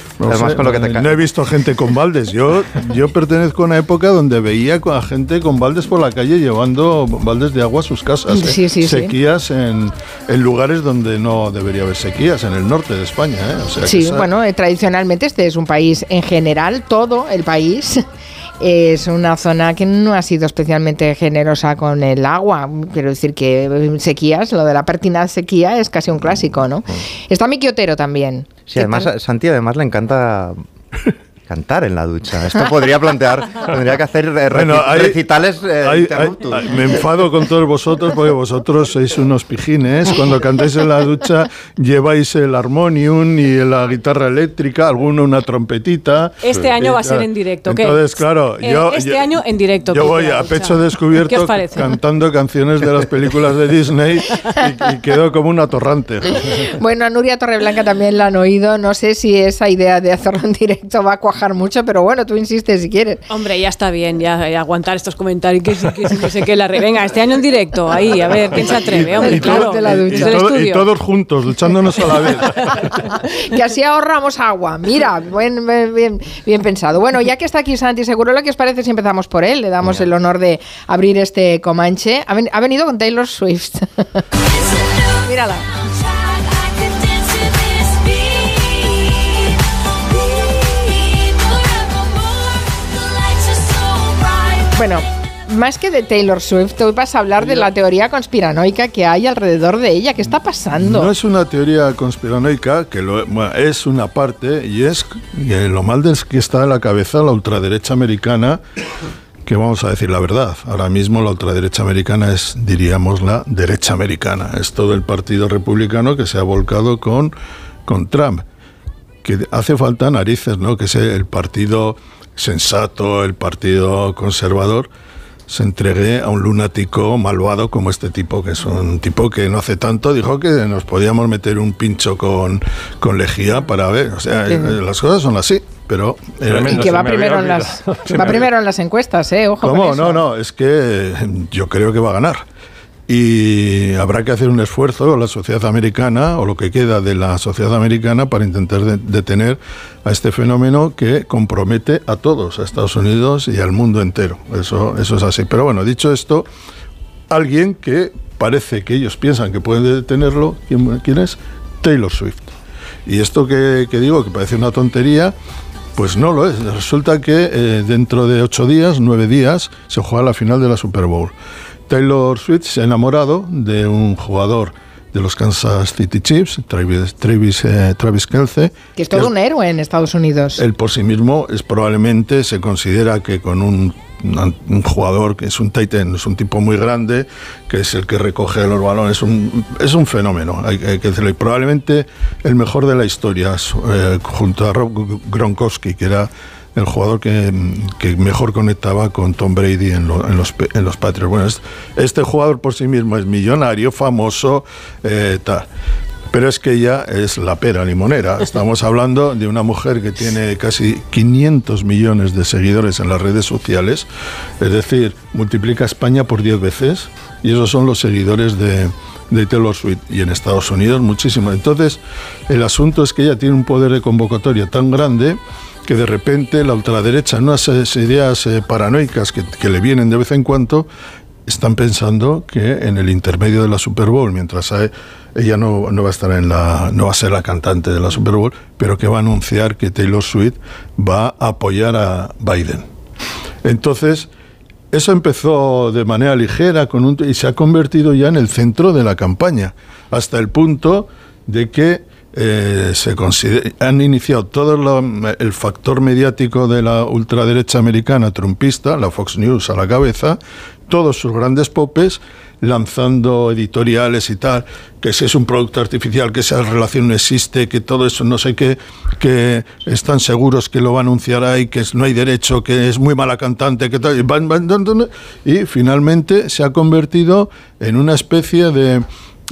No he visto gente con baldes. Yo pertenezco a una época donde veía a gente con baldes por la calle llevando baldes de agua a sus casas. Sequías en lugares donde no debería haber sequías, en el norte de España. O sea, bueno, tradicionalmente este es un país en general, todo el país es una zona que no ha sido especialmente generosa con el agua. Quiero decir que sequías, lo de la pertinaz sequía es casi un clásico, ¿no? Está Miki Otero también. Sí, además, Santi, además le encanta cantar en la ducha. Esto tendría que hacer recitales interruptus. Me enfado con todos vosotros porque vosotros sois unos pijines. Cuando cantáis en la ducha lleváis el armonium y la guitarra eléctrica, alguno una trompetita. Este año va a ser en directo. Entonces, claro, este año en directo. Yo voy a pecho descubierto cantando canciones de las películas de Disney y quedo como un atorrante. Bueno, a Nuria Torreblanca también la han oído. No sé si esa idea de hacerlo en directo va a cuajar mucho, pero bueno, tú insistes si quieres. Hombre, ya está bien, ya aguantar estos comentarios, que sé que la venga, este año en directo, ahí, a ver, ¿quién se atreve? Hombre, claro, y todos juntos, duchándonos a la vez. Que así ahorramos agua. Mira, bien pensado. Bueno, ya que está aquí Santi Segurola, ¿qué os parece si empezamos por él? Le damos el honor de abrir este Comanche. Ha venido con Taylor Swift. Mírala. Bueno, más que de Taylor Swift, hoy vas a hablar de la teoría conspiranoica que hay alrededor de ella. ¿Qué está pasando? No es una teoría conspiranoica, es una parte, y es lo mal es que está en la cabeza la ultraderecha americana, que vamos a decir la verdad. Ahora mismo la ultraderecha americana es, diríamos, la derecha americana. Es todo el partido republicano que se ha volcado con Trump. Que hace falta narices, ¿no? Que es el partido sensato, el partido conservador, se entregue a un lunático malvado como este tipo, que es un tipo que no hace tanto dijo que nos podíamos meter un pincho con lejía para ver, o sea, las cosas son así, pero... Y que va primero en las encuestas, ojo. ¿Cómo? Con eso. No, es que yo creo que va a ganar. Y habrá que hacer un esfuerzo la sociedad americana, o lo que queda de la sociedad americana, para intentar detener a este fenómeno que compromete a todos, a Estados Unidos y al mundo entero. Eso es así. Pero bueno, dicho esto, alguien que parece que ellos piensan que pueden detenerlo, ¿quién es? Taylor Swift. Y esto que digo, que parece una tontería, pues no lo es. Resulta que dentro de 9 días, se juega la final de la Super Bowl. Taylor Swift se ha enamorado de un jugador de los Kansas City Chiefs, Travis Kelce. Que es todo un héroe en Estados Unidos. Él por sí mismo probablemente se considera que con un jugador que es un tight end, es un tipo muy grande, que es el que recoge los balones, es un fenómeno, hay que decirlo, y probablemente el mejor de la historia, junto a Rob Gronkowski, que era el jugador que mejor conectaba con Tom Brady en los Patriots. Bueno, este jugador por sí mismo es millonario, famoso, tal. Pero es que ella es la pera limonera. Estamos hablando de una mujer que tiene casi 500 millones de seguidores en las redes sociales. Es decir, multiplica España por 10 veces. Y esos son los seguidores de Taylor Swift. Y en Estados Unidos muchísimo. Entonces, el asunto es que ella tiene un poder de convocatoria tan grande que de repente la ultraderecha, unas ideas paranoicas que le vienen de vez en cuando, están pensando que en el intermedio de la Super Bowl, mientras ella no va a estar no va a ser la cantante de la Super Bowl, pero que va a anunciar que Taylor Swift va a apoyar a Biden. Entonces, eso empezó de manera ligera y se ha convertido ya en el centro de la campaña, hasta el punto de que han iniciado todo el factor mediático de la ultraderecha americana trumpista, la Fox News a la cabeza, todos sus grandes popes lanzando editoriales y tal, que si es un producto artificial, que esa relación no existe, que todo eso no sé qué, que están seguros que lo va a anunciar ahí, que no hay derecho, que es muy mala cantante, que tal, y finalmente se ha convertido en una especie de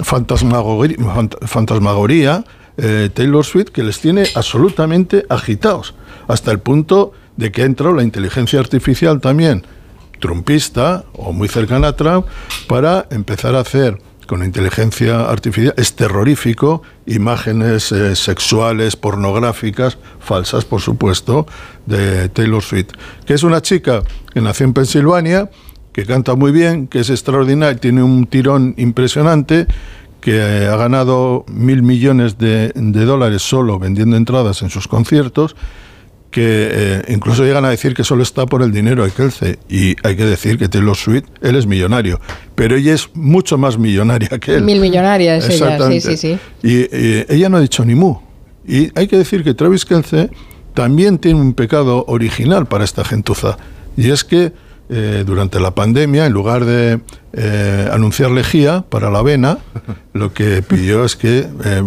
fantasmagoría Taylor Swift, que les tiene absolutamente agitados, hasta el punto de que ha entrado la inteligencia artificial también trumpista o muy cercana a Trump para empezar a hacer con inteligencia artificial, es terrorífico, imágenes sexuales, pornográficas, falsas por supuesto, de Taylor Swift, que es una chica que nació en Pensilvania, que canta muy bien, que es extraordinaria, tiene un tirón impresionante, que ha ganado $1.000 millones de dólares solo vendiendo entradas en sus conciertos, que incluso llegan a decir que solo está por el dinero de Kelce, y hay que decir que Taylor Swift, él es millonario, pero ella es mucho más millonaria que él. 1000 millonaria es ella, sí. Y ella no ha dicho ni mu. Y hay que decir que Travis Kelce también tiene un pecado original para esta gentuza, y es que durante la pandemia, en lugar de anunciar lejía para la avena, lo que pidió es que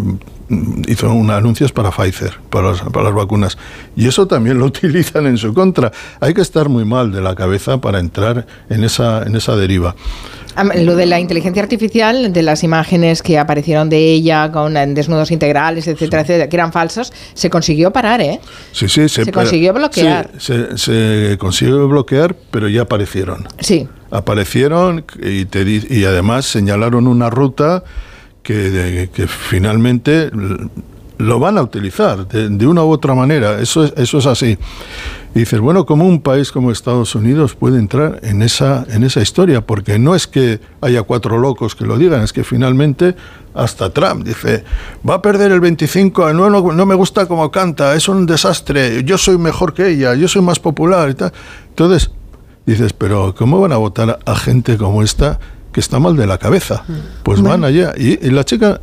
hizo anuncios para Pfizer, para las vacunas. Y eso también lo utilizan en su contra. Hay que estar muy mal de la cabeza para entrar en esa deriva. Lo de la inteligencia artificial, de las imágenes que aparecieron de ella con desnudos integrales, etcétera, etcétera, que eran falsos, se consiguió parar, ¿eh? Sí, se consiguió bloquear. Sí, se consiguió bloquear, pero ya aparecieron. Sí. Aparecieron y además señalaron una ruta que finalmente lo van a utilizar de una u otra manera. Eso es así. Y dices, bueno, ¿cómo un país como Estados Unidos puede entrar en esa historia? Porque no es que haya 4 locos que lo digan, es que finalmente hasta Trump dice, va a perder el 25, no me gusta cómo canta, es un desastre, yo soy mejor que ella, yo soy más popular y tal. Entonces dices, pero ¿cómo van a votar a gente como esta que está mal de la cabeza? Pues van allá. Y la chica,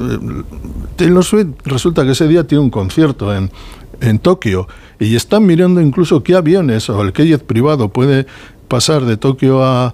Taylor Swift, resulta que ese día tiene un concierto en Tokio, y están mirando incluso qué aviones o el qué jet privado puede pasar de Tokio a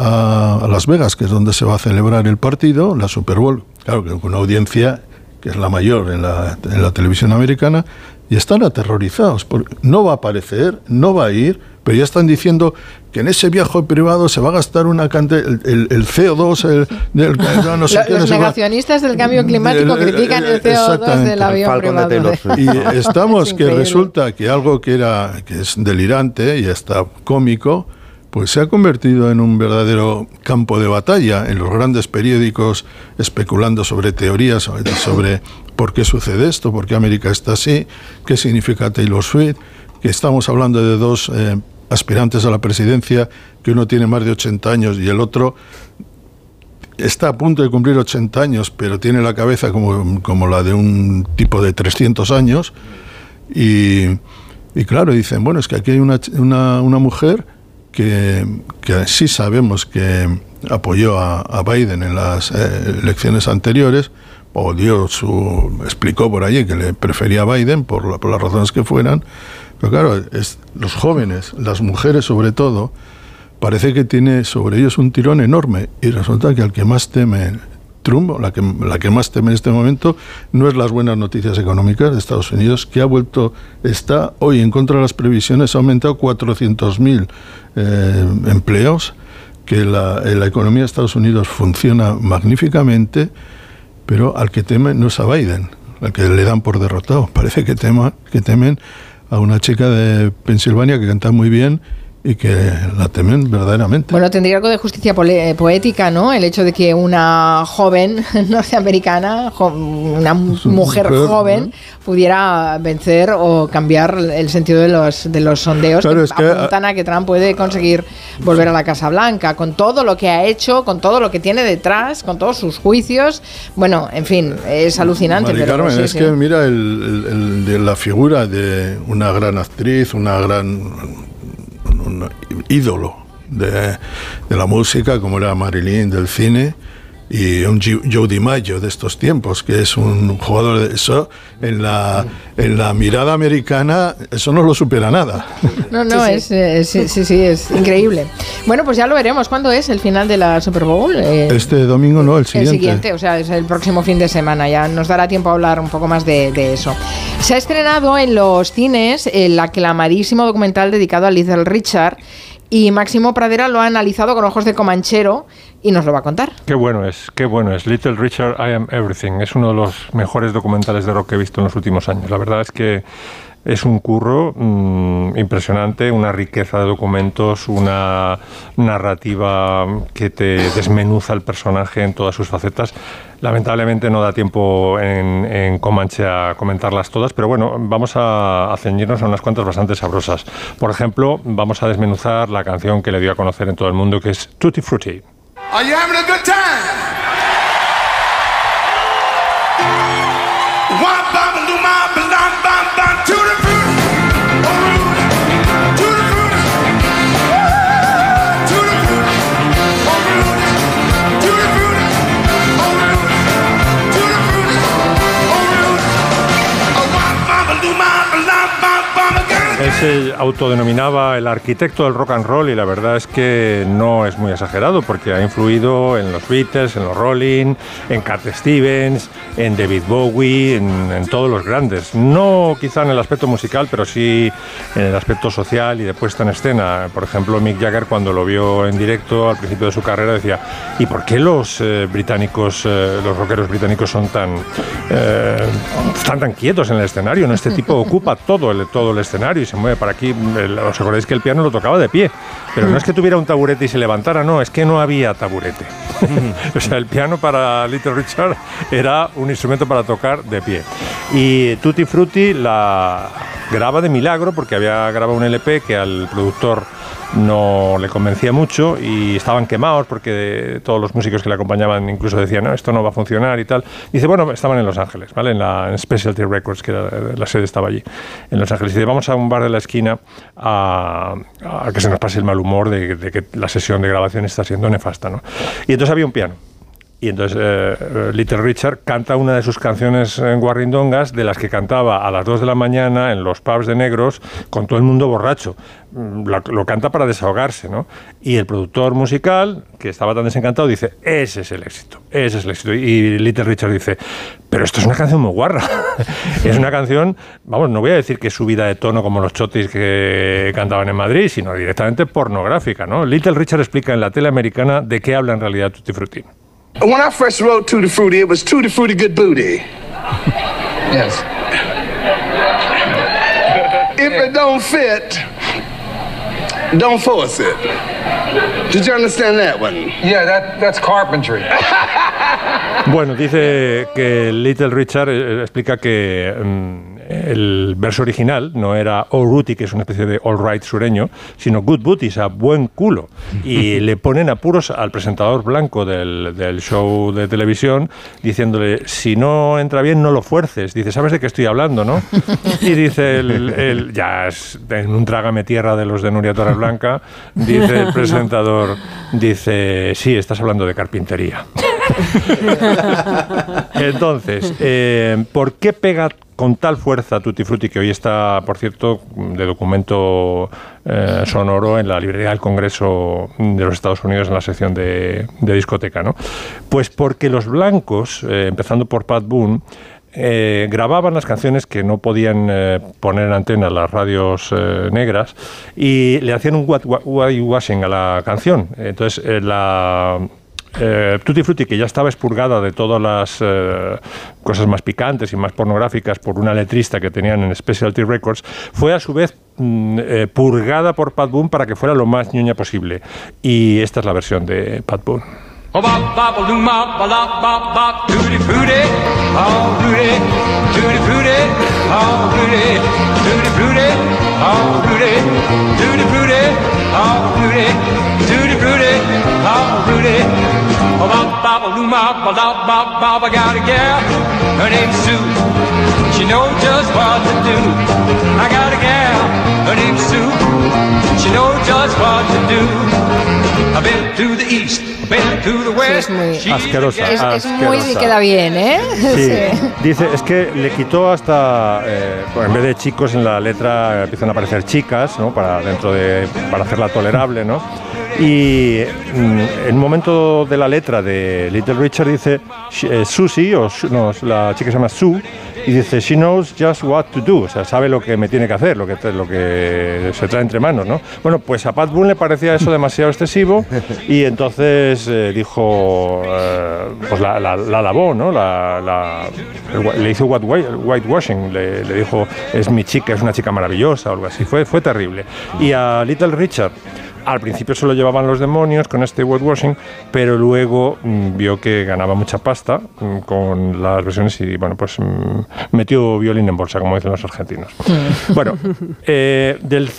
Las Vegas, que es donde se va a celebrar el partido, la Super Bowl, claro, que con una audiencia que es la mayor en la televisión americana, y están aterrorizados, porque no va a aparecer, no va a ir, pero ya están diciendo que en ese viaje privado se va a gastar una cantidad, el CO2, no sé los negacionistas del cambio climático critican el CO2 del avión privado. Y estamos, que resulta que algo que es delirante y hasta cómico, pues se ha convertido en un verdadero campo de batalla en los grandes periódicos, especulando sobre teorías, sobre por qué sucede esto, por qué América está así, qué significa Taylor Swift, que estamos hablando de 2 aspirantes a la presidencia, que uno tiene más de 80 años y el otro está a punto de cumplir 80 años, pero tiene la cabeza como la de un tipo de 300 años. Y claro, dicen, bueno, es que aquí hay una mujer que sí sabemos que apoyó a Biden en las elecciones anteriores, o explicó por allí que le prefería a Biden por las razones que fueran. Pero claro, los jóvenes, las mujeres sobre todo, parece que tiene sobre ellos un tirón enorme, y resulta que al que más teme Trump, la que más teme en este momento, no es las buenas noticias económicas de Estados Unidos, que está hoy en contra de las previsiones, ha aumentado 400.000 empleos, que la economía de Estados Unidos funciona magníficamente, pero al que teme no es a Biden, al que le dan por derrotado. Parece que temen a una chica de Pensilvania que canta muy bien y que la temen verdaderamente. Bueno, tendría algo de justicia poética, ¿no? El hecho de que una joven norteamericana, una mujer joven, pudiera vencer o cambiar el sentido de los sondeos, claro, que apuntan a que Trump puede conseguir volver a la Casa Blanca, con todo lo que ha hecho, con todo lo que tiene detrás, con todos sus juicios. Bueno, en fin, es alucinante. Mari Carmen, sí, es que mira de la figura de una gran actriz, un ídolo de la música, como era Marilyn, del cine, y un Joe DiMaggio de estos tiempos, que es un jugador de eso, en la mirada americana, eso no lo supera nada. No, sí. Es increíble. Bueno, pues ya lo veremos. ¿Cuándo es el final de la Super Bowl? Este domingo no, el siguiente. El siguiente, o sea, es el próximo fin de semana. Ya nos dará tiempo a hablar un poco más de eso. Se ha estrenado en los cines el aclamadísimo documental dedicado a Little Richard, y Máximo Pradera lo ha analizado con ojos de comanchero y nos lo va a contar. Qué bueno es. Little Richard, I Am Everything. Es uno de los mejores documentales de rock que he visto en los últimos años. La verdad es que es un curro impresionante, una riqueza de documentos, una narrativa que te desmenuza el personaje en todas sus facetas. Lamentablemente no da tiempo en Comanche a comentarlas todas, pero bueno, vamos a ceñirnos a unas cuantas bastante sabrosas. Por ejemplo, vamos a desmenuzar la canción que le dio a conocer en todo el mundo, que es Tutti Frutti. Are you having a good time? se autodenominaba el arquitecto del rock and roll y la verdad es que no es muy exagerado porque ha influido en los Beatles, en los Rolling, en Cat Stevens, en David Bowie, en todos los grandes. No quizá en el aspecto musical, pero sí en el aspecto social y de puesta en escena. Por ejemplo, Mick Jagger, cuando lo vio en directo al principio de su carrera, decía: ¿y por qué los británicos, los rockeros británicos están tan quietos en el escenario? ¿No? Este tipo ocupa todo el escenario y se mueve para aquí. ¿Os acordáis que el piano lo tocaba de pie? Pero no es que tuviera un taburete y se levantara, no, es que no había taburete. O sea, el piano para Little Richard era un instrumento para tocar de pie. Y Tutti Frutti la graba de milagro porque había grabado un LP que al productor no le convencía mucho y estaban quemados porque todos los músicos que le acompañaban incluso decían: no, esto no va a funcionar y tal. Dice, bueno, estaban en Los Ángeles, ¿vale? En Specialty Records, que la sede estaba allí, en Los Ángeles. Y dice, vamos a un bar de la esquina a que se nos pase el mal humor de que la sesión de grabación está siendo nefasta, ¿no? Y entonces había un piano. Y entonces Little Richard canta una de sus canciones en guarrindongas, de las que cantaba a las 2 de la mañana en los pubs de negros con todo el mundo borracho. Lo canta para desahogarse, ¿no? Y el productor musical, que estaba tan desencantado, dice: ese es el éxito, ese es el éxito. Y Little Richard dice: pero esto es una canción muy guarra. Es una canción, vamos, no voy a decir que es subida de tono como los chotis que cantaban en Madrid, sino directamente pornográfica, ¿no? Little Richard explica en la tele americana de qué habla en realidad Tutti Frutti. When I first wrote Tutti Frutti, it was Tutti Frutti Good Booty. Yes. If it don't fit, don't force it. Did you understand that one? Yeah, that's carpentry. Bueno, dice que Little Richard explica que el verso original no era All Rooty, que es una especie de all right sureño, sino Good Booty, o sea, buen culo. Y le ponen apuros al presentador blanco del show de televisión, diciéndole: si no entra bien, no lo fuerces. Dice: ¿sabes de qué estoy hablando, no? Y dice ya en un trágame tierra de los de Nuria Torreblanca, dice el presentador, dice: sí, estás hablando de carpintería. Entonces, ¿por qué pega con tal fuerza Tutti Frutti, que hoy está, por cierto, de documento sonoro en la librería del Congreso de los Estados Unidos, en la sección de discoteca, ¿no? Pues porque los blancos, empezando por Pat Boone, grababan las canciones que no podían poner en antena las radios negras y le hacían un whitewashing a la canción. Entonces, Tutti Frutti, que ya estaba expurgada de todas las cosas más picantes y más pornográficas por una letrista que tenían en Specialty Records, fue a su vez purgada por Pat Boone para que fuera lo más ñoña posible. Y esta es la versión de Pat Boone. Oh, bop, bop, loom, bop, bop, bop, bop, tutti frutti, oh, frutti, tutti frutti, oh, frutti, tutti frutti, oh, frutti, tutti frutti, oh, frutti, tutti frutti, oh, frutti. Oh, bop, bop, loom, bop, bop, bop, bop, I got a gal, her name's Sue, she knows just what to do. I got a gal, her name's Sue, she knows just what to do. I've been to the east. Es muy asquerosa. Es muy y queda bien, ¿eh? Sí. Dice, es que le quitó hasta, en vez de chicos en la letra empiezan a aparecer chicas, ¿no? Para hacerla tolerable, ¿no? Y en un momento de la letra de Little Richard dice Susie, la chica se llama Sue, y dice: she knows just what to do, o sea, sabe lo que me tiene que hacer, lo que se trae entre manos, ¿no? Bueno, pues a Pat Boone le parecía eso demasiado excesivo y entonces dijo, pues la lavó, ¿no? Le hizo whitewashing, le dijo: es mi chica, es una chica maravillosa o algo así. Fue terrible. Y a Little Richard al principio se lo llevaban los demonios con este whitewashing, pero luego vio que ganaba mucha pasta con las versiones y, bueno, pues metió violín en bolsa, como dicen los argentinos. Bueno, del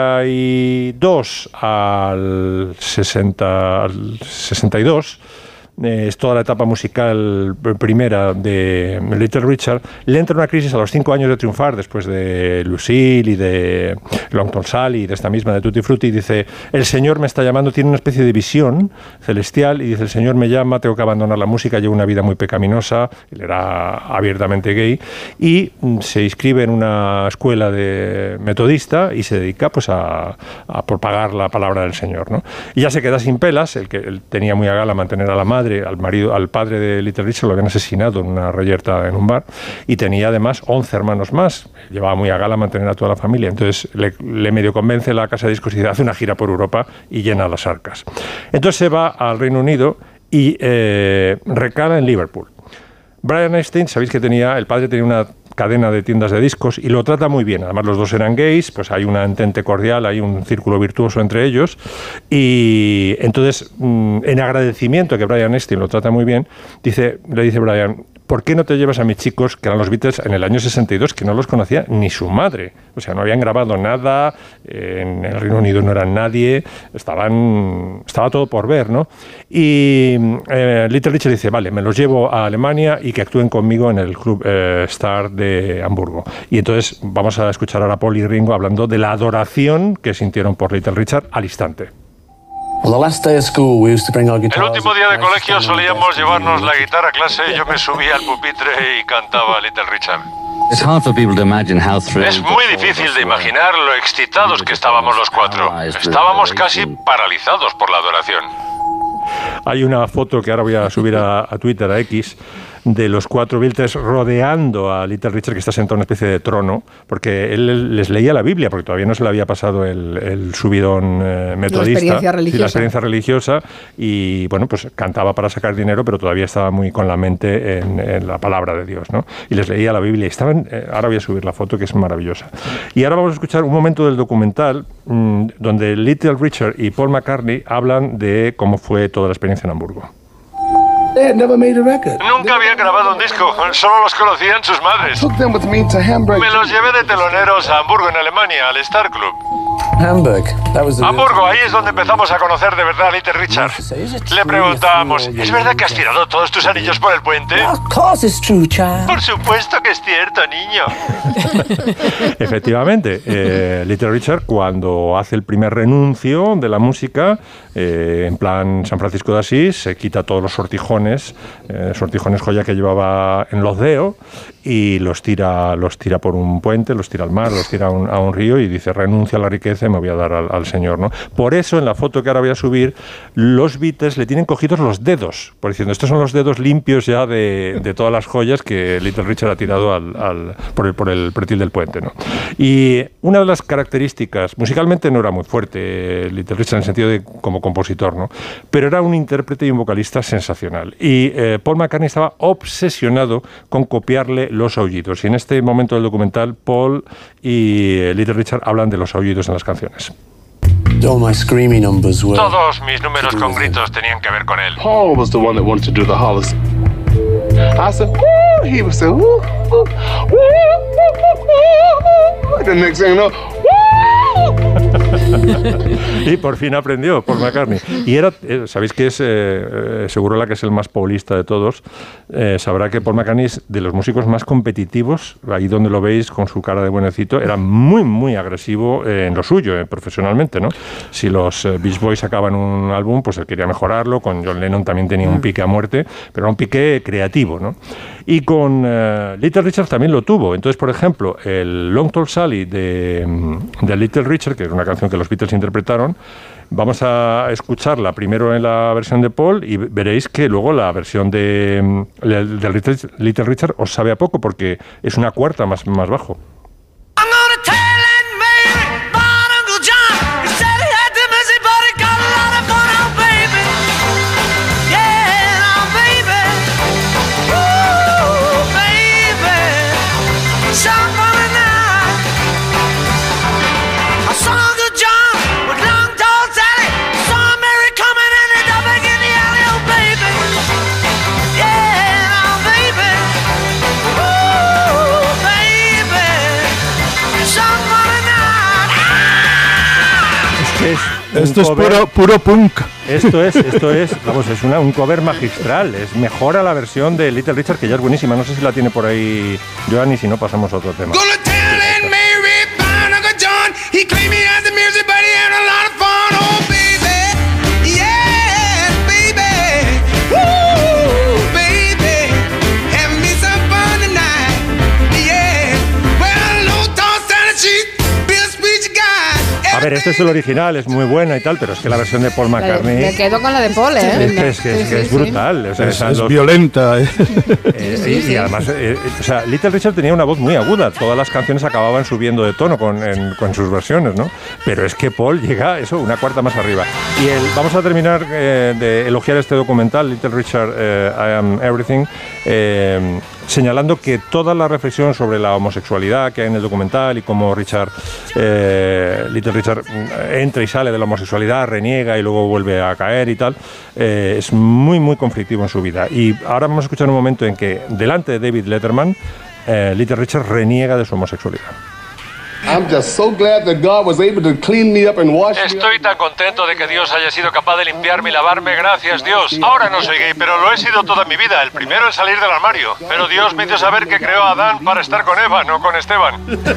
52 al 62 es toda la etapa musical primera de Little Richard, le entra una crisis a los 5 años de triunfar, después de Lucille y de Long Tall Sally y de esta misma de Tutti Frutti, y dice, el Señor me está llamando, tiene una especie de visión celestial, y dice, el Señor me llama, tengo que abandonar la música, llevo una vida muy pecaminosa, él era abiertamente gay, y se inscribe en una escuela de metodista y se dedica pues a propagar la palabra del Señor, ¿no? Y ya se queda sin pelas, él tenía muy a gala mantener a la madre, al marido, al padre de Little Richard lo habían asesinado en una reyerta en un bar, y tenía además 11 hermanos más, llevaba muy a gala mantener a toda la familia, entonces le medio convence la casa de discos y dice, hace una gira por Europa y llena las arcas. Entonces se va al Reino Unido y recala en Liverpool. Brian Epstein, sabéis que el padre tenía una cadena de tiendas de discos y lo trata muy bien. Además, los dos eran gays, pues hay una entente cordial, hay un círculo virtuoso entre ellos. Y entonces, en agradecimiento a que Brian Epstein lo trata muy bien, le dice Brian, ¿por qué no te llevas a mis chicos, que eran los Beatles, en el año 62, que no los conocía ni su madre? O sea, no habían grabado nada, en el Reino Unido no eran nadie, estaba todo por ver, ¿no? Y Little Richard dice, vale, me los llevo a Alemania y que actúen conmigo en el Club Star de Hamburgo. Y entonces vamos a escuchar ahora a Paul y Ringo hablando de la adoración que sintieron por Little Richard al instante. El último día de colegio solíamos llevarnos la guitarra a clase y yo me subía al pupitre y cantaba Little Richard. Es muy difícil de imaginar lo excitados que estábamos los cuatro. Estábamos casi paralizados por la adoración. Hay una foto que ahora voy a subir a Twitter, a X, de los 4 Beatles rodeando a Little Richard, que está sentado en una especie de trono, porque él les leía la Biblia, porque todavía no se le había pasado el subidón metodista, la experiencia religiosa, y bueno, pues cantaba para sacar dinero, pero todavía estaba muy con la mente en la palabra de Dios, ¿no? Y les leía la Biblia, y estaban, ahora voy a subir la foto, que es maravillosa. Y ahora vamos a escuchar un momento del documental donde Little Richard y Paul McCartney hablan de cómo fue toda la experiencia en Hamburgo. Nunca habían grabado un disco, solo los conocían sus madres. Me los llevé de teloneros a Hamburgo, en Alemania, al Star Club. Hamburgo, ahí es donde empezamos a conocer de verdad a Little Richard. Le preguntábamos, ¿es verdad que has tirado todos tus anillos por el puente? Por supuesto que es cierto, niño. Efectivamente, Little Richard, cuando hace el primer renuncio de la música, en plan San Francisco de Asís, se quita todos los sortijones joya que llevaba en los dedos, y los tira por un puente, los tira al mar, los tira a un río, y dice, renuncio a la riqueza y me voy a dar al Señor, ¿no? Por eso, en la foto que ahora voy a subir, los Beatles le tienen cogidos los dedos, por diciendo, estos son los dedos limpios ya de todas las joyas que Little Richard ha tirado por el pretil del puente, ¿no? Y una de las características, musicalmente no era muy fuerte Little Richard en el sentido de como compositor, ¿no? Pero era un intérprete y un vocalista sensacional. Y Paul McCartney estaba obsesionado con copiarle los aullidos. Y en este momento del documental, Paul y Little Richard hablan de los aullidos en las canciones. Todos mis números con gritos tenían que ver con él. Paul was the one that wanted to do the hollers. I said, woo, he would say, woo, woo, woo, woo. The next thing you know, y por fin aprendió Paul McCartney. Y era, sabéis que es seguro la que es el más paulista de todos, sabrá que Paul McCartney es de los músicos más competitivos. Ahí donde lo veis con su cara de buenecito, era muy muy agresivo en lo suyo, profesionalmente, ¿no? Si los Beach Boys sacaban un álbum, pues él quería mejorarlo. Con John Lennon también tenía un pique a muerte, pero era un pique creativo, ¿no? Y con Little Richard también lo tuvo. Entonces, por ejemplo, el Long Tall Sally de Little Richard, que es una canción que los Beatles interpretaron, vamos a escucharla primero en la versión de Paul y veréis que luego la versión de Little Richard os sabe a poco, porque es una cuarta más bajo. Esto es puro punk. Esto es, vamos, es un cover magistral. Mejora la versión de Little Richard, que ya es buenísima. No sé si la tiene por ahí Joan, y si no, pasamos a otro tema. A ver, este es el original, es muy buena y tal, pero es que la versión de Paul McCartney... Me quedo con la de Paul, ¿eh? Es brutal. O sea, es violenta. Y además, o sea, Little Richard tenía una voz muy aguda. Todas las canciones acababan subiendo de tono con sus versiones, ¿no? Pero es que Paul llega, una cuarta más arriba. Y vamos a terminar de elogiar este documental, Little Richard, I Am Everything, señalando que toda la reflexión sobre la homosexualidad que hay en el documental y cómo Little Richard entra y sale de la homosexualidad, reniega y luego vuelve a caer y tal, es muy, muy conflictivo en su vida. Y ahora vamos a escuchar un momento en que, delante de David Letterman, Little Richard reniega de su homosexualidad. Estoy tan contento de que Dios haya sido capaz de limpiarme y lavarme, gracias Dios. Ahora no soy gay, pero lo he sido toda mi vida, el primero en salir del armario. Pero Dios me hizo saber que creó a Adán para estar con Eva, no con Esteban.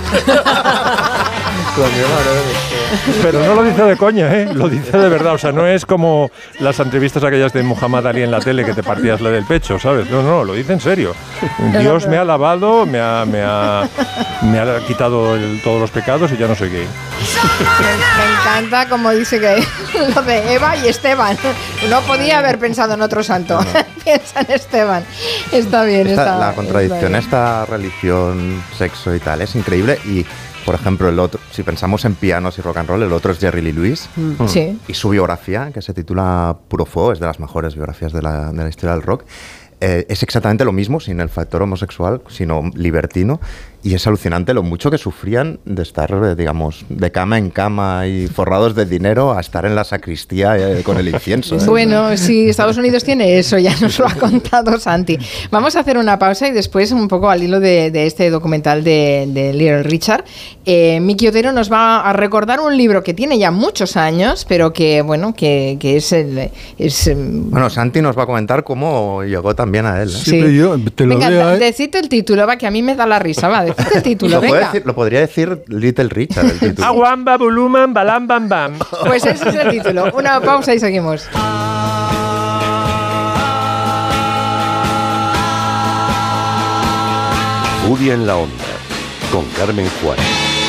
Pero no lo dice de coña, lo dice de verdad. O sea, no es como las entrevistas aquellas de Muhammad Ali en la tele que te partías la del pecho, ¿sabes? No, lo dice en serio. Dios me ha lavado, me ha quitado todos los pecados y ya no soy gay. Me encanta como dice que lo de Eva y Esteban. No podía haber pensado en otro santo. No. Piensa en Esteban. Está bien. La contradicción a esta religión, sexo y tal es increíble. Y por ejemplo, el otro, si pensamos en pianos y rock and roll, el otro es Jerry Lee Lewis. Sí. Y su biografía, que se titula Puro Fo, es de las mejores biografías de la historia del rock. Es exactamente lo mismo, sin el factor homosexual, sino libertino. Y es alucinante lo mucho que sufrían de estar, digamos, de cama en cama y forrados de dinero a estar en la sacristía con el incienso. Bueno, sí, Estados Unidos tiene eso, ya nos lo ha contado Santi. Vamos a hacer una pausa y después, un poco al hilo de este documental de Little Richard, Miki Otero nos va a recordar un libro que tiene ya muchos años, pero que, bueno, que es... Bueno, Santi nos va a comentar cómo llegó también a él. Sí, pero yo te lo venga, decite el título, va, que a mí me da la risa, va. El título, lo podría decir Little Richard, el título. Aguamba, buluman, balam, bam, bam. Pues ese es el título. Una pausa y seguimos. Furia en la onda, con Carmen Juárez.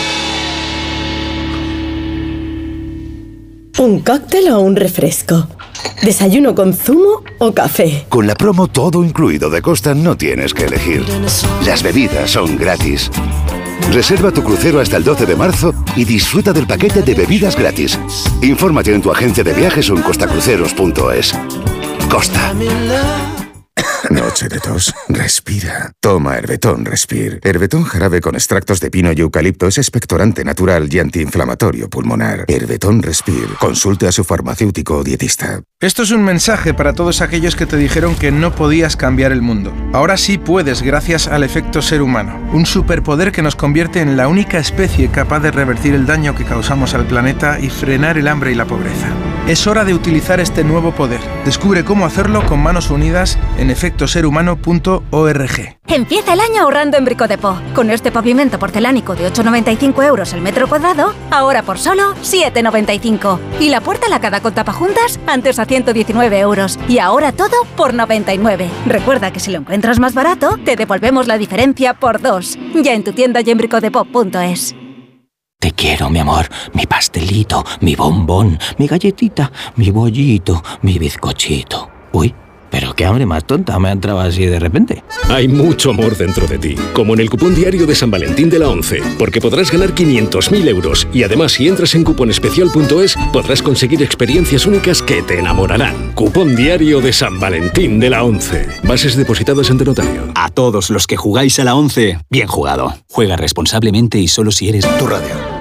¿Un cóctel o un refresco? ¿Desayuno con zumo o café? Con la promo todo incluido de Costa no tienes que elegir. Las bebidas son gratis. Reserva tu crucero hasta el 12 de marzo y disfruta del paquete de bebidas gratis. Infórmate en tu agencia de viajes o en costacruceros.es. Costa. Noche de tos. Respira. Toma Herbetón Respir. Herbetón jarabe con extractos de pino y eucalipto es expectorante natural y antiinflamatorio pulmonar. Herbetón Respir. Consulte a su farmacéutico o dietista. Esto es un mensaje para todos aquellos que te dijeron que no podías cambiar el mundo. Ahora sí puedes gracias al efecto ser humano. Un superpoder que nos convierte en la única especie capaz de revertir el daño que causamos al planeta y frenar el hambre y la pobreza. Es hora de utilizar este nuevo poder. Descubre cómo hacerlo con manos unidas en efectoserhumano.org. Empieza el año ahorrando en Brico Dépôt. Con este pavimento porcelánico de 8,95 € el metro cuadrado, ahora por solo 7,95. Y la puerta lacada con tapajuntas, antes a 119 €. Y ahora todo por 99. Recuerda que si lo encuentras más barato, te devolvemos la diferencia por 2. Ya en tu tienda y en bricodepot.es. Te quiero, mi amor, mi pastelito, mi bombón, mi galletita, mi bollito, mi bizcochito. Uy, pero qué hambre más tonta me ha entrado así de repente. Hay mucho amor dentro de ti, como en el cupón diario de San Valentín de la ONCE, porque podrás ganar 500.000 € y además si entras en cuponespecial.es podrás conseguir experiencias únicas que te enamorarán. Cupón diario de San Valentín de la ONCE. Bases depositadas ante notario. A todos los que jugáis a la ONCE, bien jugado. Juega responsablemente y solo si eres Tu radio.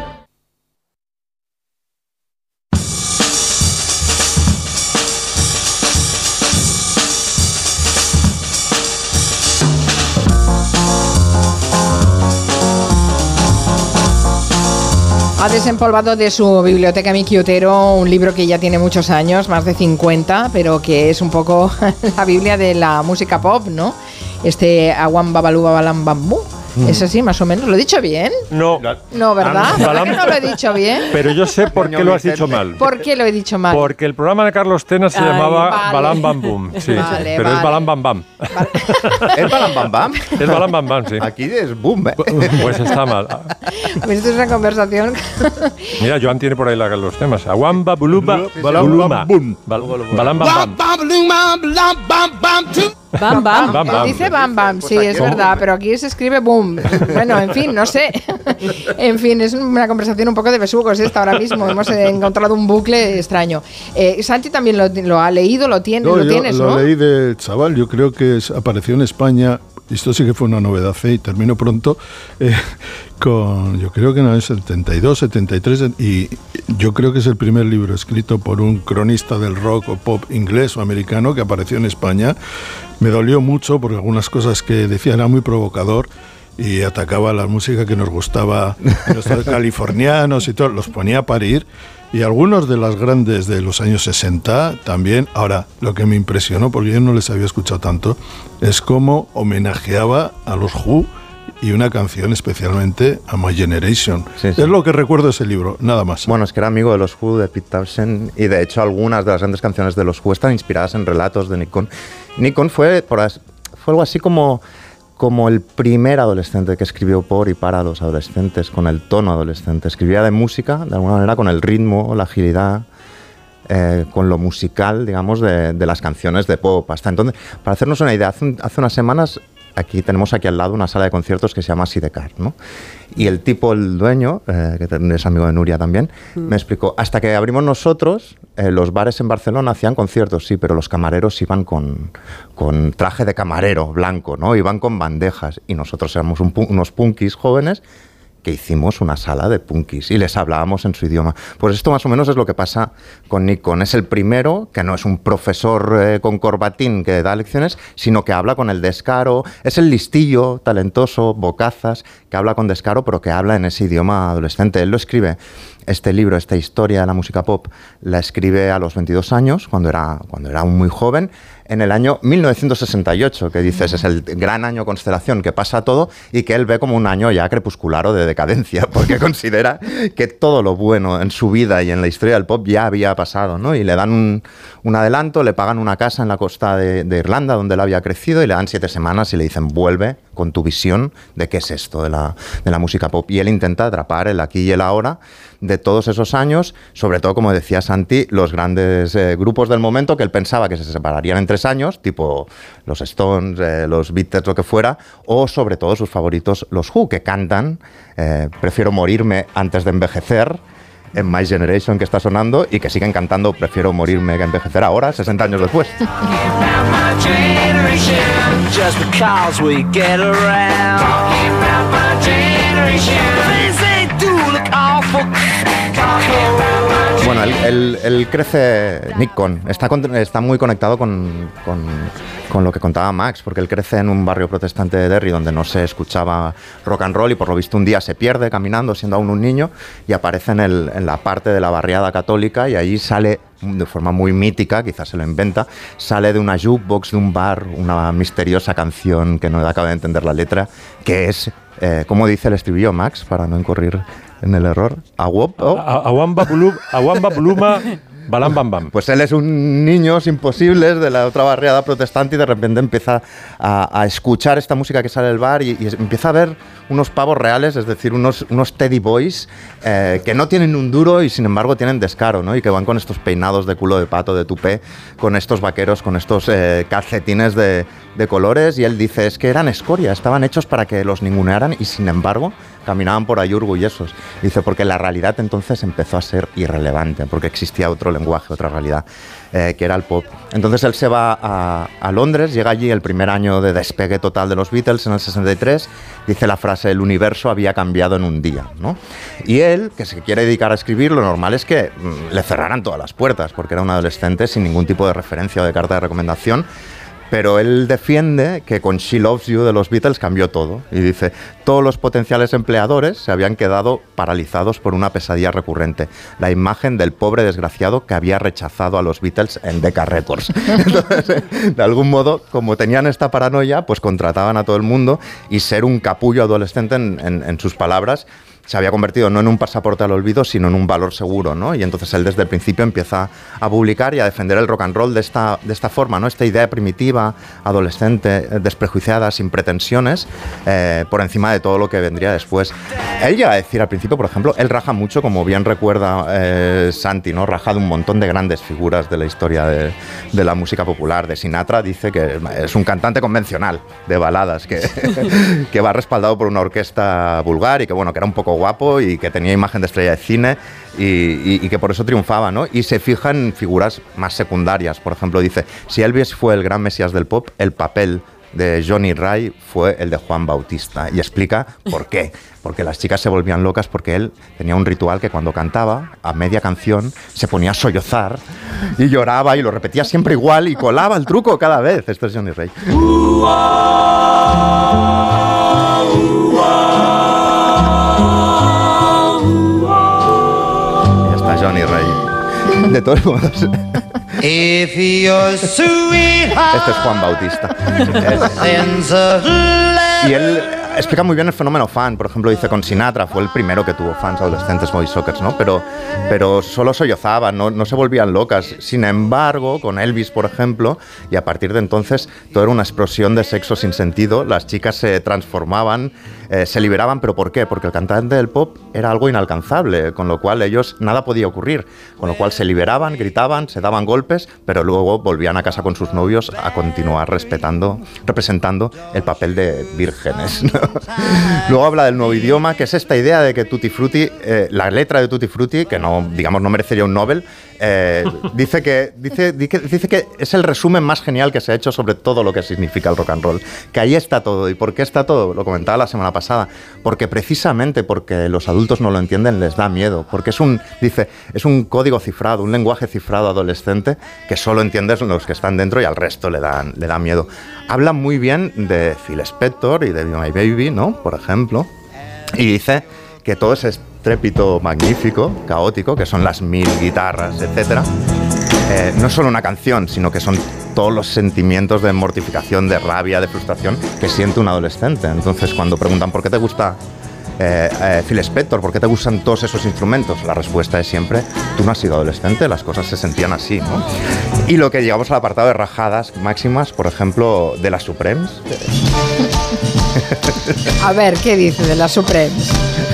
Ha desempolvado de su biblioteca Miki Otero un libro que ya tiene muchos años, más de 50, pero que es un poco la Biblia de la música pop, ¿no? Aguam Babalú Babalam Bambú. ¿Es así, más o menos? ¿Lo he dicho bien? No. No, ¿verdad? ¿Verdad que no lo he dicho bien? Pero yo sé por qué lo has dicho mal. ¿Por qué lo he dicho mal? Porque el programa de Carlos Tena se llamaba Balam Bam Boom. Sí, vale, pero es Balam Bam Bam. ¿Es Balam Bam Bam? Es Balam Bam Bam, sí. Aquí es boom, ¿eh? Pues está mal. Pues esto es una conversación. Mira, Joan tiene por ahí los temas. Aguam Babuluba Baluma. Balam Bam Bam. Bam, bam. Él dice bam, bam, sí, es verdad, pero aquí se escribe boom. Bueno, en fin, no sé. En fin, es una conversación un poco de besugos esta ahora mismo. Hemos encontrado un bucle extraño. Santi también lo ha leído, lo tienes, ¿no? Lo leí de chaval, yo creo que apareció en España. Esto sí que fue una novedad, y termino pronto, yo creo que en el 72, 73, y yo creo que es el primer libro escrito por un cronista del rock o pop inglés o americano que apareció en España. Me dolió mucho porque algunas cosas que decía era muy provocador y atacaba la música que nos gustaba, los californianos y todo, los ponía a parir. Y algunos de las grandes de los años 60 también. Ahora, lo que me impresionó, porque yo no les había escuchado tanto, es cómo homenajeaba a los Who y una canción especialmente a My Generation. Sí. Es lo que recuerdo de ese libro, nada más. Bueno, es que era amigo de los Who, de Pete Townshend, y de hecho algunas de las grandes canciones de los Who están inspiradas en relatos de Nick Cohn. Nick Cohn fue algo así como el primer adolescente que escribió por y para los adolescentes, con el tono adolescente. Escribía de música, de alguna manera, con el ritmo, la agilidad, con lo musical, digamos, de las canciones de pop. Hasta entonces, para hacernos una idea, hace unas semanas tenemos aquí al lado una sala de conciertos que se llama Sidecar, ¿no? Y el dueño, que es amigo de Nuria también, me explicó, hasta que abrimos nosotros, los bares en Barcelona hacían conciertos, sí, pero los camareros iban con traje de camarero blanco, ¿no? Iban con bandejas, y nosotros éramos unos punkis jóvenes que hicimos una sala de punkis y les hablábamos en su idioma. Pues esto más o menos es lo que pasa con Nick Cohn. Es el primero que no es un profesor con corbatín que da lecciones, sino que habla con el descaro. Es el listillo, talentoso, bocazas, que habla con descaro, pero que habla en ese idioma adolescente. Él lo escribe, este libro, esta historia de la música pop, la escribe a los 22 años, cuando era aún muy joven, en el año 1968, que dices es el gran año constelación que pasa todo y que él ve como un año ya crepuscular o de decadencia, porque considera que todo lo bueno en su vida y en la historia del pop ya había pasado, ¿no? Y le dan un adelanto, le pagan una casa en la costa de Irlanda donde él había crecido y le dan 7 semanas y le dicen vuelve con tu visión de qué es esto de la música pop. Y él intenta atrapar el aquí y el ahora de todos esos años, sobre todo, como decía Santi, los grandes grupos del momento que él pensaba que se separarían en 3 años, tipo los Stones, los Beatles, lo que fuera, o sobre todo sus favoritos, los Who, que cantan Prefiero morirme antes de envejecer, en My Generation, que está sonando, y que siguen cantando Prefiero morirme que envejecer ahora, 60 años después. Bueno, él crece, Nick Cohn, está muy conectado con lo que contaba Max, porque él crece en un barrio protestante de Derry donde no se escuchaba rock and roll y por lo visto un día se pierde caminando, siendo aún un niño, y aparece en la parte de la barriada católica y allí sale de forma muy mítica, quizás se lo inventa, sale de una jukebox de un bar una misteriosa canción que no acaba de entender la letra, que es, ¿cómo dice el estribillo, Max, para no incurrir en el error? Awamba Buluma Balam Bam Bam. Pues él es un niño sin posibles de la otra barriada protestante y de repente empieza a escuchar esta música que sale del bar y empieza a ver unos pavos reales, es decir, unos Teddy Boys que no tienen un duro y sin embargo tienen descaro, ¿no? Y que van con estos peinados de culo de pato, de tupé, con estos vaqueros, con estos calcetines de colores, y él dice, es que eran escoria, estaban hechos para que los ningunearan y sin embargo caminaban por ahí orgullosos. Dice, porque la realidad entonces empezó a ser irrelevante, porque existía otro lenguaje, otra realidad, que era el pop. Entonces él se va a Londres, llega allí el primer año de despegue total de los Beatles, en el 63, dice la frase, el universo había cambiado en un día, ¿no? Y él, que se quiere dedicar a escribir, lo normal es que le cerraran todas las puertas, porque era un adolescente sin ningún tipo de referencia o de carta de recomendación, pero él defiende que con She Loves You de los Beatles cambió todo. Y dice, todos los potenciales empleadores se habían quedado paralizados por una pesadilla recurrente, la imagen del pobre desgraciado que había rechazado a los Beatles en Decca Records. Entonces, de algún modo, como tenían esta paranoia, pues contrataban a todo el mundo, y ser un capullo adolescente, en sus palabras, se había convertido no en un pasaporte al olvido, sino en un valor seguro, ¿no? Y entonces él desde el principio empieza a publicar y a defender el rock and roll de esta forma, ¿no? Esta idea primitiva, adolescente, desprejuiciada, sin pretensiones, por encima de todo lo que vendría después. Él llega a decir al principio, por ejemplo, él raja mucho, como bien recuerda Santi, ¿no? Raja de un montón de grandes figuras de la historia de la música popular. De Sinatra dice que es un cantante convencional de baladas, que va respaldado por una orquesta vulgar y que, bueno, que era un poco guapo y que tenía imagen de estrella de cine y que por eso triunfaba, ¿no? Y se fija en figuras más secundarias. Por ejemplo, dice, si Elvis fue el gran mesías del pop, el papel de Johnny Ray fue el de Juan Bautista. Y explica por qué. Porque las chicas se volvían locas porque él tenía un ritual que cuando cantaba, a media canción, se ponía a sollozar y lloraba y lo repetía siempre igual y colaba el truco cada vez. Esto es Johnny Ray. Johnny Ray. De todos modos. Este es Juan Bautista. Y él explica muy bien el fenómeno fan. Por ejemplo, dice, con Sinatra fue el primero que tuvo fans adolescentes boysockers, ¿no? Pero solo sollozaban, no se volvían locas. Sin embargo, con Elvis, por ejemplo, y a partir de entonces todo era una explosión de sexo sin sentido. Las chicas se transformaban, se liberaban. ¿Pero por qué? Porque el cantante del pop era algo inalcanzable, con lo cual ellos nada podía ocurrir. Con lo cual se liberaban, gritaban, se daban golpes, pero luego volvían a casa con sus novios a continuar representando el papel de vírgenes, ¿no? Luego habla del nuevo idioma, que es esta idea de que Tutti Frutti, la letra de Tutti Frutti, que no merecería un Nobel, dice que es el resumen más genial que se ha hecho sobre todo lo que significa el rock and roll. Que ahí está todo. ¿Y por qué está todo? Lo comentaba la semana pasada. Porque precisamente porque los adultos no lo entienden, les da miedo. Porque es un código cifrado, un lenguaje cifrado adolescente que solo entienden los que están dentro y al resto le da miedo. Habla muy bien de Phil Spector y de Be My Baby, ¿no? Por ejemplo. Y dice que todo ese estrépito magnífico, caótico, que son las 1000 guitarras, etcétera, no es solo una canción, sino que son todos los sentimientos de mortificación, de rabia, de frustración que siente un adolescente. Entonces, cuando preguntan ¿por qué te gusta Phil Spector, por qué te gustan todos esos instrumentos? La respuesta es siempre, tú no has sido adolescente, las cosas se sentían así, ¿no? Y lo que llegamos al apartado de rajadas máximas, por ejemplo, de las Supremes. A ver, ¿qué dice de las Supremes?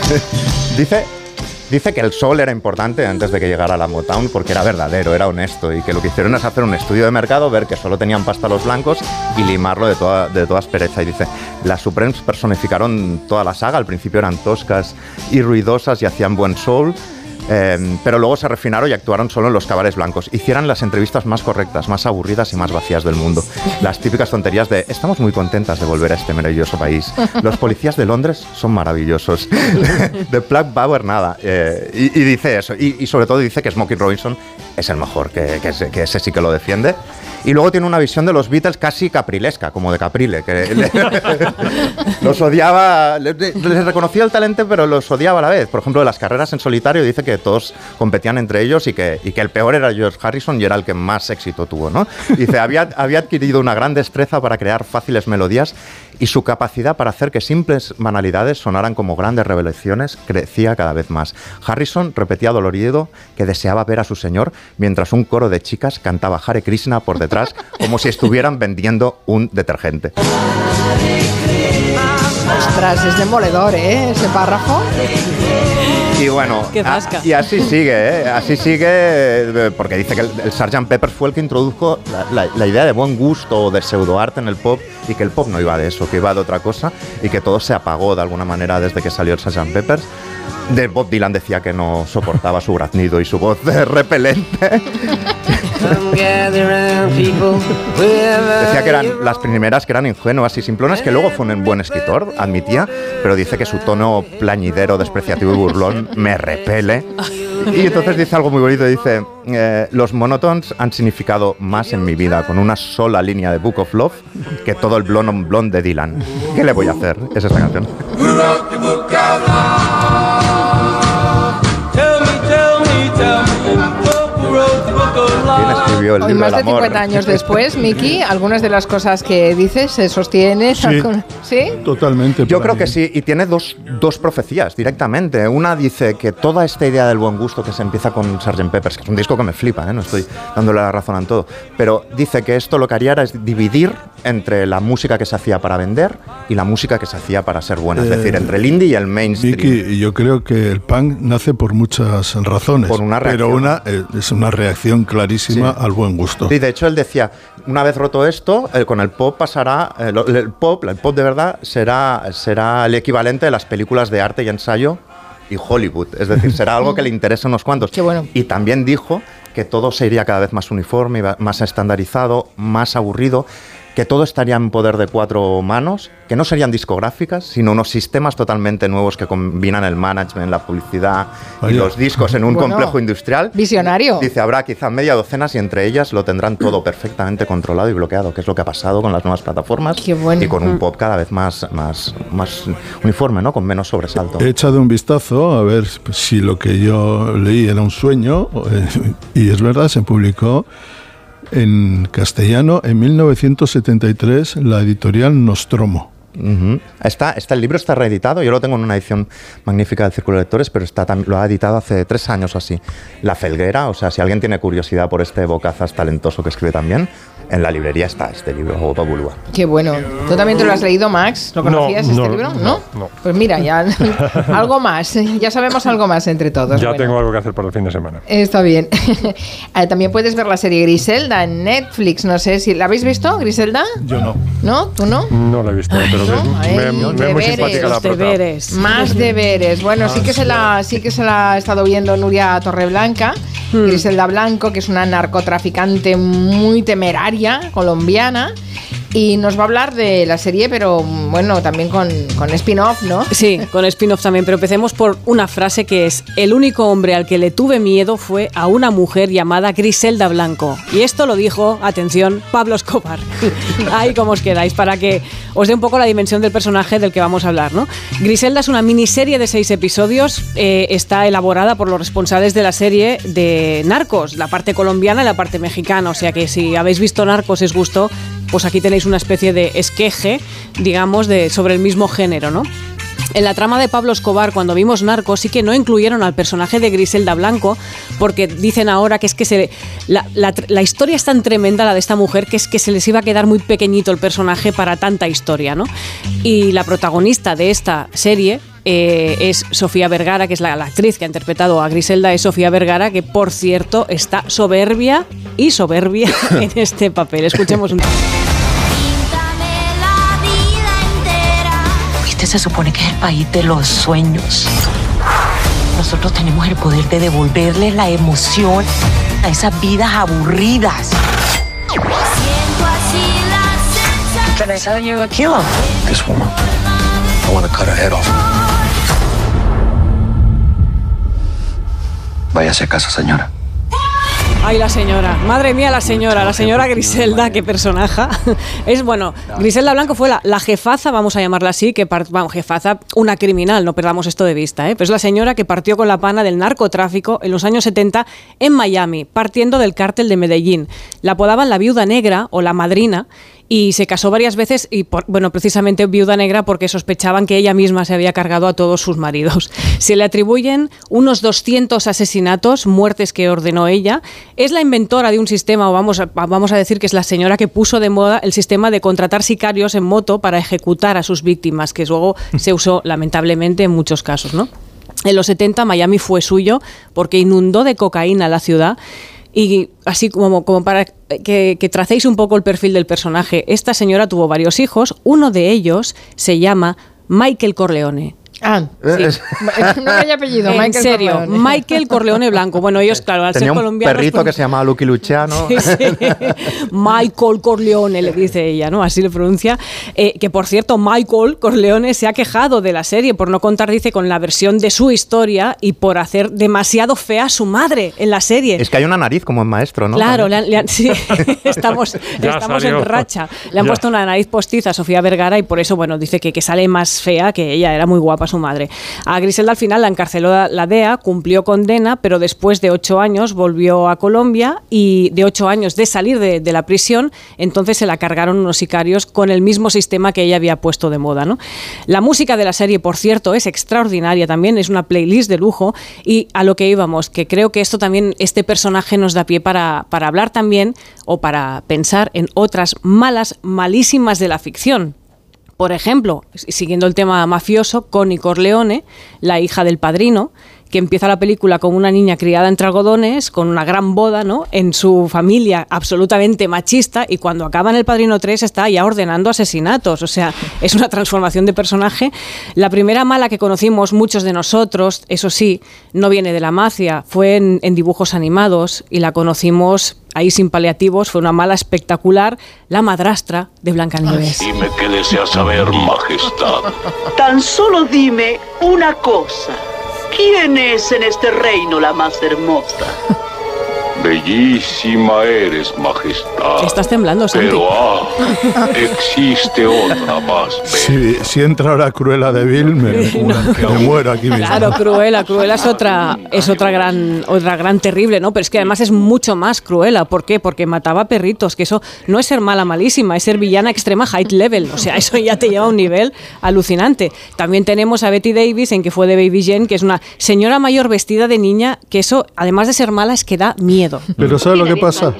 Dice que el soul era importante antes de que llegara la Motown porque era verdadero, era honesto, y que lo que hicieron es hacer un estudio de mercado, ver que solo tenían pasta los blancos y limarlo de toda aspereza. Y dice, las Supremes personificaron toda la saga. Al principio eran toscas y ruidosas y hacían buen soul, pero luego se refinaron y actuaron solo en los cabarets blancos. Hicieran las entrevistas más correctas, más aburridas y más vacías del mundo. Las típicas tonterías de estamos muy contentas de volver a este maravilloso país. Los policías de Londres son maravillosos. De Black Power nada. Y dice eso. Y sobre todo dice que Smokey Robinson es el mejor, que ese sí que lo defiende. Y luego tiene una visión de los Beatles casi caprilesca, como de Caprile, que los odiaba, les reconocía el talento, pero los odiaba a la vez. Por ejemplo, de las carreras en solitario dice que todos competían entre ellos y que el peor era George Harrison y era el que más éxito tuvo, ¿no? Dice, había adquirido una gran destreza para crear fáciles melodías y su capacidad para hacer que simples banalidades sonaran como grandes revelaciones crecía cada vez más. Harrison repetía dolorido que deseaba ver a su señor mientras un coro de chicas cantaba Hare Krishna por detrás como si estuvieran vendiendo un detergente. Ostras, es demoledor, ¿eh? Ese párrafo. Y bueno, y así sigue, porque dice que el Sgt. Pepper fue el que introdujo la idea de buen gusto o de pseudoarte en el pop, y que el pop no iba de eso, que iba de otra cosa, y que todo se apagó de alguna manera desde que salió el Sgt. Pepper. De Bob Dylan decía que no soportaba su graznido y su voz repelente. Decía que eran las primeras que eran ingenuas y simplonas, que luego fue un buen escritor, admitía, pero dice que su tono plañidero, despreciativo y burlón me repele. Y entonces dice algo muy bonito, dice, los Monotones han significado más en mi vida con una sola línea de Book of Love que todo el Blonde on Blonde de Dylan. ¿Qué le voy a hacer? Es esta canción. ¿Quién escribió el libro Más del de amor? 50 años después, Miki, algunas de las cosas que dices se sostienen. Sí, ¿Sí? Totalmente. Yo creo que sí, y tiene dos profecías directamente. Una dice que toda esta idea del buen gusto que se empieza con Sgt. Pepper's, que es un disco que me flipa, no estoy dándole la razón en todo, pero dice que esto lo que haría era dividir entre la música que se hacía para vender y la música que se hacía para ser buena, es decir, entre el indie y el mainstream. Vicky, yo creo que el punk nace por muchas razones, por una reacción. pero una es una reacción clarísima al buen gusto. Sí, de hecho él decía, una vez roto esto, con el pop pasará, el pop de verdad será el equivalente de las películas de arte y ensayo y Hollywood, es decir, será algo que le interese a unos cuantos. Qué bueno. Y también dijo que todo sería cada vez más uniforme, más estandarizado, más aburrido, que todo estaría en poder de 4 manos, que no serían discográficas, sino unos sistemas totalmente nuevos que combinan el management, la publicidad y los discos en un complejo industrial. Visionario. Dice, habrá quizá media docena y entre ellas lo tendrán todo perfectamente controlado y bloqueado, que es lo que ha pasado con las nuevas plataformas. Qué bueno. Y con un pop cada vez más uniforme, ¿no? Con menos sobresalto. He echado un vistazo a ver si lo que yo leí era un sueño, y es verdad, se publicó en castellano en 1973 la editorial Nostromo. El libro está reeditado, yo lo tengo en una edición magnífica del Círculo de Lectores, pero lo ha editado hace 3 años o así. La Felguera, o sea, si alguien tiene curiosidad por este bocazas talentoso que escribe también, en la librería está este libro, Ogotobulua. Qué bueno. ¿Tú también te lo has leído, Max? ¿Lo conocías este libro? ¿No? Pues mira, ya algo más. Ya sabemos algo más entre todos. Ya tengo algo que hacer para el fin de semana. Está bien. También puedes ver la serie Griselda en Netflix. No sé si la habéis visto, Griselda. Yo no. ¿No? ¿Tú no? No la he visto, pero me es muy simpática la prota. Más deberes. Bueno, sí que se la ha estado viendo Nuria Torreblanca. Griselda Blanco, que es una narcotraficante muy temeraria, colombiana, y nos va a hablar de la serie, pero bueno, también con spin-off, ¿no? Sí, con spin-off también, pero empecemos por una frase que es: el único hombre al que le tuve miedo fue a una mujer llamada Griselda Blanco. Y esto lo dijo, atención, Pablo Escobar. Ahí como os quedáis, para que os dé un poco la dimensión del personaje del que vamos a hablar, ¿no? Griselda es una miniserie de 6 episodios, está elaborada por los responsables de la serie de Narcos, la parte colombiana y la parte mexicana, o sea que si habéis visto Narcos y os gustó, pues aquí tenéis una especie de esqueje, digamos, sobre el mismo género, ¿no? En la trama de Pablo Escobar, cuando vimos Narcos, sí que no incluyeron al personaje de Griselda Blanco, porque dicen ahora que es que la historia es tan tremenda, la de esta mujer, que es que se les iba a quedar muy pequeñito el personaje para tanta historia, ¿no? Y la protagonista de esta serie es Sofía Vergara, que es la actriz que ha interpretado a Griselda, es Sofía Vergara, que por cierto está soberbia en este papel. Escuchemos un... Este se supone que es el país de los sueños. Nosotros tenemos el poder de devolverle la emoción a esas vidas aburridas. Can I tell you a killer? This woman, I want to cut her head off. Váyase a casa, señora. Ay, la señora, madre mía, la señora Griselda, qué personaje. Es bueno, Griselda Blanco fue la jefaza, vamos a llamarla así, jefaza, una criminal, no perdamos esto de vista, pero es la señora que partió con la pana del narcotráfico en los años 70 en Miami, partiendo del cártel de Medellín. La apodaban la viuda negra o la madrina, y se casó varias veces, y precisamente viuda negra porque sospechaban que ella misma se había cargado a todos sus maridos. Se le atribuyen unos 200 asesinatos, muertes que ordenó ella. Es la inventora de un sistema, o vamos a decir que es la señora que puso de moda el sistema de contratar sicarios en moto para ejecutar a sus víctimas, que luego se usó lamentablemente en muchos casos, ¿no? En los 70 Miami fue suyo porque inundó de cocaína la ciudad. Y así como para que tracéis un poco el perfil del personaje, esta señora tuvo varios hijos. Uno de ellos se llama Michael Corleone. Ah, sí. No hay apellido, en Michael serio, Corleone. Michael Corleone Blanco. Bueno, ellos, claro, al Tenía ser un colombianos... perrito que se llamaba Lucky Luciano. Sí, sí. Michael Corleone, le dice ella, ¿no? Así le pronuncia. Que, por cierto, Michael Corleone se ha quejado de la serie por no contar, dice, con la versión de su historia y por hacer demasiado fea a su madre en la serie. Es que hay una nariz como en Maestro, ¿no? Claro, sí, estamos en racha. Le han puesto una nariz postiza a Sofía Vergara y por eso, bueno, dice que sale más fea, que ella era muy guapa su madre. A Griselda al final la encarceló la DEA, cumplió condena, pero después de 8 años volvió a Colombia y de 8 años de salir de la prisión, entonces se la cargaron unos sicarios con el mismo sistema que ella había puesto de moda, ¿no? La música de la serie, por cierto, es extraordinaria también, es una playlist de lujo y a lo que íbamos, que creo que esto también, este personaje nos da pie para hablar también o para pensar en otras malísimas de la ficción. Por ejemplo, siguiendo el tema mafioso, Connie Corleone, la hija del padrino, que empieza la película con una niña criada entre algodones, con una gran boda, ¿no?, en su familia absolutamente machista, y cuando acaba en El Padrino 3 está ya ordenando asesinatos. O sea, es una transformación de personaje. La primera mala que conocimos muchos de nosotros, eso sí, no viene de la mafia, fue en dibujos animados y la conocimos ahí sin paliativos, fue una mala espectacular, la madrastra de Blancanieves. Dime qué deseas saber, majestad. Tan solo dime una cosa. ¿Quién es en este reino la más hermosa? Bellísima eres, majestad. Estás temblando, Santi. Pero existe otra más. Si entra ahora Cruella de Vil, me muero aquí mismo. Claro, Cruella es otra gran terrible, ¿no? Pero es que además es mucho más Cruella. ¿Por qué? Porque mataba perritos, que eso no es ser mala malísima, es ser villana extrema high level. O sea, eso ya te lleva a un nivel alucinante. También tenemos a Betty Davis, en que fue de Baby Jane, que es una señora mayor vestida de niña, que eso, además de ser mala, es que da miedo. Pero ¿sabes lo que pasa?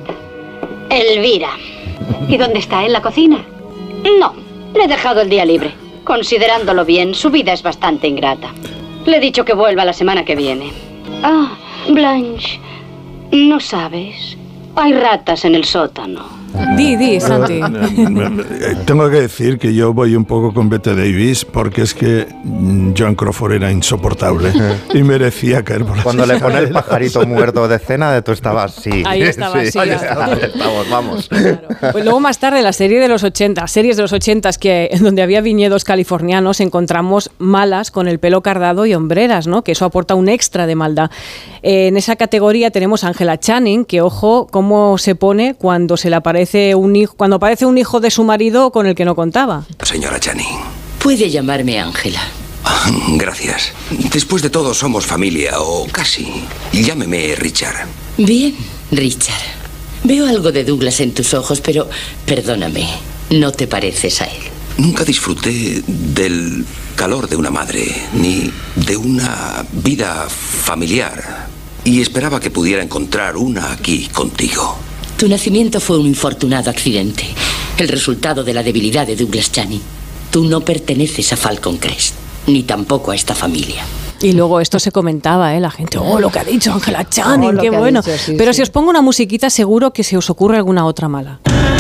Elvira. ¿Y dónde está? ¿En la cocina? No, le he dejado el día libre. Considerándolo bien, su vida es bastante ingrata. Le he dicho que vuelva la semana que viene. Ah, Blanche, ¿no sabes? Hay ratas en el sótano. Di, Santi. Tengo que decir que yo voy un poco con Bette Davis porque es que Joan Crawford era insoportable y merecía caer por la Cuando le pone el pajarito muerto de cena, tú estabas así. Ahí estaba, sí. Estamos, vamos. Claro. Pues luego más tarde, la serie de los 80, series de los 80 donde había viñedos californianos, encontramos malas con el pelo cardado y hombreras, ¿no? Que eso aporta un extra de maldad. En esa categoría tenemos a Angela Channing, que ojo cómo se pone cuando se le aparece cuando aparece un hijo de su marido con el que no contaba. Señora Channing. Puede llamarme Ángela. Gracias. Después de todo somos familia, o casi. Llámeme Richard. Bien, Richard. Veo algo de Douglas en tus ojos, pero perdóname, no te pareces a él. Nunca disfruté del calor de una madre, ni de una vida familiar. Y esperaba que pudiera encontrar una aquí contigo. Tu nacimiento fue un infortunado accidente, el resultado de la debilidad de Douglas Channing. Tú no perteneces a Falcon Crest, ni tampoco a esta familia. Y luego esto se comentaba, la gente, lo que ha dicho Angela Channing, qué bueno. Dicho, sí, pero sí. Si os pongo una musiquita, seguro que se os ocurre alguna otra mala.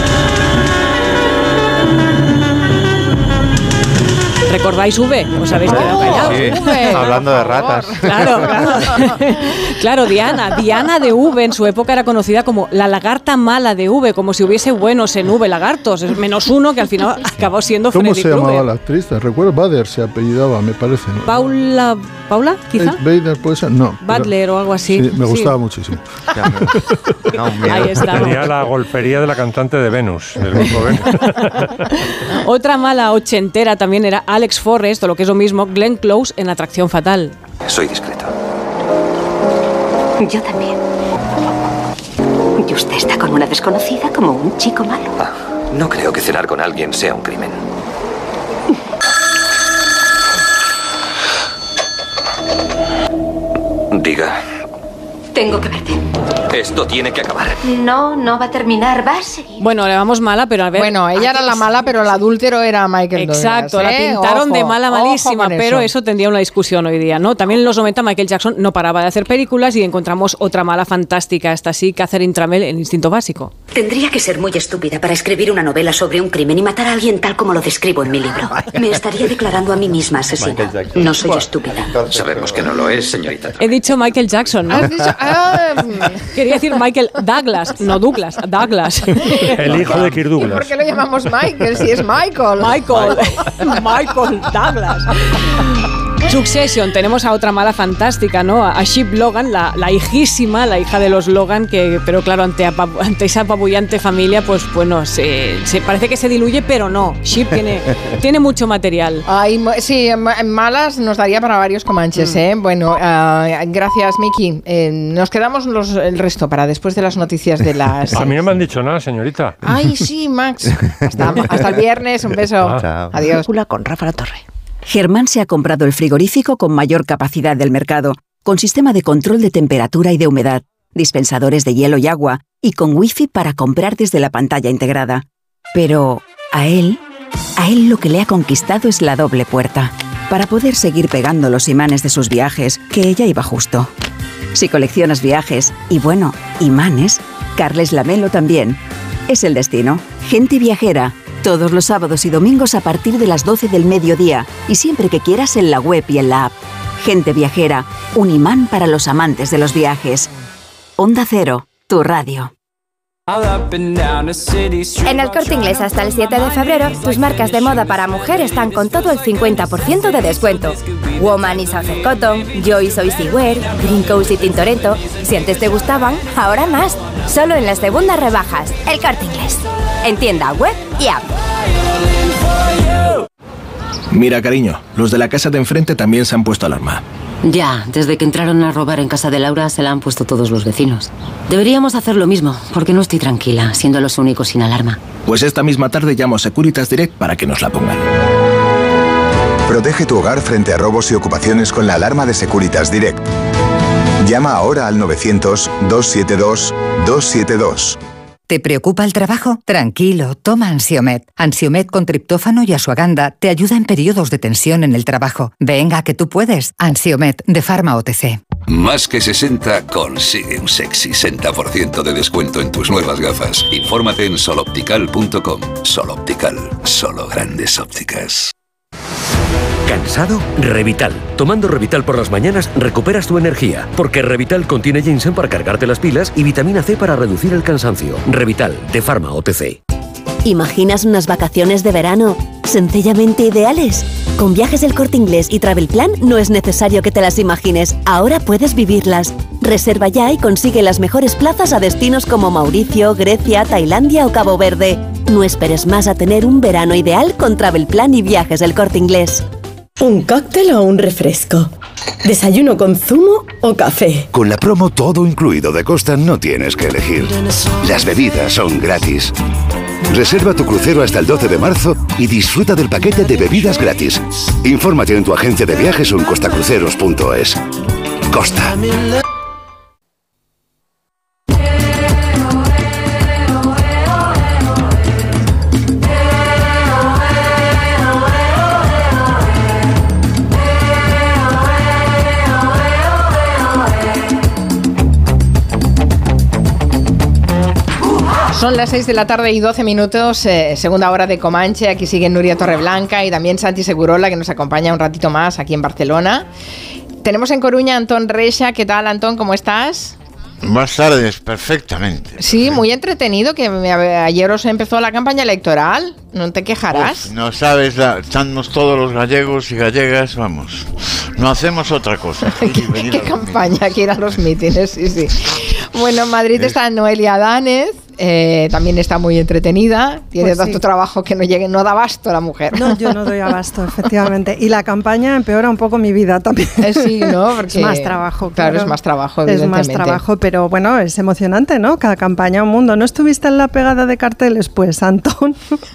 ¿Recordáis V? ¿Os habéis quedado callados? Sí. V, hablando de ratas. Claro, Diana de V en su época era conocida como la lagarta mala de V, como si hubiese buenos en V, lagartos, menos uno que al final acabó siendo Freddy Krueger. ¿Cómo se llamaba la actriz? Recuerdo, Bader se apellidaba, me parece, ¿no? ¿Paula, quizá? Bader, ¿puede ser? No. Butler o algo así. Sí, me gustaba muchísimo. Ahí está. Sería la golfería de la cantante de Venus, del grupo Venus. Otra mala ochentera también era Alex Forrest, o lo que es lo mismo, Glenn Close en Atracción Fatal. Soy discreto. Yo también. ¿Y usted está con una desconocida como un chico malo? No creo que cenar con alguien sea un crimen. Diga. Tengo que verte. Esto tiene que acabar. No va a terminar, va a seguir. Bueno, le vamos mala, pero a ver... Bueno, ella era la mala, pero el adúltero era Michael Douglas. Exacto, la pintaron de mala malísima, pero eso tendría una discusión hoy día, ¿no? También en los 90 Michael Jackson no paraba de hacer películas y encontramos otra mala fantástica, esta sí, Catherine Tramell en Instinto Básico. Tendría que ser muy estúpida para escribir una novela sobre un crimen y matar a alguien tal como lo describo en mi libro. Me estaría declarando a mí misma asesina. No soy estúpida. Sabemos que no lo es, señorita. He dicho Michael Jackson, ¿no? ¿Has dicho? Quería decir Michael Douglas, no Douglas, Douglas. El hijo de Kirk Douglas. ¿Y por qué lo llamamos Michael si es Michael? Michael Douglas. Succession, tenemos a otra mala fantástica, ¿no? A Shiv Logan, la hijísima, la hija de los Logan, pero claro, ante esa apabullante familia, pues bueno, se parece que se diluye, pero no. Shiv tiene mucho material. Ay, sí, malas nos daría para varios Comanches, ¿eh? Bueno, gracias, Miki. Nos quedamos el resto para después de las noticias de las... A mí no me han dicho nada, señorita. Ay, sí, Max. Hasta el viernes, un beso. Chao. Adiós. Con Rafa La Torre. Germán se ha comprado el frigorífico con mayor capacidad del mercado, con sistema de control de temperatura y de humedad, dispensadores de hielo y agua, y con wifi para comprar desde la pantalla integrada. Pero a él lo que le ha conquistado es la doble puerta, para poder seguir pegando los imanes de sus viajes, que ella iba justo. Si coleccionas viajes, y bueno, imanes, Carles Lamelo también. Es el destino. Gente viajera. Todos los sábados y domingos a partir de las 12 del mediodía y siempre que quieras en la web y en la app. Gente viajera, un imán para los amantes de los viajes. Onda Cero, tu radio. En el Corte Inglés hasta el 7 de febrero, tus marcas de moda para mujer están con todo el 50% de descuento. Woman y Southern Cotton, Joyce o Easywear, Green Coast y Tintoretto. Si antes te gustaban, ahora más. Solo en las segundas rebajas. El Corte Inglés. En tienda, web y app. Mira, cariño, los de la casa de enfrente también se han puesto alarma. Ya, desde que entraron a robar en casa de Laura se la han puesto todos los vecinos. Deberíamos hacer lo mismo, porque no estoy tranquila, siendo los únicos sin alarma. Pues esta misma tarde llamo a Securitas Direct para que nos la pongan. Protege tu hogar frente a robos y ocupaciones con la alarma de Securitas Direct. Llama ahora al 900-272-272. ¿Te preocupa el trabajo? Tranquilo, toma Ansiomet. Ansiomet con triptófano y asuaganda te ayuda en periodos de tensión en el trabajo. Venga, que tú puedes. Ansiomet, de Pharma OTC. Más que 60 consigue un sexy 60% de descuento en tus nuevas gafas. Infórmate en soloptical.com. Soloptical, solo grandes ópticas. ¿Cansado? Revital. Tomando Revital por las mañanas recuperas tu energía, porque Revital contiene ginseng para cargarte las pilas y vitamina C para reducir el cansancio. Revital, de Pharma OTC. ¿Imaginas unas vacaciones de verano sencillamente ideales? Con Viajes del Corte Inglés y Travel Plan no es necesario que te las imagines. Ahora puedes vivirlas. Reserva ya y consigue las mejores plazas a destinos como Mauricio, Grecia, Tailandia o Cabo Verde. No esperes más a tener un verano ideal con Travel Plan y Viajes del Corte Inglés. ¿Un cóctel o un refresco? ¿Desayuno con zumo o café? Con la promo Todo Incluido de Costa no tienes que elegir. Las bebidas son gratis. Reserva tu crucero hasta el 12 de marzo y disfruta del paquete de bebidas gratis. Infórmate en tu agencia de viajes o en costacruceros.es. Costa. Son las 6 de la tarde y 12 minutos, segunda hora de Comanche. Aquí sigue Nuria Torreblanca y también Santi Segurola, que nos acompaña un ratito más aquí en Barcelona. Tenemos en Coruña a Antón Reixa. ¿Qué tal, Antón? ¿Cómo estás? Buenas tardes, perfectamente. Sí, muy entretenido, que ayer os empezó la campaña electoral. ¿No te quejarás? Uf, no sabes, estamos todos los gallegos y gallegas, vamos, no hacemos otra cosa. ¿Qué campaña? Que ir a los mítines, sí. Bueno, en Madrid está Noelia Danez. También está muy entretenida. Tiene Pues tanto sí. trabajo que no da abasto la mujer. No, yo no doy abasto, efectivamente. Y la campaña empeora un poco mi vida también. Sí, ¿no? Porque, es más trabajo. Claro, es más trabajo, Es evidentemente. más trabajo, pero bueno, es emocionante, ¿no? Cada campaña un mundo. ¿No estuviste en la pegada de carteles? Pues, Antón.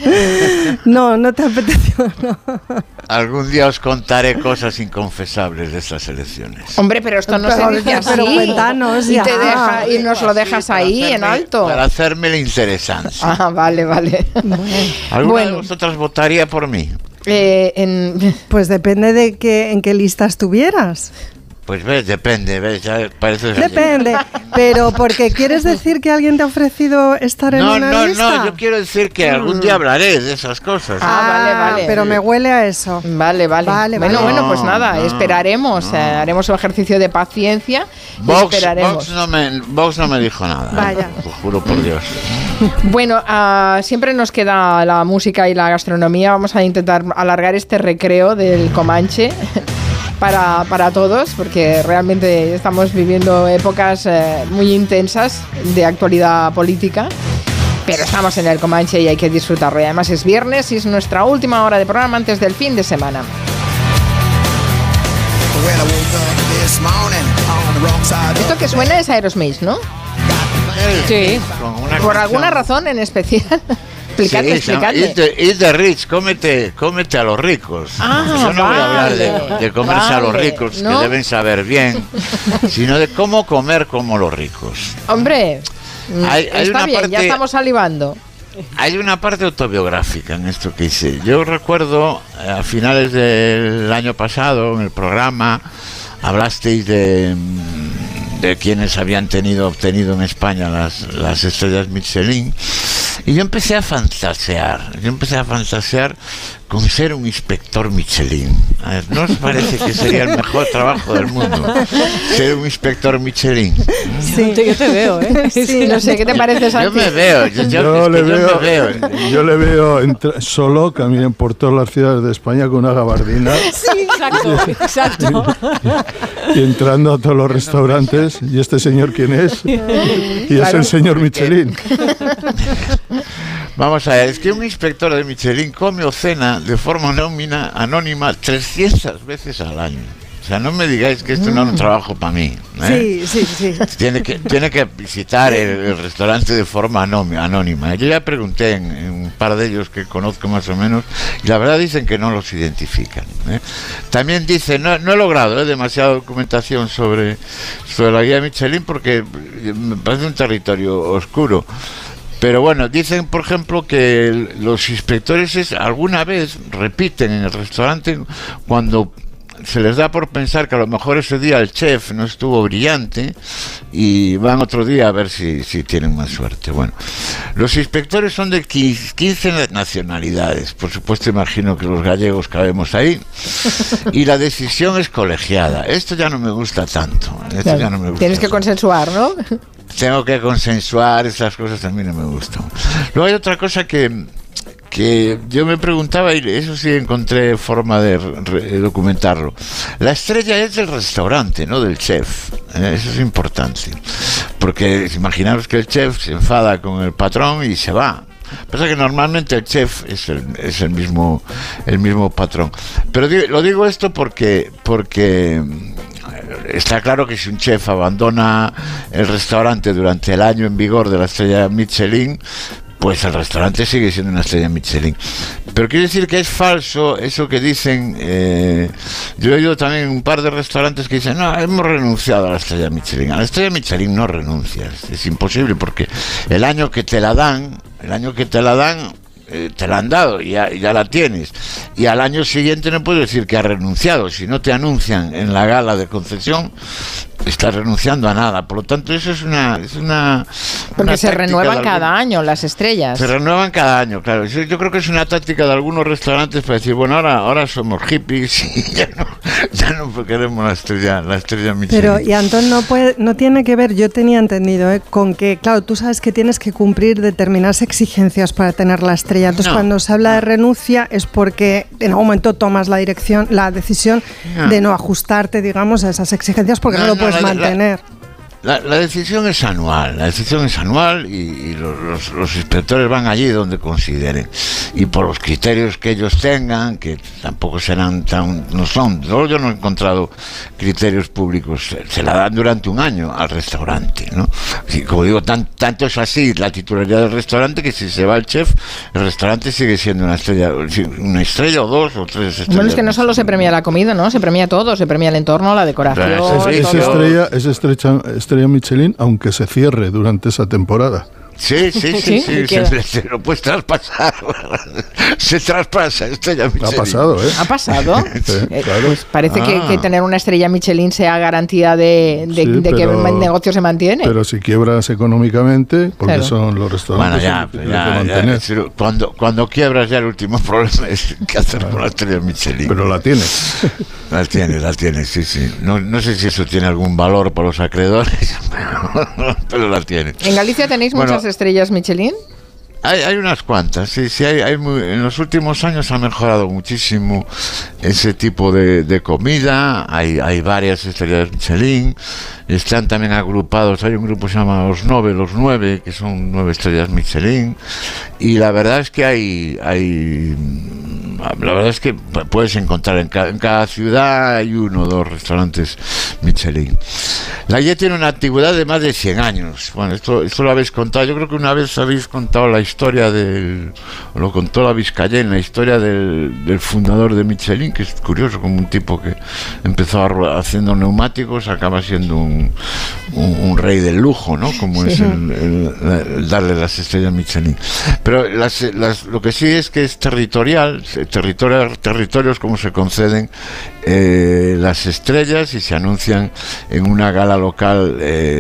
No te apeteció, no. Algún día os contaré cosas inconfesables de estas elecciones. Hombre, pero esto no se dice así. Pero cuéntanos y, ya. y nos lo dejas ahí en alto. Para hacerme el interesante. Ah, vale. ¿Alguna de vosotras votaría por mí? Pues depende de en qué lista estuvieras. Pues depende, ya parece... Depende, pero porque ¿quieres decir que alguien te ha ofrecido estar en una lista? No, yo quiero decir que algún día hablaré de esas cosas. Vale. Pero me huele a eso. Vale. Bueno, pues nada, esperaremos, haremos un ejercicio de paciencia y esperaremos. Vox no me dijo nada. Vaya. Lo juro por Dios. Bueno, siempre nos queda la música y la gastronomía. Vamos a intentar alargar este recreo del Comanche para todos, porque realmente estamos viviendo épocas muy intensas de actualidad política, pero estamos en el Comanche y hay que disfrutarlo. Y además es viernes y es nuestra última hora de programa antes del fin de semana. Esto que suena es Aerosmith, ¿no? Sí. Por alguna razón en especial. Explicadme. Eat the rich, cómete a los ricos. Yo no voy a hablar de comerse a los ricos, ¿no? Que deben saber bien, sino de cómo comer como los ricos. Hombre, hay está bien, ya estamos salivando. Hay una parte autobiográfica en esto que hice. Yo recuerdo a finales del año pasado, en el programa, hablasteis de quienes habían obtenido en España las estrellas Michelin. Y yo empecé a fantasear con ser un inspector Michelin. ¿No os parece que sería el mejor trabajo del mundo? Ser un inspector Michelin. Sí, yo te veo, ¿eh? Sí, no sé, ¿qué te parece, Santi? Yo me veo. Yo le veo solo, caminen por todas las ciudades de España con una gabardina. Sí, exacto. Y entrando a todos los restaurantes. ¿Y este señor quién es? Y es el señor Michelin. Vamos a ver, es que un inspector de Michelin come o cena de forma anónima 300 veces al año. O sea, no me digáis que esto no es un trabajo para mí. Sí. Tiene que visitar el restaurante de forma anónima. Yo ya pregunté en un par de ellos que conozco más o menos, y la verdad dicen que no los identifican. También dicen, no he logrado demasiada documentación sobre la guía Michelin porque me parece un territorio oscuro. Pero bueno, dicen, por ejemplo, que los inspectores alguna vez repiten en el restaurante cuando se les da por pensar que a lo mejor ese día el chef no estuvo brillante y van otro día a ver si tienen más suerte. Bueno, los inspectores son de 15 nacionalidades, por supuesto imagino que los gallegos cabemos ahí, y la decisión es colegiada. Esto ya no me gusta tanto. Tienes que consensuar, ¿no? Tengo que consensuar, esas cosas a mí no me gustan. Luego hay otra cosa que yo me preguntaba, y eso sí encontré forma de documentarlo. La estrella es del restaurante, no del chef. Eso es importante. Porque imaginaros que el chef se enfada con el patrón y se va. Pasa que normalmente el chef es el mismo patrón. Pero lo digo esto porque está claro que si un chef abandona el restaurante durante el año en vigor de la estrella Michelin, pues el restaurante sigue siendo una estrella Michelin. Pero quiero decir que es falso eso que dicen. Yo he oído también un par de restaurantes que dicen, no, hemos renunciado a la estrella Michelin. A la estrella Michelin no renuncias, es imposible, porque el año que te la dan, te la han dado y ya la tienes, y al año siguiente no puedes decir que has renunciado. Si no te anuncian en la gala de concesión, estás renunciando a nada. Por lo tanto, eso es una porque se renuevan cada año las estrellas. Se renuevan cada año, claro. Yo creo que es una táctica de algunos restaurantes para decir, bueno, ahora somos hippies y ya no queremos la estrella Michelin. Pero, y Antón, no tiene que ver, yo tenía entendido, con que, claro, tú sabes que tienes que cumplir determinadas exigencias para tener la estrella. Entonces, cuando se habla de renuncia es porque en algún momento tomas la decisión de no ajustarte, digamos, a esas exigencias porque no lo puedes mantener. La decisión es anual, y los inspectores van allí donde consideren, y por los criterios que ellos tengan, que tampoco serán no son, yo no he encontrado criterios públicos, se la dan durante un año al restaurante, ¿no? Y como digo, tanto es así la titularidad del restaurante, que si se va el chef, el restaurante sigue siendo una estrella o 2 o 3 estrellas. Bueno, es que no solo se premia la comida, ¿no? Se premia todo, se premia el entorno, la decoración. Es estrella Michelin, aunque se cierre durante esa temporada. Sí, se lo puedes traspasar. Se traspasa estrella Michelin. Ha pasado, ¿eh? ¿Ha pasado? Sí, claro. Pues parece que tener una estrella Michelin sea garantía de que el negocio se mantiene. Pero si quiebras económicamente, porque claro, son los restaurantes. Ya, cuando quiebras ya el último problema es qué hacer con la estrella Michelin. Pero la tienes. La tiene, sí. No sé si eso tiene algún valor para los acreedores, pero la tiene. ¿En Galicia tenéis muchas estrellas Michelin? Hay unas cuantas, sí, en los últimos años ha mejorado muchísimo ese tipo de comida, hay varias estrellas Michelin, están también agrupados, hay un grupo que se llama Los 9, que son 9 estrellas Michelin, y la verdad es que la verdad es que puedes encontrar en cada ciudad hay 1 o 2 restaurantes Michelin. La guía tiene una antigüedad de más de 100 años. Bueno, esto lo habéis contado. Yo creo que una vez habéis contado la historia lo contó la Vizcayén, la historia del fundador de Michelin, que es curioso, como un tipo que empezó haciendo neumáticos, acaba siendo un rey del lujo, ¿no? Como es el darle las estrellas Michelin. Pero lo que sí es que es territorios como se conceden las estrellas y se anuncian en una gala local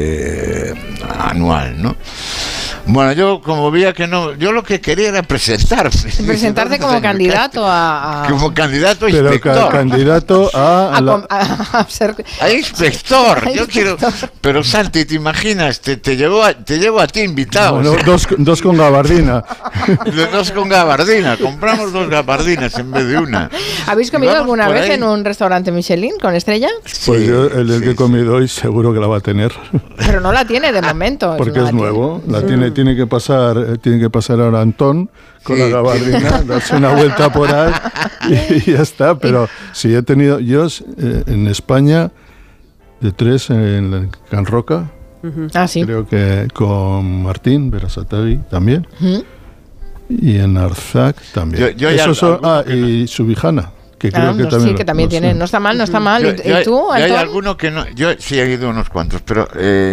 anual, ¿no? Bueno, yo como veía que no, yo lo que quería era presentarme. Presentarte como candidato a... Como candidato a inspector. Pero candidato a ser... A inspector. Yo quiero... Pero Santi, ¿te imaginas? Te llevo a ti invitado. Bueno, dos con gabardina. 2 con gabardina. Compramos 2 gabardinas en vez de una. ¿Habéis comido alguna vez en un restaurante Michelin con estrella? Pues yo el que he comido hoy seguro que la va a tener. Pero no la tiene de momento. Porque es nuevo. Tiene que pasar ahora Antón con la gabardina, darse una vuelta por ahí y ya está. Pero si he tenido yo en España de 3 en Can Roca, creo que con Martín Berasategui también, y en Arzac también. Y Subijana. Que creo que también, que también tiene, no está mal. ¿Y tú, Antón? Hay alguno que no, yo sí he ido unos cuantos, pero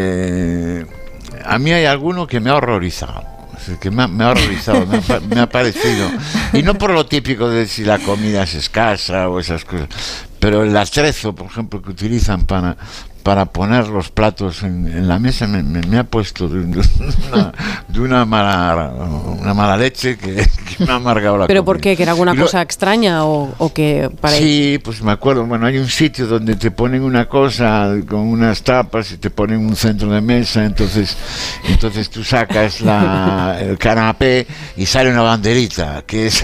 a mí hay alguno que me ha horrorizado. Que me ha horrorizado, me ha parecido. Y no por lo típico de si la comida es escasa o esas cosas, pero el atrezo, por ejemplo, que utilizan para poner los platos en la mesa me ha puesto de una mala leche que me ha amargado la ¿Pero comida. por qué? ¿Que era alguna cosa extraña o que para Sí, pues me acuerdo, bueno, hay un sitio donde te ponen una cosa con unas tapas y te ponen un centro de mesa, entonces tú sacas el canapé y sale una banderita, que es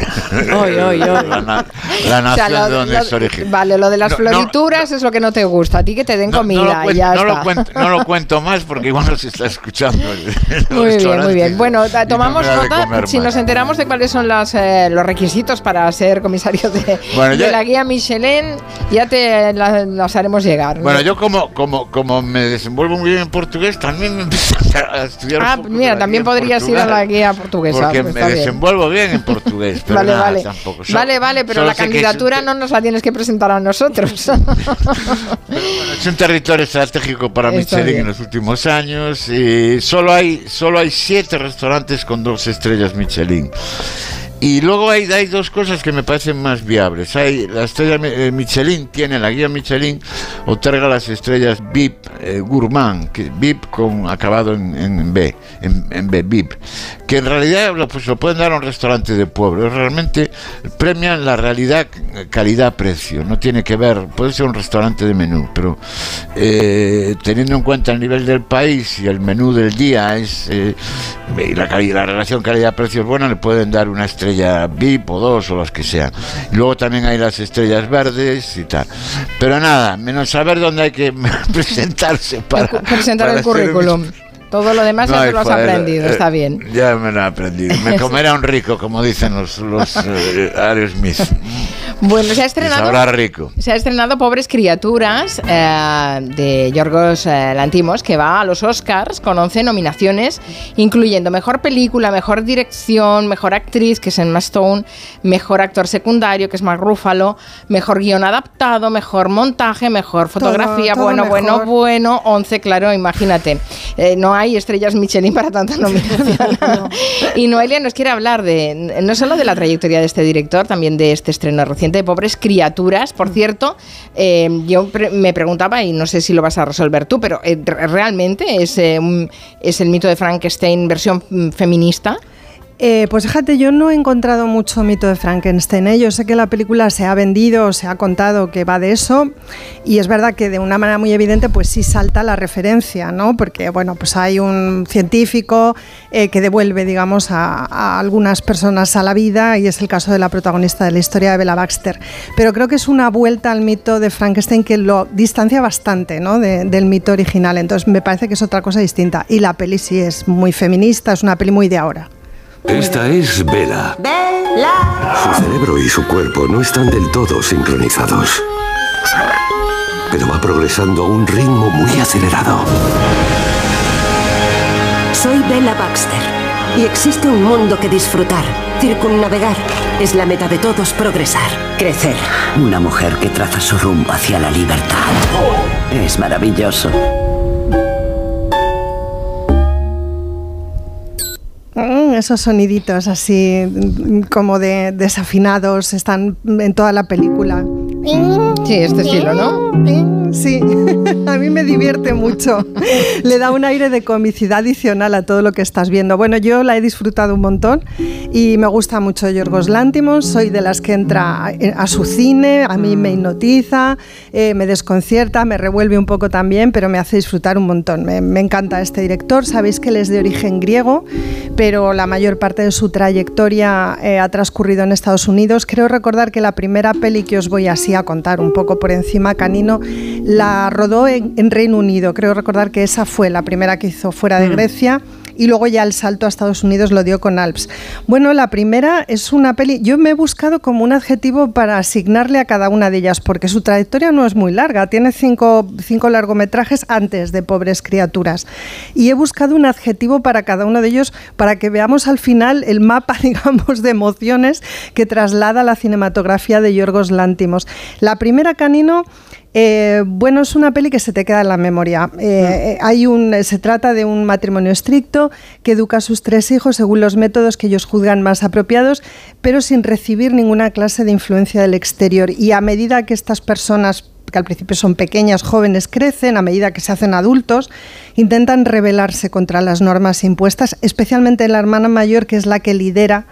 la nación de donde es origen. Vale, lo de las florituras es lo que no te gusta, a ti que te den comida. No lo cuento más porque igual no se está escuchando. Muy bien. Bueno, tomamos nota. Si nos enteramos de cuáles son los requisitos para ser comisario de la guía Michelin, ya te las haremos llegar, ¿no? Bueno, yo como me desenvuelvo muy bien en portugués, también me empiezo a estudiar. Mira, también podrías ir a la guía portuguesa. Porque me desenvuelvo bien en portugués. Pero vale. Tampoco. Vale, pero la candidatura no nos la tienes que presentar a nosotros. Es un territorio estratégico para Michelin en los últimos años y solo hay 7 restaurantes con 2 estrellas Michelin. Y luego hay 2 cosas que me parecen más viables. Hay la estrella Michelin, la guía Michelin otorga las estrellas VIP Gourmand, que VIP con acabado en B, VIP, que en realidad pues lo pueden dar a un restaurante de pueblo. Realmente premian la realidad calidad-precio. No tiene que ver, puede ser un restaurante de menú, pero teniendo en cuenta el nivel del país y el menú del día y la relación calidad-precio es buena, le pueden dar una estrella estrella VIP o 2 o las que sean. Y luego también hay las estrellas verdes y tal. Pero nada, menos saber dónde hay que presentarse para presentar el currículum. Todo lo demás ya te lo has aprendido, está bien. Ya me lo he aprendido. Me comerá un rico, como dicen los Aerosmith. Bueno, se ha estrenado rico. Se ha estrenado Pobres Criaturas de Yorgos Lanthimos, que va a los Oscars con 11 nominaciones, incluyendo Mejor Película, Mejor Dirección, Mejor Actriz, que es Emma Stone, Mejor Actor Secundario, que es Mark Ruffalo, Mejor Guión Adaptado, Mejor Montaje, Mejor Fotografía, todo bueno, 11, claro, imagínate. No hay estrellas Michelin para tanta nominación. No. Y Noelia nos quiere hablar no solo de la trayectoria de este director, también de este estreno reciente de Pobres Criaturas. Por cierto, yo me preguntaba, y no sé si lo vas a resolver tú, pero ¿realmente es el mito de Frankenstein versión feminista? Pues fíjate, yo no he encontrado mucho mito de Frankenstein. Yo sé que la película se ha vendido, se ha contado que va de eso, y es verdad que de una manera muy evidente pues sí salta la referencia, ¿no? Porque bueno, pues hay un científico que devuelve, digamos, a algunas personas a la vida, y es el caso de la protagonista de la historia, de Bella Baxter. Pero creo que es una vuelta al mito de Frankenstein que lo distancia bastante, ¿no? del mito original. Entonces me parece que es otra cosa distinta. Y la peli sí es muy feminista, es una peli muy de ahora. Esta es Bella. ¡Bella! Su cerebro y su cuerpo no están del todo sincronizados, pero va progresando a un ritmo muy acelerado. Soy Bella Baxter y existe un mundo que disfrutar. Circunnavegar es la meta de todos, progresar, crecer. Una mujer que traza su rumbo hacia la libertad. Es maravilloso. Esos soniditos así como desafinados están en toda la película. Sí, este estilo, ¿no? Sí, a mí me divierte mucho. Le da un aire de comicidad adicional a todo lo que estás viendo. Bueno, yo la he disfrutado un montón y me gusta mucho Yorgos Lanthimos. Soy de las que entra a su cine, a mí me hipnotiza, me desconcierta, me revuelve un poco también, pero me hace disfrutar un montón. Me encanta este director. Sabéis que él es de origen griego, pero la mayor parte de su trayectoria ha transcurrido en Estados Unidos. Creo recordar que la primera peli que os voy así a contar un poco por encima, Canino, la rodó en Reino Unido. Creo recordar que esa fue la primera que hizo fuera de Grecia, y luego ya el salto a Estados Unidos lo dio con Alps. Bueno, la primera es una peli, yo me he buscado como un adjetivo para asignarle a cada una de ellas, porque su trayectoria no es muy larga, tiene cinco largometrajes antes de Pobres Criaturas, y he buscado un adjetivo para cada uno de ellos para que veamos al final el mapa, digamos, de emociones que traslada la cinematografía de Yorgos Lanthimos. La primera, Canino, bueno, es una peli que se te queda en la memoria. Se trata de un matrimonio estricto que educa a sus 3 hijos según los métodos que ellos juzgan más apropiados, pero sin recibir ninguna clase de influencia del exterior. Y a medida que estas personas, que al principio son pequeñas, jóvenes, crecen, a medida que se hacen adultos, intentan rebelarse contra las normas impuestas, especialmente la hermana mayor, que es la que lidera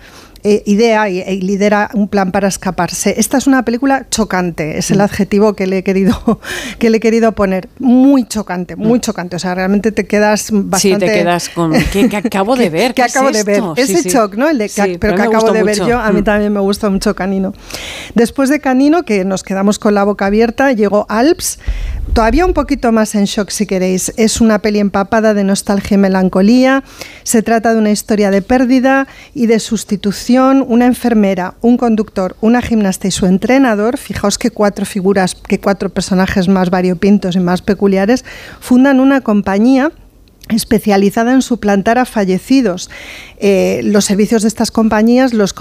lidera un plan para escaparse. Esta es una película chocante, es el adjetivo que le he querido poner. Muy chocante, muy chocante. O sea, realmente te quedas bastante... Sí, te quedas con... ¿Qué acabo de ver? ¿Qué acabo de ver? Ese shock, ¿no? Pero que acabo de ver yo, a mí también me gusta mucho Canino. Después de Canino, que nos quedamos con la boca abierta, llegó Alps, todavía un poquito más en shock si queréis. Es una peli empapada de nostalgia y melancolía. Se trata de una historia de pérdida y de sustitución. Una enfermera, un conductor, una gimnasta y su entrenador, fijaos que 4 personajes más variopintos y más peculiares, fundan una compañía especializada en suplantar a fallecidos. Los servicios de esta compañía, los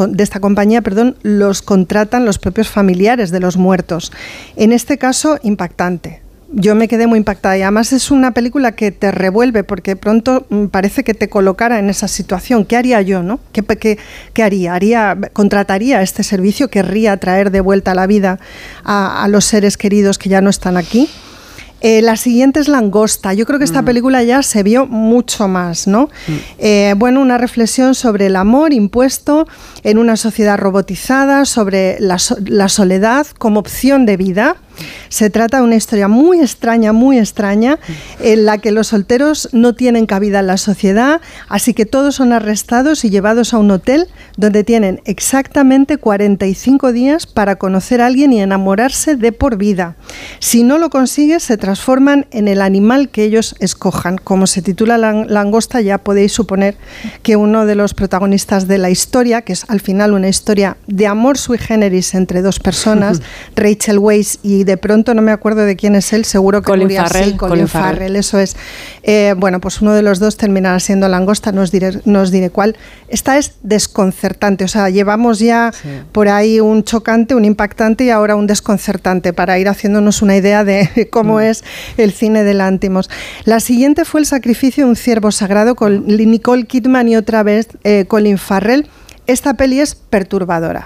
contratan los propios familiares de los muertos. En este caso, impactante. Yo me quedé muy impactada, y además es una película que te revuelve, porque pronto parece que te colocara en esa situación. ¿Qué haría yo, no? ¿Qué haría? ¿Contrataría este servicio? ¿Querría traer de vuelta a la vida a los seres queridos que ya no están aquí? La siguiente es Langosta. Yo creo que esta película ya se vio mucho más, ¿no? Bueno, una reflexión sobre el amor impuesto en una sociedad robotizada, sobre la soledad como opción de vida. Se trata de una historia muy extraña, en la que los solteros no tienen cabida en la sociedad, así que todos son arrestados y llevados a un hotel donde tienen exactamente 45 días para conocer a alguien y enamorarse de por vida. Si no lo consigues, se transforman en el animal que ellos escojan. Como se titula Langosta, ya podéis suponer que uno de los protagonistas de la historia, que es al final una historia de amor sui generis entre dos personas, Rachel Weisz y de pronto no me acuerdo de quién es él, seguro que Colin Farrell, eso es. Bueno, pues uno de los dos terminará siendo Langosta, no os diré cuál. Esta es desconcertante, o sea, llevamos ya por ahí un chocante, un impactante y ahora un desconcertante para ir haciéndonos una idea de cómo es el cine de Lántimos. La siguiente fue El sacrificio de un ciervo sagrado con Nicole Kidman y otra vez Colin Farrell. Esta peli es perturbadora.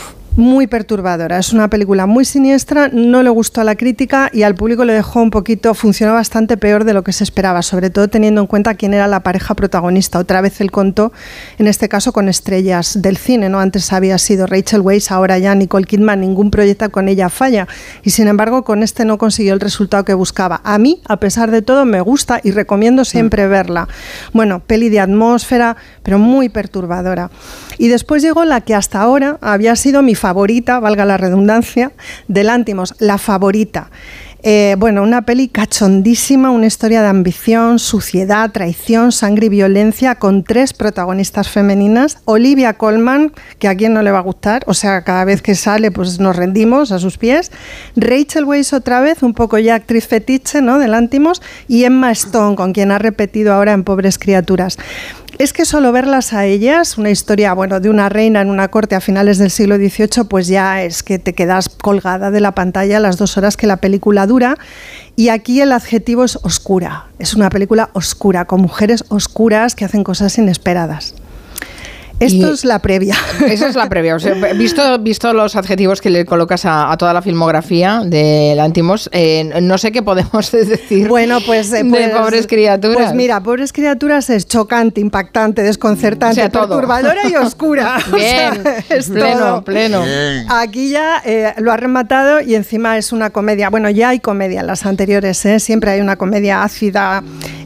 Muy perturbadora, es una película muy siniestra, no le gustó a la crítica y al público le dejó un poquito, funcionó bastante peor de lo que se esperaba, sobre todo teniendo en cuenta quién era la pareja protagonista. Otra vez él contó, en este caso con estrellas del cine, ¿no? Antes había sido Rachel Weisz, ahora ya Nicole Kidman, ningún proyecto con ella falla y sin embargo con este no consiguió el resultado que buscaba. A mí, a pesar de todo, me gusta y recomiendo siempre verla. Bueno, peli de atmósfera, pero muy perturbadora. Y después llegó la que hasta ahora había sido mi favorita, valga la redundancia, de Lántimos, La favorita. Bueno, una peli cachondísima, una historia de ambición, suciedad, traición, sangre y violencia con 3 protagonistas femeninas. Olivia Colman, que a quien no le va a gustar, o sea, cada vez que sale pues nos rendimos a sus pies. Rachel Weisz otra vez, un poco ya actriz fetiche, ¿no?, de Lántimos, y Emma Stone, con quien ha repetido ahora en Pobres criaturas. Es que solo verlas a ellas, una historia, bueno, de una reina en una corte a finales del siglo XVIII, pues ya es que te quedas colgada de la pantalla las 2 horas que la película dura. Y aquí el adjetivo es oscura. Es una película oscura, con mujeres oscuras que hacen cosas inesperadas. Esto es la previa. Eso es la previa. O sea, visto los adjetivos que le colocas a toda la filmografía de Lántimos, no sé qué podemos decir. Bueno, pues de Pobres criaturas. Pues mira, Pobres criaturas es chocante, impactante, desconcertante, o sea, perturbadora y oscura. Bien, o sea, es pleno. Bien. Aquí ya lo ha rematado y encima es una comedia. Bueno, ya hay comedia en las anteriores, siempre hay una comedia ácida,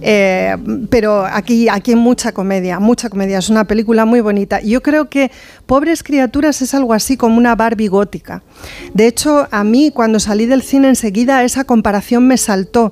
pero aquí hay mucha comedia. Es una película muy bonita. Yo creo que Pobres criaturas es algo así como una Barbie gótica. De hecho, a mí cuando salí del cine enseguida esa comparación me saltó.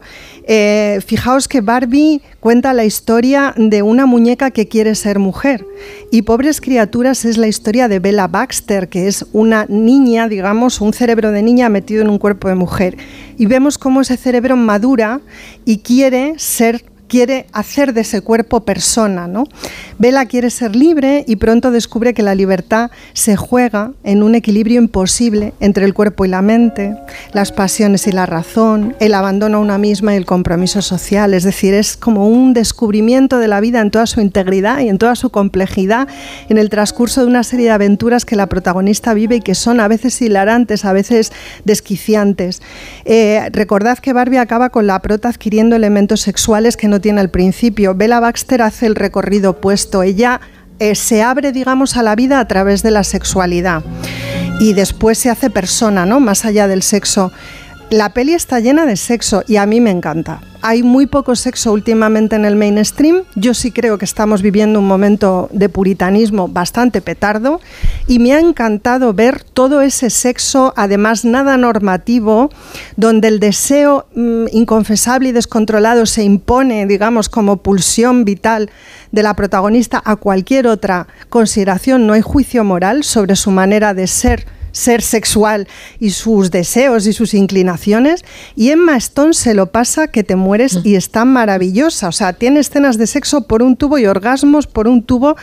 Fijaos que Barbie cuenta la historia de una muñeca que quiere ser mujer y Pobres criaturas es la historia de Bella Baxter, que es una niña, digamos, un cerebro de niña metido en un cuerpo de mujer. Y vemos cómo ese cerebro madura y quiere hacer de ese cuerpo persona, ¿no? Bella quiere ser libre y pronto descubre que la libertad se juega en un equilibrio imposible entre el cuerpo y la mente, las pasiones y la razón, el abandono a una misma y el compromiso social. Es decir, es como un descubrimiento de la vida en toda su integridad y en toda su complejidad en el transcurso de una serie de aventuras que la protagonista vive y que son a veces hilarantes, a veces desquiciantes. Recordad que Barbie acaba con la prota adquiriendo elementos sexuales que no tiene al principio. Bella Baxter hace el recorrido opuesto. Ella se abre, digamos, a la vida a través de la sexualidad y después se hace persona, ¿no?, más allá del sexo. La peli está llena de sexo y a mí me encanta. Hay muy poco sexo últimamente en el mainstream. Yo sí creo que estamos viviendo un momento de puritanismo bastante petardo y me ha encantado ver todo ese sexo, además nada normativo, donde el deseo inconfesable y descontrolado se impone, digamos, como pulsión vital de la protagonista a cualquier otra consideración. No hay juicio moral sobre su manera de ser sexual y sus deseos y sus inclinaciones, y Emma Stone se lo pasa que te mueres y está maravillosa. O sea, tiene escenas de sexo por un tubo y orgasmos por un tubo,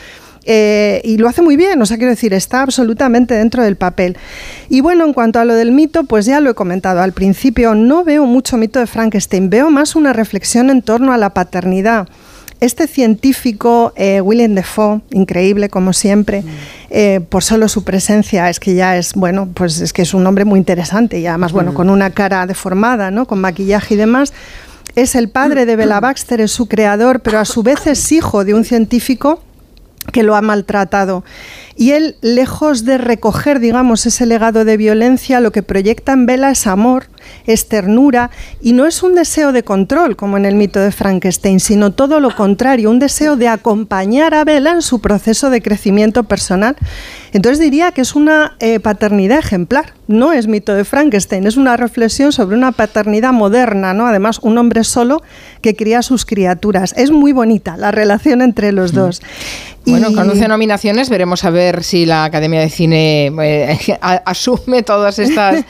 y lo hace muy bien. O sea, quiero decir, está absolutamente dentro del papel. Y bueno, en cuanto a lo del mito, pues ya lo he comentado al principio, no veo mucho mito de Frankenstein, veo más una reflexión en torno a la paternidad. Este científico, Willem Dafoe, increíble como siempre, por solo su presencia es que ya es, bueno, pues es que es un hombre muy interesante y además, bueno, con una cara deformada, ¿no?, con maquillaje y demás. Es el padre de Bella Baxter, es su creador, pero a su vez es hijo de un científico que lo ha maltratado. Y él, lejos de recoger, digamos, ese legado de violencia, lo que proyecta en Bella es amor, es ternura, y no es un deseo de control, como en el mito de Frankenstein, sino todo lo contrario, un deseo de acompañar a Bella en su proceso de crecimiento personal. Entonces diría que es una paternidad ejemplar. No es mito de Frankenstein, es una reflexión sobre una paternidad moderna, ¿no? Además, un hombre solo que cría a sus criaturas. Es muy bonita la relación entre los dos. Bueno, con 11 nominaciones veremos a ver si la Academia de Cine asume todos estos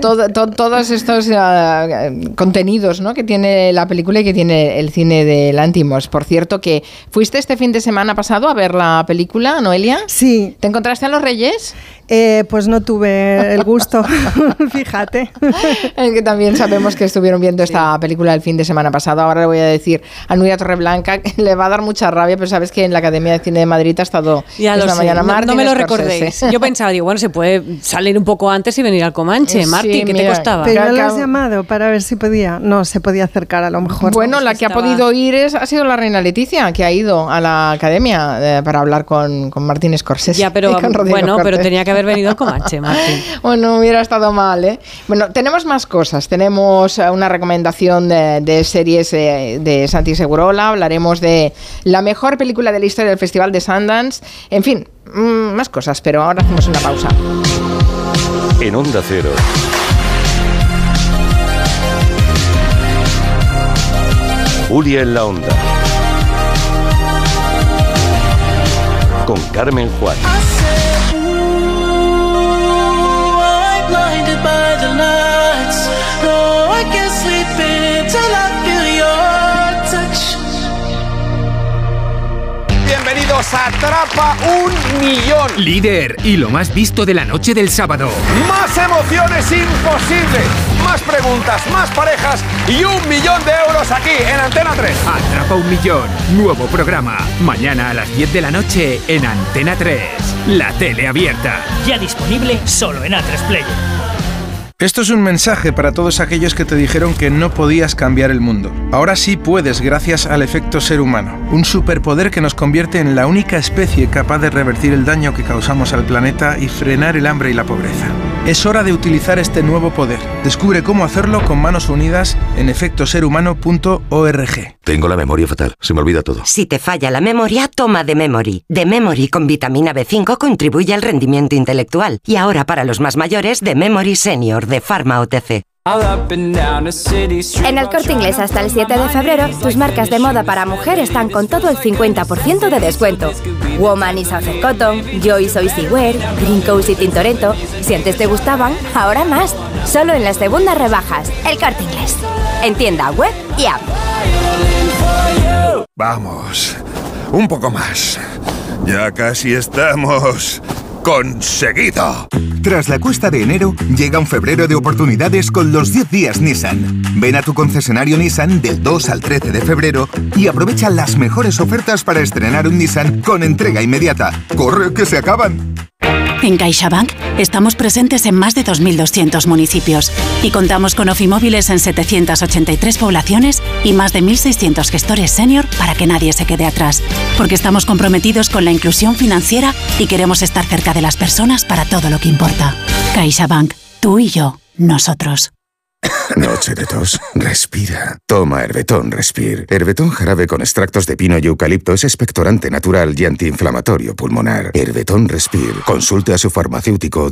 contenidos, ¿no?, que tiene la película y que tiene el cine de Lanthimos. Por cierto, que fuiste este fin de semana pasado a ver la película, Noelia. Sí. ¿Te encontraste a los Reyes? Pues no tuve el gusto, fíjate. Que también sabemos que estuvieron viendo esta película el fin de semana pasado. Ahora le voy a decir a Nuria Torreblanca que le va a dar mucha rabia, pero sabes que en la Academia de Cine de Madrid ha estado ya esta mañana Martín. No me lo recordéis. Yo pensaba, digo, bueno, se puede salir un poco antes y venir al Comanche. Martín, ¿qué te costaba? Pero ¿no lo has llamado para ver si podía? No, se podía acercar a lo mejor. Bueno, la que ha podido ir ha sido la reina Leticia, que ha ido a la Academia para hablar con Martín Scorsese. Ya, pero bueno, pero tenía que haber venido al Comanche, Martín. Bueno, hubiera estado mal, ¿eh? Bueno, tenemos más cosas. Tenemos una recomendación de series de Santi Segurola. Hablaremos de la mejor película de la historia del Festival de Sundance. En fin, más cosas, pero ahora hacemos una pausa. En Onda Cero. Julia en la Onda. Con Carmen Juan. Bienvenidos a Atrapa un Millón. Líder y lo más visto de la noche del sábado. Más emociones imposibles, más preguntas, más parejas y 1 millón de euros aquí en Antena 3. Atrapa un Millón, nuevo programa. Mañana a las 10 de la noche en Antena 3. La tele abierta. Ya disponible solo en A3 Player. Esto es un mensaje para todos aquellos que te dijeron que no podías cambiar el mundo. Ahora sí puedes gracias al efecto ser humano, un superpoder que nos convierte en la única especie capaz de revertir el daño que causamos al planeta y frenar el hambre y la pobreza. Es hora de utilizar este nuevo poder. Descubre cómo hacerlo con manos unidas en efectoserhumano.org. Tengo la memoria fatal, se me olvida todo. Si te falla la memoria, toma The Memory. The Memory con vitamina B5 contribuye al rendimiento intelectual. Y ahora para los más mayores, The Memory Senior de Pharma OTC. En el Corte Inglés hasta el 7 de febrero, tus marcas de moda para mujer están con todo el 50% de descuento. Woman y Southern Cotton, Joyce Oisy Wear, Green Coast y Tintoretto. Si antes te gustaban, ahora más. Solo en las segundas rebajas. El Corte Inglés. En tienda, web y app. Vamos, un poco más. Ya casi estamos... ¡conseguido! Tras la cuesta de enero, llega un febrero de oportunidades con los 10 días Nissan. Ven a tu concesionario Nissan del 2 al 13 de febrero y aprovecha las mejores ofertas para estrenar un Nissan con entrega inmediata. ¡Corre, que se acaban! En CaixaBank estamos presentes en más de 2.200 municipios y contamos con Ofimóviles en 783 poblaciones y más de 1.600 gestores senior para que nadie se quede atrás. Porque estamos comprometidos con la inclusión financiera y queremos estar cerca de las personas para todo lo que importa. CaixaBank, tú y yo, nosotros. Noche de tos. Respira. Toma Herbetón Respire. Herbetón jarabe con extractos de pino y eucalipto es expectorante natural y antiinflamatorio pulmonar. Herbetón Respire. Consulte a su farmacéutico.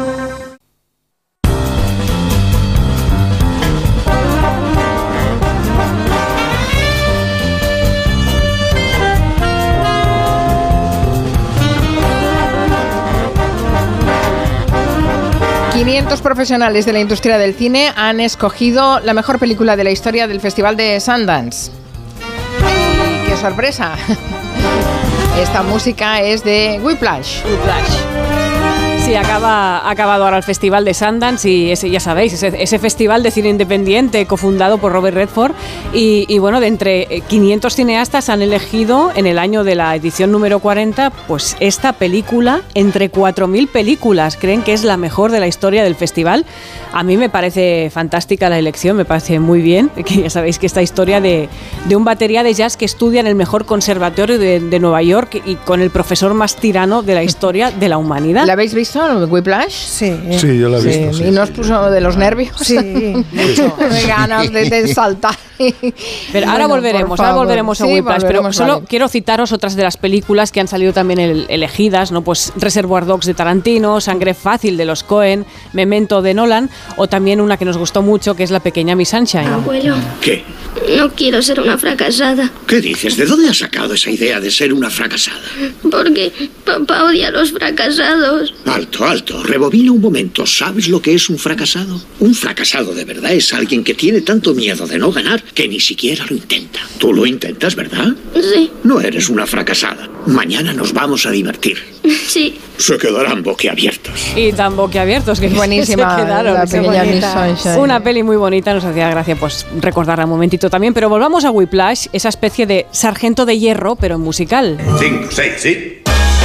Profesionales de la industria del cine han escogido la mejor película de la historia del Festival de Sundance. ¡Qué sorpresa! Esta música es de Whiplash. Sí, ha acabado ahora el Festival de Sundance y ya sabéis, ese festival de cine independiente cofundado por Robert Redford y bueno, de entre 500 cineastas han elegido en el año de la edición número 40 pues esta película entre 4.000 películas. Creen que es la mejor de la historia del festival. A mí me parece fantástica la elección, me parece muy bien, que ya sabéis que esta historia de un batería de jazz que estudia en el mejor conservatorio de Nueva York y con el profesor más tirano de la historia de la humanidad. ¿La habéis visto, Whiplash? Sí. Sí, yo la he visto. Sí, ¿Y no os puso de los nervios? Sí, mucho. De ganas de saltar. Pero ahora volveremos a Whiplash, pero solo quiero citaros otras de las películas que han salido también elegidas, ¿no? Pues Reservoir Dogs de Tarantino, Sangre Fácil de los Coen, Memento de Nolan, o también una que nos gustó mucho, que es La pequeña Miss Sunshine. Abuelo. ¿Qué? No quiero ser una fracasada. ¿Qué dices? ¿De dónde has sacado esa idea de ser una fracasada? Porque papá odia a los fracasados. Alto, alto. Rebobina un momento. ¿Sabes lo que es un fracasado? Un fracasado de verdad es alguien que tiene tanto miedo de no ganar que ni siquiera lo intenta. Tú lo intentas, ¿verdad? Sí. No eres una fracasada. Mañana nos vamos a divertir. Sí. Se quedarán boquiabiertos. Y tan boquiabiertos que buenísima, se quedaron. La pequeña Miss Sunshine. Una peli muy bonita, nos hacía gracia pues recordarla un momentito también, pero volvamos a Whiplash, esa especie de sargento de hierro, pero en musical. 5, 6, ¿sí?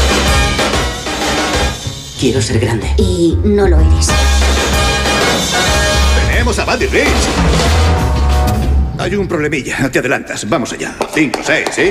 Quiero ser grande. Y no lo eres. Tenemos a Buddy Rich. Hay un problemilla. Te adelantas. Vamos allá. 5, 6, ¿sí?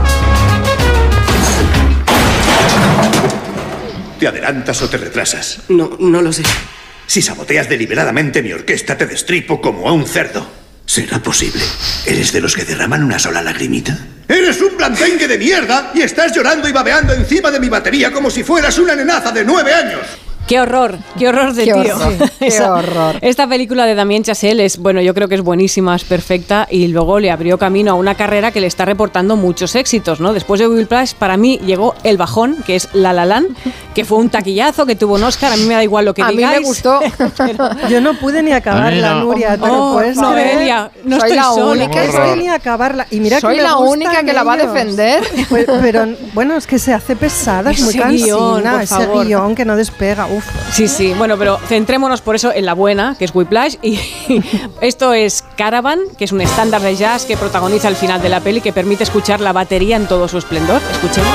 ¿Te adelantas o te retrasas? No lo sé. Si saboteas deliberadamente mi orquesta, te destripo como a un cerdo. ¿Será posible? ¿Eres de los que derraman una sola lagrimita? ¡Eres un blandengue de mierda! Y estás llorando y babeando encima de mi batería como si fueras una nenaza de 9 años. ¡Qué horror de tío! ¡Qué horror! Esta película de Damien Chazelle es, bueno, yo creo que es buenísima, es perfecta y luego le abrió camino a una carrera que le está reportando muchos éxitos, ¿no? Después de Whiplash, para mí llegó el bajón, que es La La Land, que fue un taquillazo, que tuvo un Oscar. A mí me da igual lo que digáis. A mí me gustó. Yo no pude ni acabarla, Nuria. ¿Te lo puedes creer? Noelia, no soy estoy la sola. única. No pude ni acabarla. Y mira soy que la única que la va a ellos. defender. Pero bueno, es que se hace pesada, es muy cansina. Ese guión que no despega. Uf. Sí. Bueno, pero centrémonos por eso en la buena, que es Whiplash, y esto es Caravan, que es un estándar de jazz que protagoniza el final de la peli, que permite escuchar la batería en todo su esplendor. Escuchemos.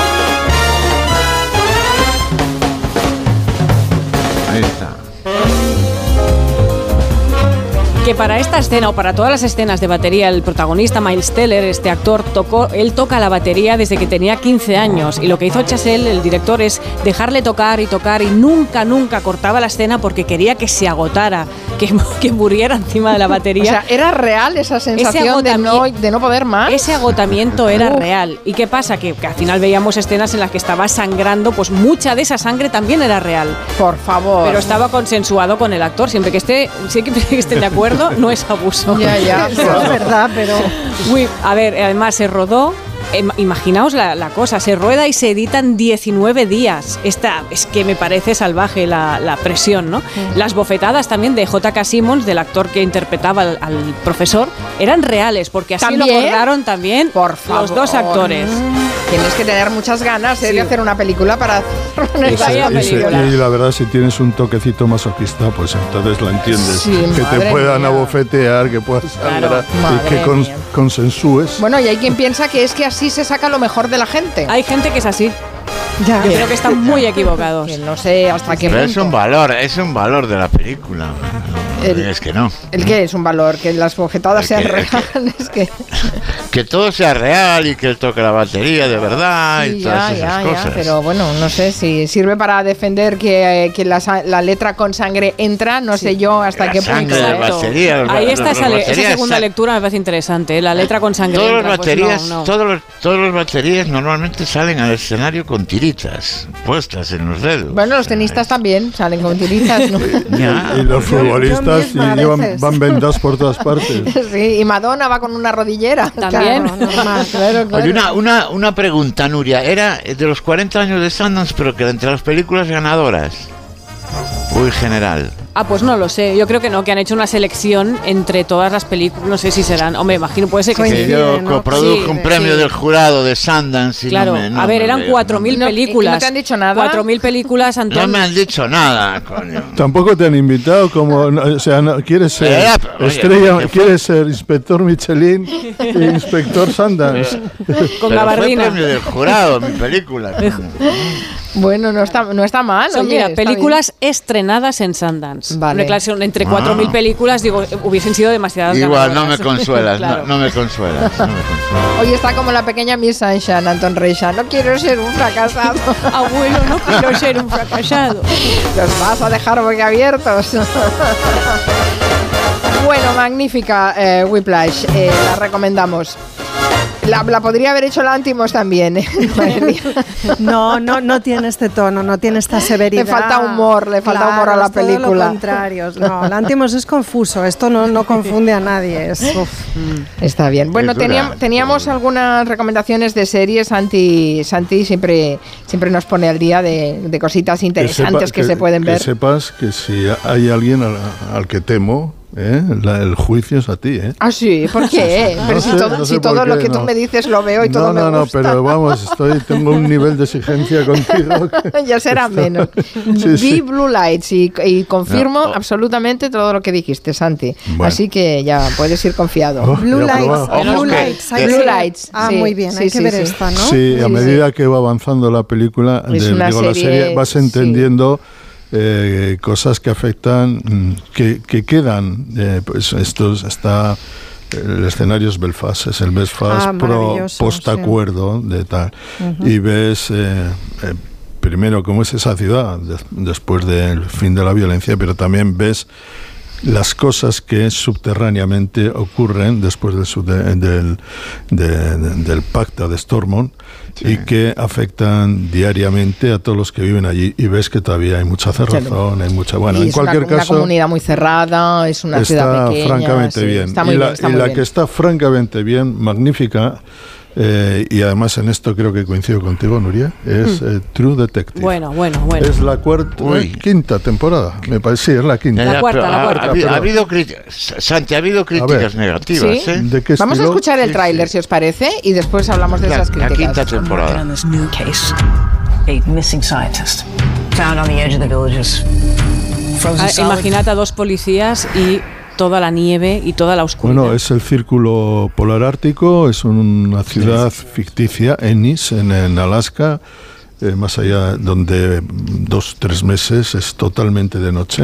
Ahí está. Que para esta escena o para todas las escenas de batería, el protagonista Miles Teller, este actor, él toca la batería desde que tenía 15 años y lo que hizo Chazelle, el director, es dejarle tocar y nunca cortaba la escena porque quería que se agotara, que muriera encima de la batería. O sea, ¿era real esa sensación de no poder más? Ese agotamiento era real. ¿Y qué pasa? Que al final veíamos escenas en las que estaba sangrando, pues mucha de esa sangre también era real. Por favor. Pero estaba consensuado con el actor, siempre que estén de acuerdo. No es abuso. Ya. Eso es verdad, pero... A ver, además se rodó... Imaginaos la cosa, se rueda y se editan 19 días. Es que me parece salvaje la presión, ¿no? Las bofetadas también de J.K. Simmons, del actor que interpretaba al profesor, eran reales, porque así lo acordaron también los dos actores. Tienes que tener muchas ganas de hacer una película para hacer una película. Y la verdad, si tienes un toquecito masoquista, pues entonces la entiendes. Sí, que te puedan abofetear, que puedas sangrar y que consensúes. Bueno, y hay quien piensa que es que así se saca lo mejor de la gente. Hay gente que es así. Ya. Yo creo que están muy equivocados. Que no sé hasta qué Pero punto. es un valor de la película. Es que no. ¿El qué es un valor? Que las bofetadas sean reales. Que todo sea real y que él toque la batería de verdad y todas esas cosas. Pero bueno, no sé si sirve para defender que la letra con sangre entra, no sé yo hasta qué punto. Ahí está esa segunda lectura, me parece interesante, ¿eh? La letra con sangre. Todos los baterías normalmente salen al escenario con tiritas puestas en los dedos. Bueno, los tenistas también salen con tiritas, ¿no? Y los futbolistas van vendados por todas partes. Sí, y Madonna va con una rodillera. También. Claro. Oye, una pregunta, Nuria. Era de los 40 años de Sundance, pero que era entre las películas ganadoras. Uy, general. Ah, pues no lo sé. Yo creo que no, que han hecho una selección entre todas las películas. No sé si serán. Hombre, imagino, puede ser que sí. Yo coproduzco un premio del jurado de Sundance. Claro, a ver, eran 4.000 películas. ¿No te han dicho nada? 4.000 películas, Antonio. No me han dicho nada, coño. Tampoco te han invitado como... O sea, ¿quieres ser estrella? ¿Quieres ser inspector Michelin e inspector Sundance? Con gabardina. Fue premio del jurado, mi película. Bueno, no está mal. Son, oye, mira, películas estrenadas en Sundance. Vale. Claro, entre 4.000 películas, digo, hubiesen sido demasiadas. Igual, ganadoras. no me consuelas, Claro. no me consuelas. Hoy está como la pequeña Miss Sunshine, Anton Reixa. No quiero ser un fracasado. Abuelo, no quiero ser un fracasado. Los vas a dejar boquiabiertos. Bueno, magnífica Whiplash. La recomendamos. La podría haber hecho Lanthimos también, ¿eh? No tiene este tono, no tiene esta severidad. Le falta humor a la película. Todo lo contrario. No, Lanthimos es confuso, esto no confunde a nadie. Está bien. Bueno, teníamos algunas recomendaciones de series. Santi siempre nos pone al día de cositas interesantes que se pueden ver. Que sepas que si hay alguien al que temo, el juicio es a ti, ¿eh? Ah, sí, ¿por qué? Pero si todo lo que tú me dices lo veo y todo me gusta. No, pero vamos, tengo un nivel de exigencia contigo. Ya será menos. Vi Blue Lights y confirmo absolutamente todo lo que dijiste, Santi. Bueno. Así que ya puedes ir confiado. Blue Lights. Ah, sí, muy bien, hay que ver esta, ¿no? Sí, a medida que va avanzando la pelíula, la serie, vas entendiendo... cosas que afectan, que quedan, pues el escenario es Belfast, es el Belfast post-acuerdo de tal, y ves primero cómo es esa ciudad después del fin de la violencia, pero también ves las cosas que subterráneamente ocurren después del pacto de Stormont, y que afectan diariamente a todos los que viven allí, y ves que todavía hay mucha cerrazón, hay mucha... Bueno, en cualquier caso... Es una comunidad muy cerrada, es una ciudad pequeña. Está francamente bien. Está muy bien. La que está francamente bien, magnífica, y además en esto creo que coincido contigo, Nuria, es True Detective. Bueno. Es la quinta temporada, me parece, sí, es la quinta. La cuarta. Ha habido Santi, ha habido críticas negativas, ¿sí? ¿eh? ¿De qué Vamos a escuchar el tráiler, si os parece, y después hablamos de esas críticas. La quinta temporada. Imaginad a dos policías y toda la nieve y toda la oscuridad. Bueno, es el Círculo Polar Ártico, es una ciudad ficticia, Ennis, en Alaska, más allá, donde 2-3 meses es totalmente de noche.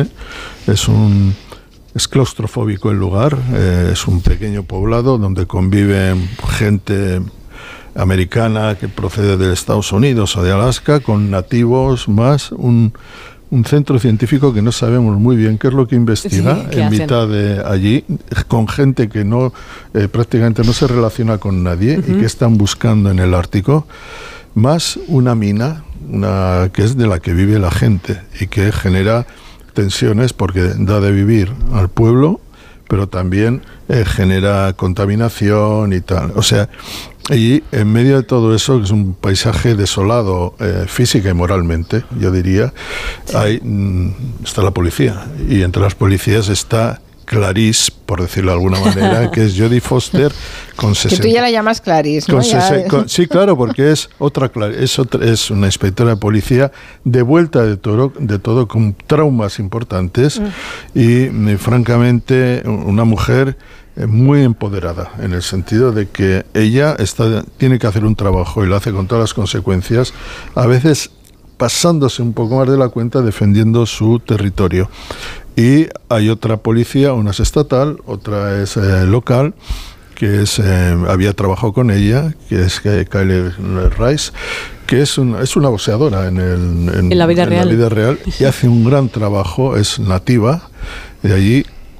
Es claustrofóbico el lugar, es un pequeño poblado donde conviven gente americana que procede de Estados Unidos o de Alaska, con nativos, más un centro científico que no sabemos muy bien qué es lo que investiga, en mitad de allí, con gente que no prácticamente no se relaciona con nadie, y que están buscando en el Ártico, más una mina, que es de la que vive la gente y que genera tensiones porque da de vivir al pueblo, pero también genera contaminación y tal. O sea, y en medio de todo eso, que es un paisaje desolado física y moralmente, yo diría, está la policía. Y entre las policías está Clarice, por decirlo de alguna manera, que es Jodie Foster, con 60... Que tú ya la llamas Clarice, ¿no? Sí, claro, porque es una inspectora de policía de vuelta de todo, con traumas importantes, y francamente una mujer muy empoderada, en el sentido de que ella tiene que hacer un trabajo y lo hace con todas las consecuencias, a veces pasándose un poco más de la cuenta, defendiendo su territorio. Y hay otra policía, una es estatal, otra es local, que había trabajado con ella, que es Kylie Rice, que es una boxeadora en la vida real, y hace un gran trabajo, es nativa de allí.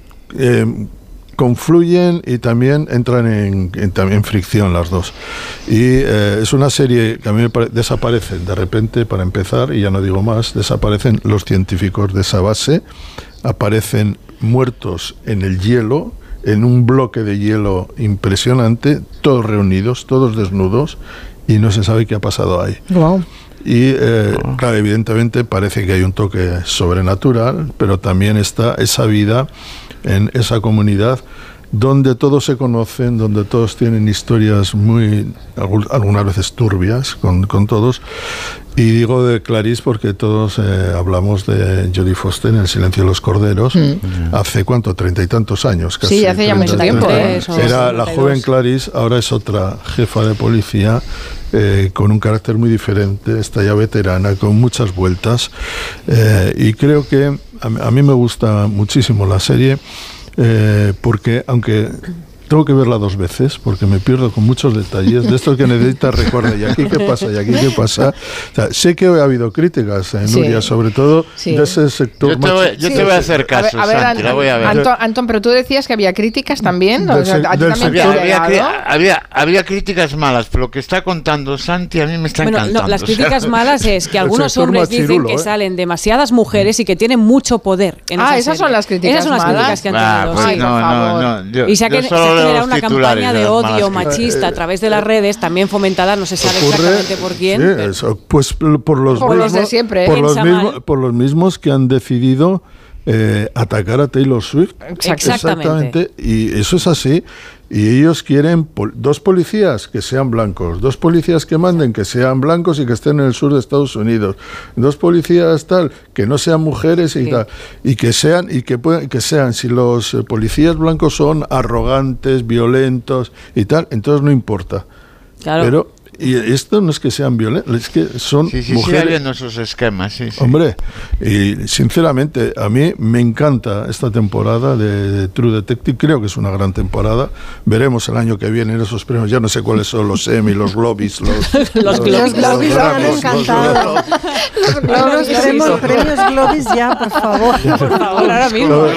Confluyen y también entran en fricción las dos. Y es una serie que a mí desaparecen de repente, para empezar, y ya no digo más, desaparecen los científicos de esa base, aparecen muertos en el hielo, en un bloque de hielo impresionante, todos reunidos, todos desnudos, y no se sabe qué ha pasado ahí. Wow. Y claro, evidentemente parece que hay un toque sobrenatural, pero también está esa vida en esa comunidad donde todos se conocen, donde todos tienen historias algunas veces turbias con todos. Y digo de Clarice porque todos hablamos de Jodie Foster en El silencio de los corderos, hace ¿cuánto? 30 y tantos años. Casi, sí, hace ya mucho tiempo. Era la joven Clarice, ahora es otra jefa de policía, con un carácter muy diferente, está ya veterana, con muchas vueltas. Y creo que a mí me gusta muchísimo la serie, porque aunque tengo que verla 2 veces porque me pierdo con muchos detalles de estos que necesitas recordar, y aquí qué pasa, y aquí qué pasa. O sea, sé que ha habido críticas, Nuria, sobre todo de ese sector. Yo te voy a hacer caso, a ver, Santi, la voy a ver. Antón, pero tú decías que había críticas también. ¿A ti también había críticas malas, pero lo que está contando Santi a mí me está encantando. No, las críticas malas es que algunos hombres dicen que salen demasiadas mujeres y que tienen mucho poder en esa esas serie. son las críticas Esas son las críticas que han tenido. Pues no, y se ha generado una campaña de odio machista a través de las redes, también fomentada, no se sabe exactamente por quién. Sí, eso, pues por los mismos, de siempre. Por los mismos que han decidido atacar a Taylor Swift. Exactamente. Y eso es así. Y ellos quieren 2 policías que sean blancos, 2 policías que manden que sean blancos y que estén en el sur de Estados Unidos, 2 policías tal que no sean mujeres y tal, y que sean si los policías blancos son arrogantes, violentos y tal, entonces no importa. Claro. Pero y esto no es que sean violentos, es que son mujeres. Sí, viendo esos esquemas, sí. Hombre, y sinceramente a mí me encanta esta temporada de True Detective, creo que es una gran temporada. Veremos el año que viene esos premios, ya no sé cuáles son los Emmy, los Globis, los Globis me han encantado. Los Globis, premios Globis ya, por favor. Por favor, ahora mismo.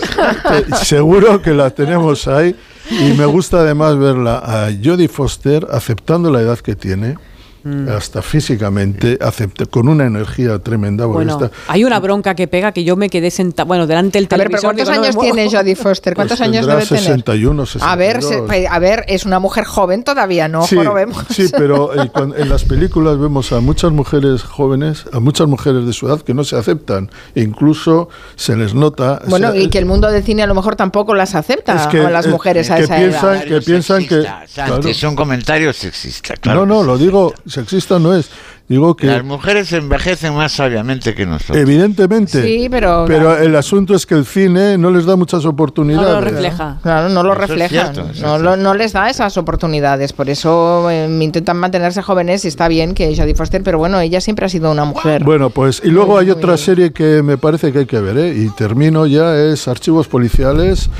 Seguro que la tenemos ahí. Y me gusta además verla a Jodie Foster aceptando la edad que tiene, hasta físicamente, con una energía tremenda. Bueno, hay una bronca que pega que yo me quedé sentada, delante del televisor. A ver, pero ¿cuántos años tiene Jodie Foster? ¿Cuántos años debe tener? 61, 62. A ver, es una mujer joven todavía, ¿no? Jorobemos. Sí, pero en las películas vemos a muchas mujeres jóvenes, a muchas mujeres de su edad que no se aceptan. Incluso se les nota... Bueno, y que el mundo del cine a lo mejor tampoco las acepta, a las mujeres a esa edad. Que piensan que... Santi, es un comentario sexista, claro. No, lo digo... Sexista no es. Digo que las mujeres envejecen más sabiamente que nosotros. Evidentemente. Sí, pero el asunto es que el cine no les da muchas oportunidades. No lo refleja. Claro, no lo refleja. No les da esas oportunidades. Por eso intentan mantenerse jóvenes y está bien que Jodie Foster, pero bueno, ella siempre ha sido una mujer. Bueno, pues y luego hay otra serie que me parece que hay que ver, y termino ya, es Archivos Policiales,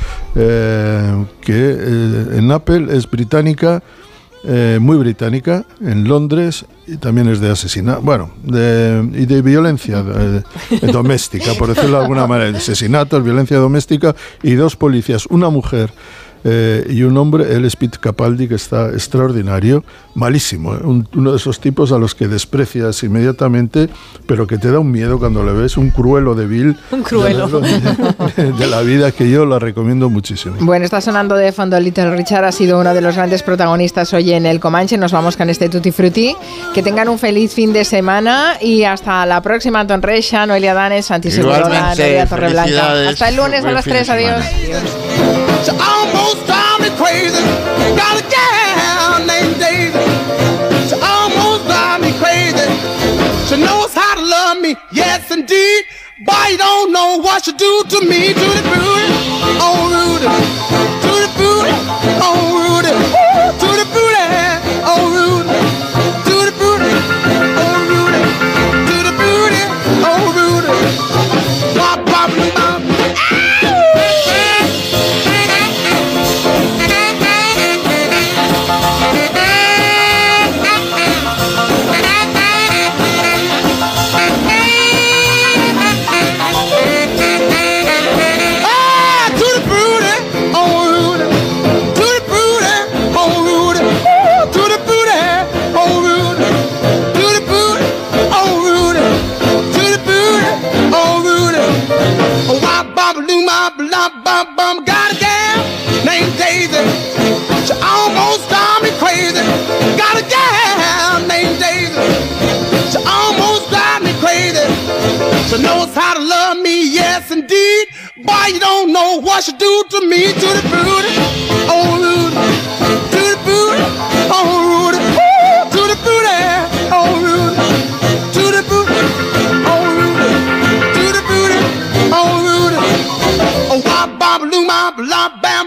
que en Apple es británica. Muy británica, en Londres, y también es de asesinato, y de violencia doméstica, por decirlo de alguna manera, de asesinatos, violencia doméstica, y 2 policías, una mujer y un hombre, el Pete Capaldi, que está extraordinario, malísimo, uno de esos tipos a los que desprecias inmediatamente, pero que te da un miedo cuando le ves, un cruelo de Bill. Un cruelo. De la vida, que yo la recomiendo muchísimo. Bueno, está sonando de fondo Little Richard, ha sido uno de los grandes protagonistas hoy en El Comanche. Nos vamos con este Tutti Frutti. Que tengan un feliz fin de semana y hasta la próxima. Antón Reixa, Noelia Danes, Santi Segurola, Noelia Torreblanca. Hasta el lunes a las 3. Adiós. She almost drive me crazy. Got a gal named Daisy. She almost drive me crazy. She knows how to love me, yes indeed. But you don't know what she do to me. To the booty, oh Rudy. To the booty, oh Rudy. To the booty, oh Rudy. To the booty, oh Rudy. To the booty, oh Rudy. Wop, wop, wop. Got a gal named Daisy. She almost drive me crazy. Got a gal named Daisy. She almost yes indeed. Boy, you don't know what you do to me, to the booty, oh Rudy, to the booty, oh Rudy, ooh, to the booty, oh Rudy, to the booty, oh Rudy, to the booty, oh Rudy, oh wah bam loom bam bam bam